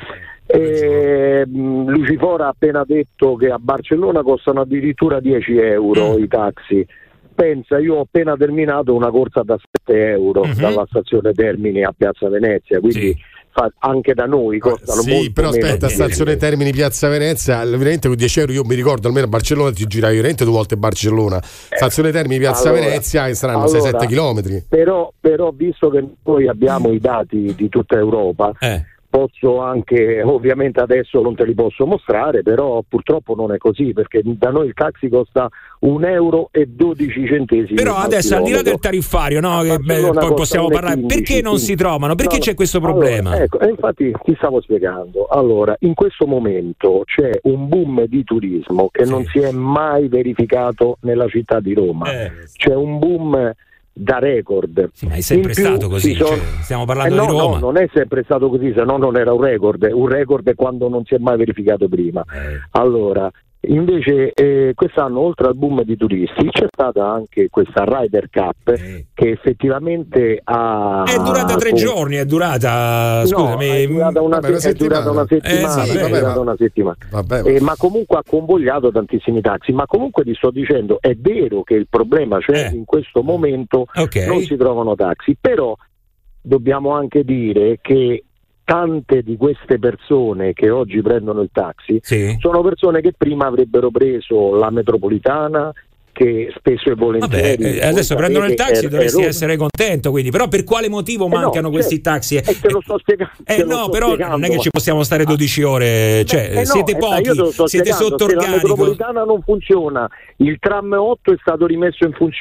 E, mh, Lucifora ha appena detto che a Barcellona costano addirittura dieci euro mm. i taxi. Pensa, io ho appena terminato una corsa da sette euro mm-hmm. dalla stazione Termini a Piazza Venezia, quindi sì. fa, anche da noi costano sì, molto però meno. aspetta, stazione Termini Piazza Venezia, veramente con dieci euro io mi ricordo almeno a Barcellona ti girai veramente due volte a Barcellona. Stazione Termini Piazza allora, Venezia che saranno allora, sei sette chilometri. Però, però visto che noi abbiamo i dati di tutta Europa, eh. posso anche, ovviamente adesso non te li posso mostrare, però purtroppo non è così, perché da noi il taxi costa un euro e dodici centesimi. Però adesso al di là del tariffario, no, che beh, poi possiamo parlare, quindici, perché non si trovano? Perché no, c'è questo problema? Allora, ecco, e infatti ti stavo spiegando. Allora, in questo momento c'è un boom di turismo che sì. non si è mai verificato nella città di Roma. Eh. C'è un boom da record. Sì, ma è sempre più, stato così, sono... cioè, stiamo parlando eh no, di Roma. No, non è sempre stato così, se no non era un record. Un record è quando non si è mai verificato prima. Eh. Allora, invece eh, quest'anno oltre al boom di turisti c'è stata anche questa Ryder Cup eh. che effettivamente ha è durata tre con... giorni è durata scusami no, è durata una, vabbè, se... una è durata una settimana, eh, sì, vabbè, è durata una settimana. Vabbè, vabbè. Eh, ma comunque ha convogliato tantissimi taxi. Ma comunque ti sto dicendo, è vero che il problema c'è eh. in questo momento, okay. non si trovano taxi, però dobbiamo anche dire che tante di queste persone che oggi prendono il taxi sì. sono persone che prima avrebbero preso la metropolitana, che spesso e volentieri Vabbè, adesso prendono il taxi, è, dovresti è essere contento, quindi però per quale motivo eh mancano no, questi cioè, taxi? Eh, te lo sto spiegando. Eh no, sto però spiegando, non è che ci possiamo stare dodici ore, cioè eh no, siete eh, pochi, siete sotto organico. La metropolitana non funziona, il tram otto è stato rimesso in funzione.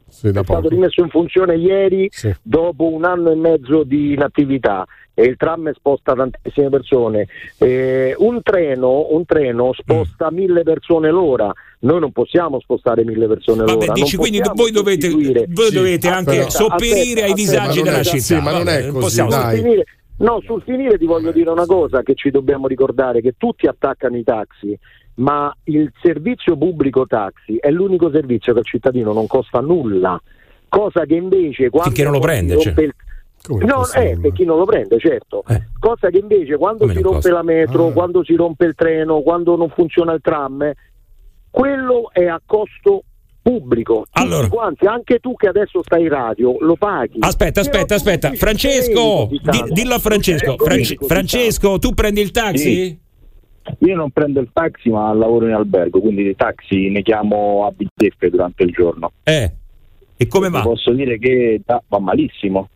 sì, è stato rimesso in funzione ieri sì. dopo un anno e mezzo di inattività e il tram sposta tantissime persone. Eh, un treno un treno sposta mm. mille persone l'ora. Noi non possiamo spostare mille persone Vabbè, l'ora. Dici, quindi voi dovete, voi sì, dovete anche però, sopperire aspetta, ai disagi aspetta, della città. Sì, ma non è così, dai. Finire, no, sul finire ti voglio dire una cosa che ci dobbiamo ricordare, che tutti attaccano i taxi, ma il servizio pubblico taxi è l'unico servizio che al cittadino non costa nulla, cosa che invece quando finché non lo prende, cioè. il... no, eh, per chi non lo prende, certo. Eh. Cosa che invece quando Come si rompe costa? la metro, ah. quando si rompe il treno, quando non funziona il tram, quello è a costo pubblico. Allora, quanti, anche tu che adesso stai in radio lo paghi. Aspetta, aspetta, aspetta. Francesco, di, dillo a Francesco. Franci- Francesco, tu prendi il taxi? Sì. Io non prendo il taxi, ma lavoro in albergo, quindi i taxi ne chiamo a bizzeffe durante il giorno. Eh. E come va? Posso dire che da, va malissimo.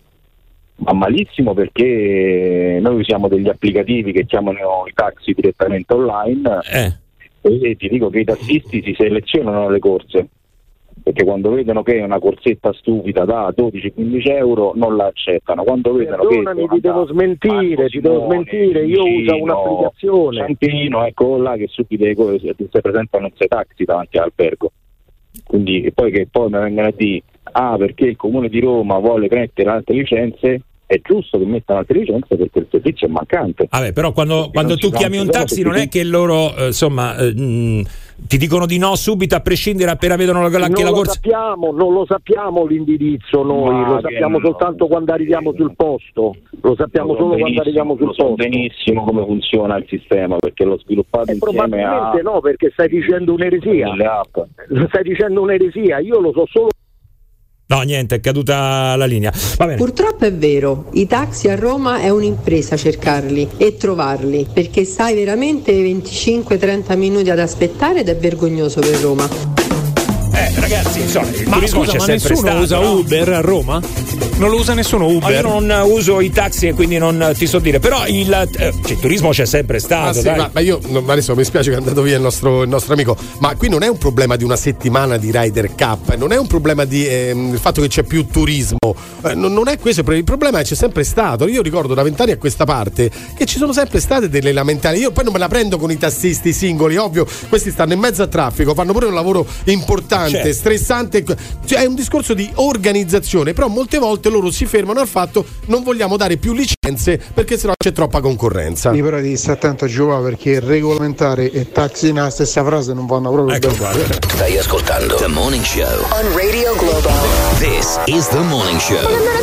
Va malissimo perché noi usiamo degli applicativi che chiamano i taxi direttamente online. Eh. E ti dico che i tassisti si selezionano le corse, perché quando vedono che è una corsetta stupida da dodici quindici euro non la accettano. Quando vedono Perdonami, che ti devo smentire, ti devo smentire, io uso un'applicazione. Santino, ecco là che subito si presentano sei taxi davanti all'albergo. Quindi e poi che poi mi vengono a dire ah perché il comune di Roma vuole mettere altre licenze. È giusto che mettano altre licenze perché il servizio è mancante. Vabbè, però quando, quando tu chiami un taxi non è che loro eh, insomma eh, mh, ti dicono di no subito a prescindere appena vedono la, la, non la lo corsa. Sappiamo, non lo sappiamo l'indirizzo noi, Ma lo sappiamo no. soltanto quando arriviamo sul posto. Lo sappiamo solo quando arriviamo sul lo so posto. benissimo come funziona il sistema perché l'ho sviluppato e insieme probabilmente a no, perché stai dicendo un'eresia. Stai dicendo un'eresia, io lo so solo. No, niente, è caduta la linea. Va bene. Purtroppo è vero, i taxi a Roma è un'impresa cercarli e trovarli, perché stai veramente venticinque trenta minuti ad aspettare ed è vergognoso per Roma. Eh, ragazzi, insomma, il ma turismo scusa, c'è ma sempre nessuno stato, usa no? Uber a Roma? Non lo usa nessuno Uber? Ma io non uso i taxi e quindi non ti so dire, però il, eh, cioè, il turismo c'è sempre stato. Ah, sì, dai. Ma, ma io no, adesso mi spiace che è andato via il nostro, il nostro amico, ma qui non è un problema di una settimana di Ryder Cup, non è un problema di eh, il fatto che c'è più turismo, eh, non, non è questo il problema, è che c'è sempre stato. Io ricordo da vent'anni a questa parte che ci sono sempre state delle lamentele. Io poi non me la prendo con i tassisti singoli, ovvio, questi stanno in mezzo a traffico, fanno pure un lavoro importante, certo. stressante. Cioè, è un discorso di organizzazione, però molte volte loro si fermano al fatto non vogliamo dare più licenze perché sennò c'è troppa concorrenza. Sì, però devi stare attento a Giova perché regolamentare e taxi nella stessa frase non vanno proprio ecco bene. Stai ascoltando The Morning Show on Radio Globo. This is The Morning Show.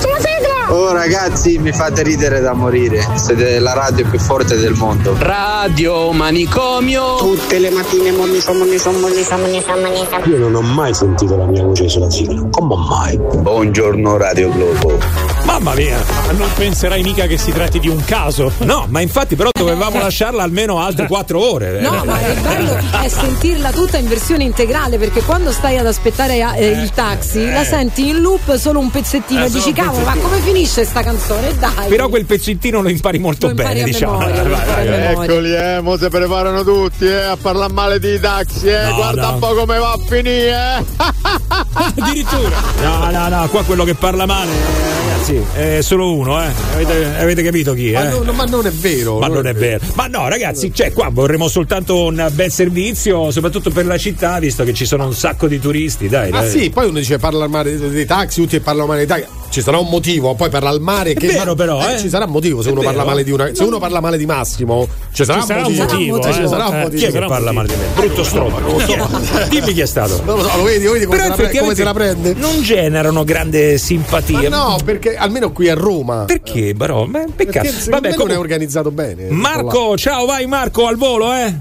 Oh ragazzi, mi fate ridere da morire. Siete la radio più forte del mondo. Radio Manicomio. Tutte le mattine moniso, moniso, moniso, moniso, moniso. Io non ho mai sentito la mia voce sulla sigla. Come mai? Buongiorno Radio Globo. Mamma mia, ma non penserai mica che si tratti di un caso. No, ma infatti però dovevamo lasciarla almeno altre quattro ore. No, ma il bello è sentirla tutta in versione integrale, perché quando stai ad aspettare eh, il taxi eh. la senti in loop solo un pezzettino eh, e dici cavolo, ma come finisce sta canzone? Dai. Però quel pezzettino lo impari molto lo bene, impari diciamo. Memoria, vai, vai, vai. Eccoli, eh, mo si preparano tutti eh, a parlare male di taxi, eh. No, Guarda no. un po' come va a finire, eh. Addirittura. No, no, no, qua quello che parla male, ragazzi, è solo uno, eh. Avete, avete capito chi, ma, eh? no, ma non è vero. Ma non, non è, è vero. vero. Ma no, ragazzi, cioè qua vorremmo soltanto un bel servizio, soprattutto per la città, visto che ci sono un sacco di turisti, dai. Ah dai. sì, poi uno dice parla male dei taxi, tutti parlano male dei taxi. Ci sarà un motivo, poi parla al mare. È che vero, però, eh? Ci sarà un motivo se è uno vero. parla male di una. Se uno parla male di Massimo, ci sarà, ci sarà un motivo. Un motivo eh? Ci sarà un eh, motivo. Chi è che parla male di me? Brutto stronzo. Non lo so. Dimmi chi è stato. Non lo so, lo vedi, lo vedi come, se la, pre- come se la prende? Non generano grande simpatia. Ma no, perché almeno qui a Roma. Perché, però? Ma peccato. Perché Vabbè, me com- non è organizzato bene. Marco, ciao, vai Marco, al volo, eh?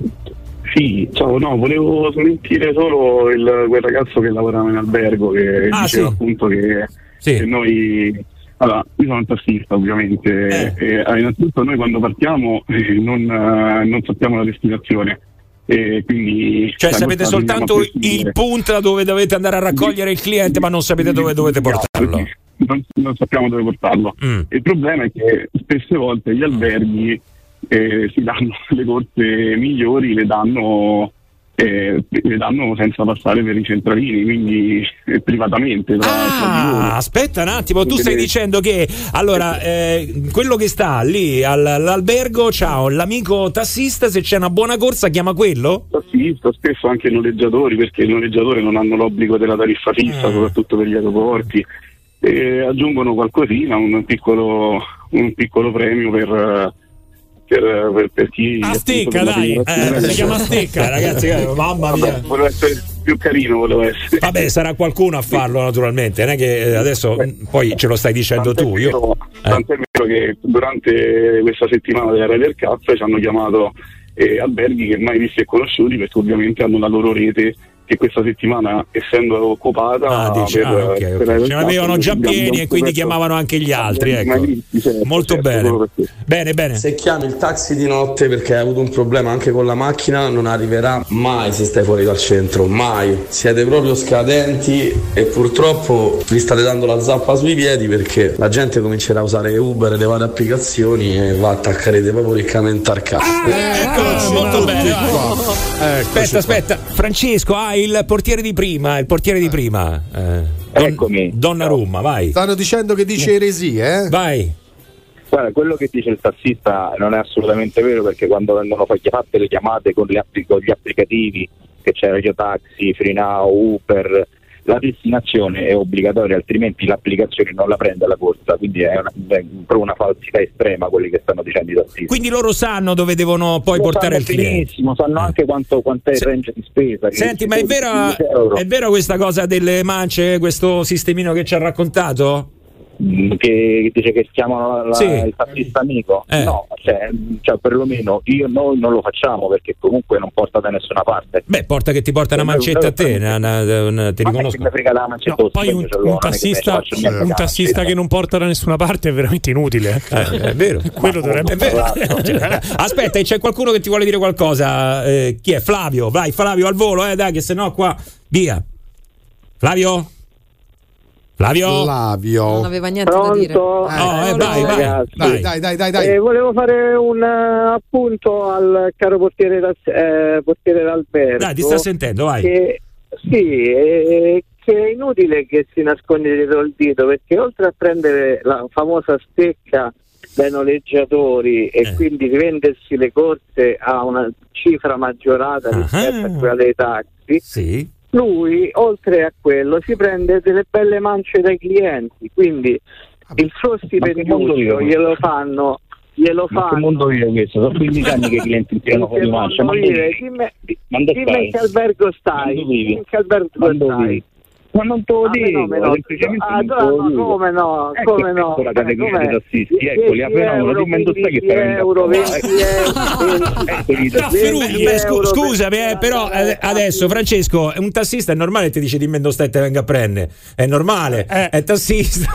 Sì, ciao, no, volevo smentire solo il, quel ragazzo che lavorava in albergo che ah, diceva sì. appunto che, sì. che noi. Allora, io sono un tassista ovviamente, eh. e, eh, innanzitutto noi quando partiamo eh, non, uh, non sappiamo la destinazione. E quindi cioè sapete soltanto il punto dove dovete andare a raccogliere il cliente, ma non sapete dove dovete portarlo. Non, non sappiamo dove portarlo. Mm. Il problema è che spesse volte gli alberghi eh, si danno le corse migliori, le danno e le danno senza passare per i centralini, quindi eh, privatamente. Tra, ah, tra aspetta un attimo, tu stai dicendo che allora eh, quello che sta lì all, all'albergo c'ha l'amico tassista, se c'è una buona corsa chiama quello? Tassista, spesso anche i noleggiatori, perché i noleggiatori non hanno l'obbligo della tariffa fissa, mm. soprattutto per gli aeroporti, e aggiungono qualcosina, un piccolo, un piccolo premio per... Per, per, per chi a stecca, dai, eh, si chiama stecca, ragazzi, eh, mamma mia. Vabbè, volevo essere più carino, volevo essere. Vabbè, sarà qualcuno a farlo, naturalmente, non è che adesso Beh, poi ce lo stai dicendo tu. Io vero, eh. Tant'è vero che durante questa settimana della Ryder Cup ci hanno chiamato eh, alberghi che mai visti e conosciuti, perché ovviamente hanno la loro rete che questa settimana, essendo occupata, ah, dice, per, ah, okay, okay. per ce l'avevano già pieni e quindi chiamavano anche gli altri, ecco. Certo, molto certo, bene bene bene. Se chiami il taxi di notte perché hai avuto un problema anche con la macchina, non arriverà mai se stai fuori dal centro, mai. Siete proprio scadenti e purtroppo vi state dando la zappa sui piedi, perché la gente comincerà a usare Uber e le varie applicazioni e va attaccherete proprio riccamente al cazzo. Ah, ecco, molto bene. Aspetta, aspetta, Francesco, hai il portiere di prima, il portiere di prima. Eh, don, Eccomi. Donnarumma, vai. Stanno dicendo che dice eresie, eh? Vai. Guarda, quello che dice il tassista non è assolutamente vero, perché quando vengono fatte le chiamate con, le app- con gli applicativi, che c'è Radio Taxi, FreeNow, Uber, la destinazione è obbligatoria, altrimenti l'applicazione non la prende alla corsa, quindi è, una, è proprio una falsità estrema quelli che stanno dicendo i tassisti. Quindi loro sanno dove devono poi Lo portare il cliente. Benissimo, sanno anche quanto, quanto è il range di spesa. Senti, ma è vero, è vero questa cosa delle mance, questo sistemino che ci ha raccontato? Che dice che chiamano la, sì. il tassista amico? Eh. No, cioè, cioè perlomeno io noi non lo facciamo, perché comunque non porta da nessuna parte. Beh, porta che ti porta una mancetta a te, una, una, una, ti riconosco. Mi frega la mancetta, no, poi un, un tassista, che, un tassista che non porta da nessuna parte è veramente inutile. Eh, è vero. Quello dovrebbe essere. Aspetta, c'è qualcuno che ti vuole dire qualcosa? Eh, chi è? Flavio, vai Flavio al volo, eh, dai, che sennò qua via. Flavio? Flavio? Flavio. Non aveva niente Pronto? da dire. Oh, eh, vai, vai, dai, dai, dai, dai, dai. Eh, volevo fare un uh, appunto al caro portiere, da, eh, portiere d'albergo. Dai, ti sta sentendo, vai. Che, sì, eh, che è inutile che si nasconde dietro il dito, perché oltre a prendere la famosa stecca dai noleggiatori e eh. quindi rivendersi le corse a una cifra maggiorata rispetto uh-huh. a quella dei taxi, sì. lui oltre a quello si prende delle belle mance dai clienti, quindi il suo stipendio glielo fanno glielo ma fanno che mondo vive questo? Sono quindici anni che i clienti tirano fuori mancia. Ma dimmi, dimmi in che albergo stai, in che albergo stai? Ma non te lo ah, dico, no, no. semplicemente ah, non no, no, come no, ecco, come no, ecco la categoria dei tassisti, ecco li fenomeno, dimmi dove stai che stai euro, venti euro, beh, scu- scusami, eh, però eh, adesso Francesco, un tassista è normale ti dice dimmi dove stai te venga a prendere, è normale, eh. è tassista.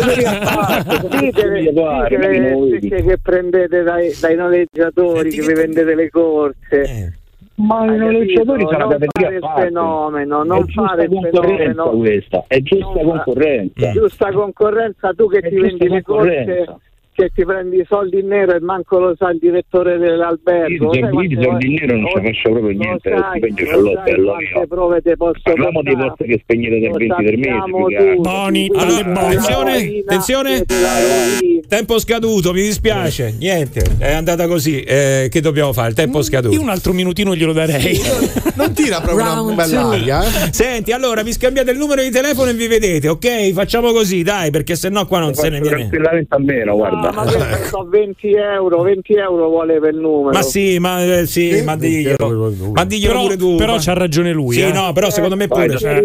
Dite che prendete dai, dai noleggiatori, che vi vendete le corse. Eh. Ma i noleggiatori sono una categoria a parte. Fenomeno, non è fare il concorrenza fenomeno. Questa, è giusta non concorrenza. È giusta concorrenza, tu che è ti vendi le corse, che ti prendi i soldi in nero e manco lo sa il direttore dell'albergo. Io i soldi in nero non ci faccio proprio niente, lo stipendio ce l'ho, bello mio. Prove te posso Parliamo dei posti che spegnete del venti per mese. Boni, allora, attenzione, attenzione, tempo scaduto, mi dispiace, niente, è andata così, eh, che dobbiamo fare? Il tempo scaduto. Io un altro minutino glielo darei. Non tira proprio Round una bella aria. Eh? Senti, allora vi scambiate il numero di telefono e vi vedete, ok? Facciamo così, dai, perché sennò qua non se ne viene. Tranquillamente a meno, guarda. Ma che so, venti euro, venti euro vuole per il numero. Ma sì, ma eh, sì, sì, ma diglielo. Ma diglielo però, pure tu. Però ma... c'ha ragione lui. Sì, eh. no, però secondo me pure. Cioè,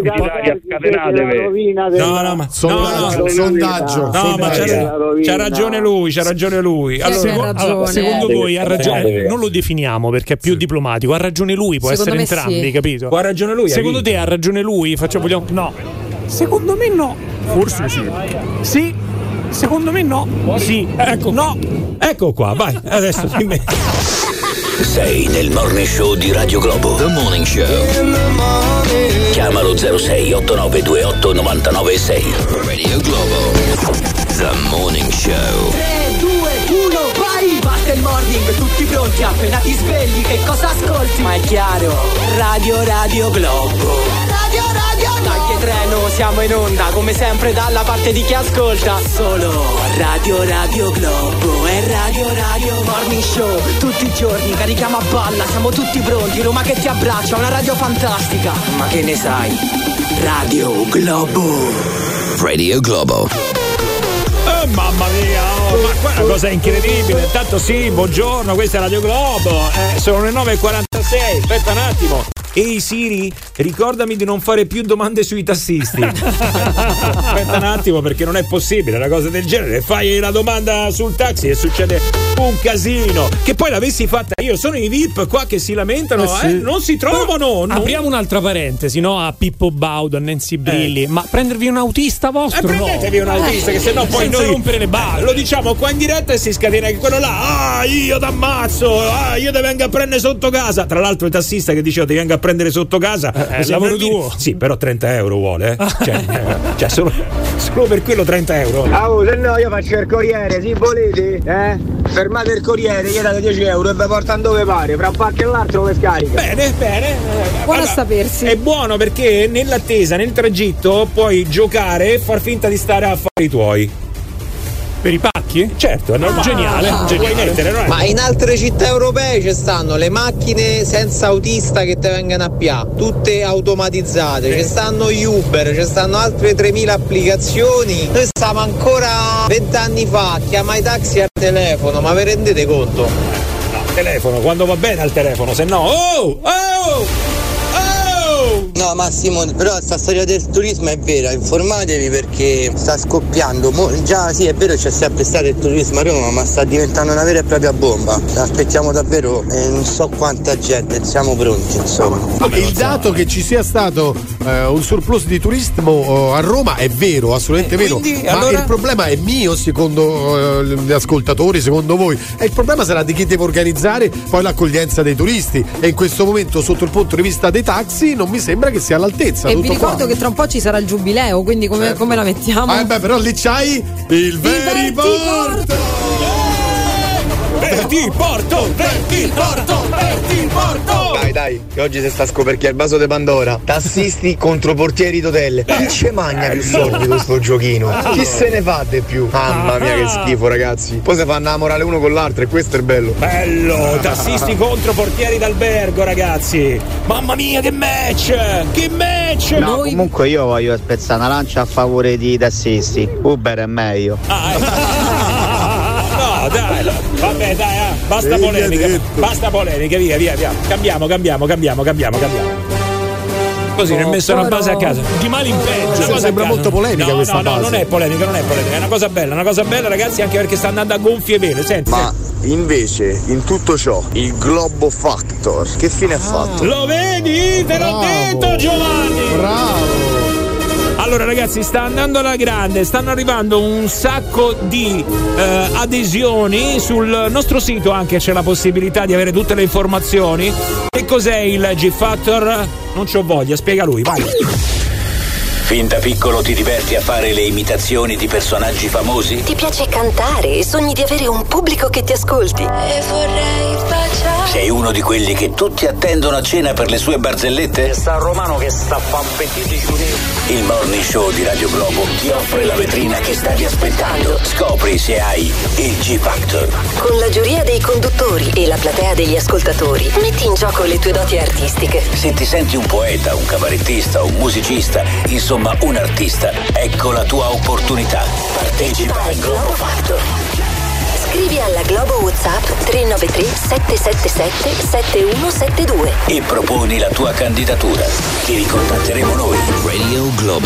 no, no, ma sondaggio, no, no, sondaggio. No, ma c'ha, c'ha ragione lui, c'ha ragione lui. Sì, allora, allora, secondo voi ha ragione? Non lo definiamo perché è più sì. diplomatico. Ha ragione lui, può secondo essere entrambi, sì. capito? Può ha ragione lui. Secondo te ha ragione lui? Facciamo vogliamo no. Secondo me no. Forse sì. Sì. Secondo me no. Sì. Ecco. No. Ecco qua, vai. Adesso dimmi. Sei nel Morning Show di Radio Globo. The Morning Show. Chiamalo zero sei otto nove due otto nove nove sei. Radio Globo. The Morning Show. tre, due, uno, vai! Batte il morning, tutti pronti, appena ti svegli, che cosa ascolti? Ma è chiaro, Radio Radio Globo. Radio Radio Globo. Dai treno, siamo in onda, come sempre dalla parte di chi ascolta. Solo Radio Radio Globo e Radio Radio Morning Show. Tutti i giorni carichiamo a palla, siamo tutti pronti, Roma che ti abbraccia, una radio fantastica. Ma che ne sai? Radio Globo. Radio Globo. Oh, mamma mia, oh, ma qua è una cosa incredibile. Intanto sì, buongiorno, questa è Radio Globo. Eh, sono le nove e quarantasei, aspetta un attimo. Ehi Siri, ricordami di non fare più domande sui tassisti. Aspetta un attimo, perché non è possibile una cosa del genere. Fai la domanda sul taxi e succede un casino. Che poi l'avessi fatta io, sono i V I P qua che si lamentano, eh, sì. eh, non si trovano. Non... Apriamo un'altra parentesi, no? A Pippo Baudo, a Nancy Brilli, eh. ma prendervi un autista vostro? Eh, prendetevi no. un autista, eh. che sennò poi Senza noi rompere le balle. Lo diciamo qua in diretta e si scatena che quello là. Ah, io t'ammazzo, ah, io ti vengo a prendere sotto casa. Tra l'altro il tassista che diceva ti vengo a prendere sotto casa, eh, è lavoro tuo. Sì, però trenta euro vuole, eh? cioè, eh, cioè solo, solo per quello trenta euro. Ah, oh, se no io faccio il corriere, se volete, eh? Fermate il corriere, gli date dieci euro e vi portano dove pare, fra un parco e l'altro che scarica. Bene, bene. Buono a sapersi. È buono perché nell'attesa, nel tragitto, puoi giocare e far finta di stare a fare i tuoi. Per i pacchi? Certo, è normale. Geniale, ah, geniale. Mettere, no? Ma in altre città europee ci stanno le macchine senza autista che te vengono a pià, tutte automatizzate, ci stanno gli Uber, ci stanno altre tremila applicazioni. Noi stiamo ancora vent'anni fa a chiamare i taxi al telefono, ma vi rendete conto? No, telefono, quando va bene al telefono, se no. Oh! Oh! No Massimo, però sta storia del turismo è vera, informatevi perché sta scoppiando, Mo- già sì è vero c'è sempre stato il turismo a Roma, ma sta diventando una vera e propria bomba, aspettiamo davvero eh, non so quanta gente, siamo pronti insomma. Vabbè, il dato che ci sia stato eh, un surplus di turismo eh, a Roma è vero, assolutamente vero, quindi, ma allora... il problema è mio secondo eh, gli ascoltatori, secondo voi, e il problema sarà di chi deve organizzare poi l'accoglienza dei turisti, e in questo momento sotto il punto di vista dei taxi non mi sembra che sia all'altezza. E tutto vi ricordo qua. che tra un po' ci sarà il giubileo, quindi come, certo. come la mettiamo? Ah, beh, però lì c'hai il veri porto! Verti porto, verti porto, verti porto! Dai dai, che oggi si sta scoperchiando il vaso di Pandora. Tassisti contro portieri d'hotel. Chi ce magna più soldi questo giochino? Chi se ne fa di più? Mamma mia che schifo ragazzi. Poi si fanno la morale uno con l'altro e questo è bello. Bello, tassisti contro portieri d'albergo ragazzi. Mamma mia che match! Che match! No, Noi... comunque io voglio spezzare una lancia a favore di tassisti. Uber è meglio. Ah, no, dai, vabbè, dai, eh. basta polemica, basta polemica, via, via, via. Cambiamo, cambiamo, cambiamo, cambiamo, cambiamo. Così, ne ho messo una base a casa. Di male in peggio. Cioè, sembra molto polemica no, questa no, base. No, non è polemica, non è polemica, è una cosa bella, una cosa bella, ragazzi, anche perché sta andando a gonfie vele. Senti, ma invece, in tutto ciò, il Globo Factor, che fine ha fatto? Lo vedi? Te l'ho detto, Giovanni! Bravo! Allora ragazzi, sta andando alla grande, stanno arrivando un sacco di eh, adesioni sul nostro sito, anche c'è la possibilità di avere tutte le informazioni. Che cos'è il G-Factor? Non c'ho voglia, spiega lui, vai. Fin da piccolo ti diverti a fare le imitazioni di personaggi famosi? Ti piace cantare e sogni di avere un pubblico che ti ascolti? E vorrei baciare. Sei uno di quelli che tutti attendono a cena per le sue barzellette? C'è sta romano che sta a fan petit déjeuner. Il Morning Show di Radio Globo ti offre la vetrina che stavi aspettando. Scopri se hai il G-Factor. Con la giuria dei conduttori e la platea degli ascoltatori, metti in gioco le tue doti artistiche. Se ti senti un poeta, un cabarettista, un musicista, insomma un artista, ecco la tua opportunità. Partecipa al Globo Factor. Scrivi alla Globo WhatsApp tre nove tre sette sette sette sette uno sette due e proponi la tua candidatura. Ti ricontatteremo noi. Radio Globo.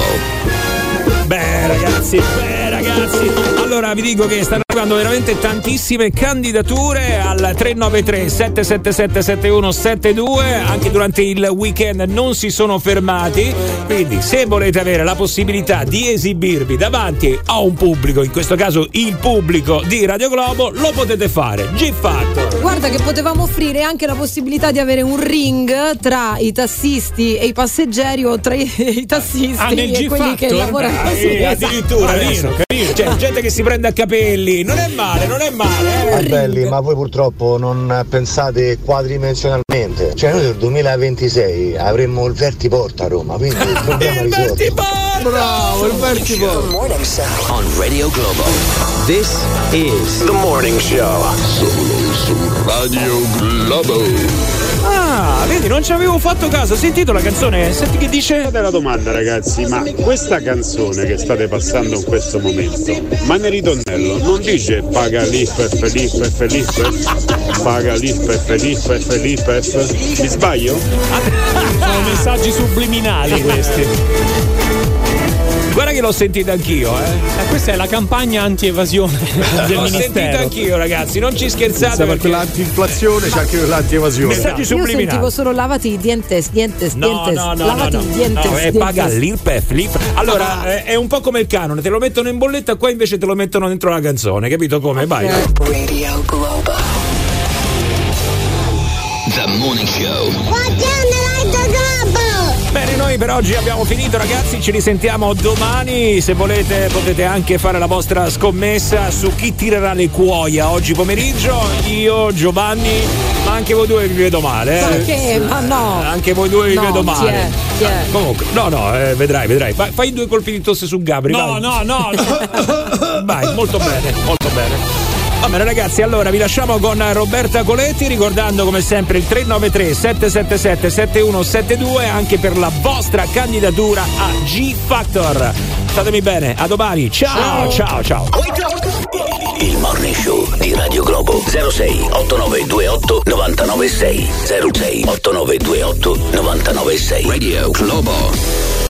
Beh ragazzi, beh ragazzi, allora vi dico che stanno arrivando veramente tantissime candidature al tre nove tre sette sette sette sette uno sette due, anche durante il weekend non si sono fermati, quindi se volete avere la possibilità di esibirvi davanti a un pubblico, in questo caso il pubblico di Radio Globo, lo potete fare. G-Factor. Guarda che potevamo offrire anche la possibilità di avere un ring tra i tassisti e i passeggeri o tra i, i tassisti ah, e quelli che lavorano. Eh, addirittura adesso, c'è gente che si prende a capelli non è male, non è male. Eh. Belli, ma voi purtroppo non pensate quadridimensionalmente. Cioè noi nel duemilaventisei avremmo il Vertiporta a Roma, quindi il problema il risolto. Vertiporta! Bravo, il Vertiporta! On Radio Globo. This is The Morning Show. Solo su Radio Globo. Ah, vedi, non ci avevo fatto caso. Ho sentito la canzone? Senti che dice? Fate la domanda, ragazzi, ma questa canzone che state passando in questo momento, ma nel ritornello non dice paga Lippe, Felipe, Felipe, paga Lippe, Felipe, Felipe? Mi sbaglio? Sono messaggi subliminali questi. Guarda che l'ho sentita anch'io, eh. eh questa è la campagna anti-evasione del l'ho Ministero. sentita anch'io, ragazzi, non ci scherzate. Per quella anti-inflazione c'è anche l'anti-evasione. Messaggi subliminali. Io sentivo solo lavati i dientes, dientes, No, dientes. no, no, lavati no, no. i dientes. No, è dientes. paga l'I P E F, l'I P E F. Allora, ah. è un po' come il canone, te lo mettono in bolletta, qua invece te lo mettono dentro la canzone, capito come? Vai. Radio Globo. The Morning Show. Bene, noi per oggi abbiamo finito, ragazzi, ci risentiamo domani. Se volete potete anche fare la vostra scommessa su chi tirerà le cuoia oggi pomeriggio. Io, Giovanni, ma anche voi due vi vedo male, eh? Ma che? Ma no! Anche voi due vi no, vedo male. Chi è? Chi è? Comunque, no, no, eh, vedrai, vedrai. Fai, fai due colpi di tosse su Gabri. No, vai. no, no, no. Vai, molto bene, molto bene. Va bene, ragazzi, allora vi lasciamo con Roberta Coletti, ricordando come sempre il tre nove tre sette sette sette sette uno sette due anche per la vostra candidatura a G Factor. Statemi bene, a domani, ciao, ciao, ciao. Il Morning Show di Radio Globo. Zero sei otto nove due otto nove nove sei zero sei otto nove due otto nove nove sei Radio Globo.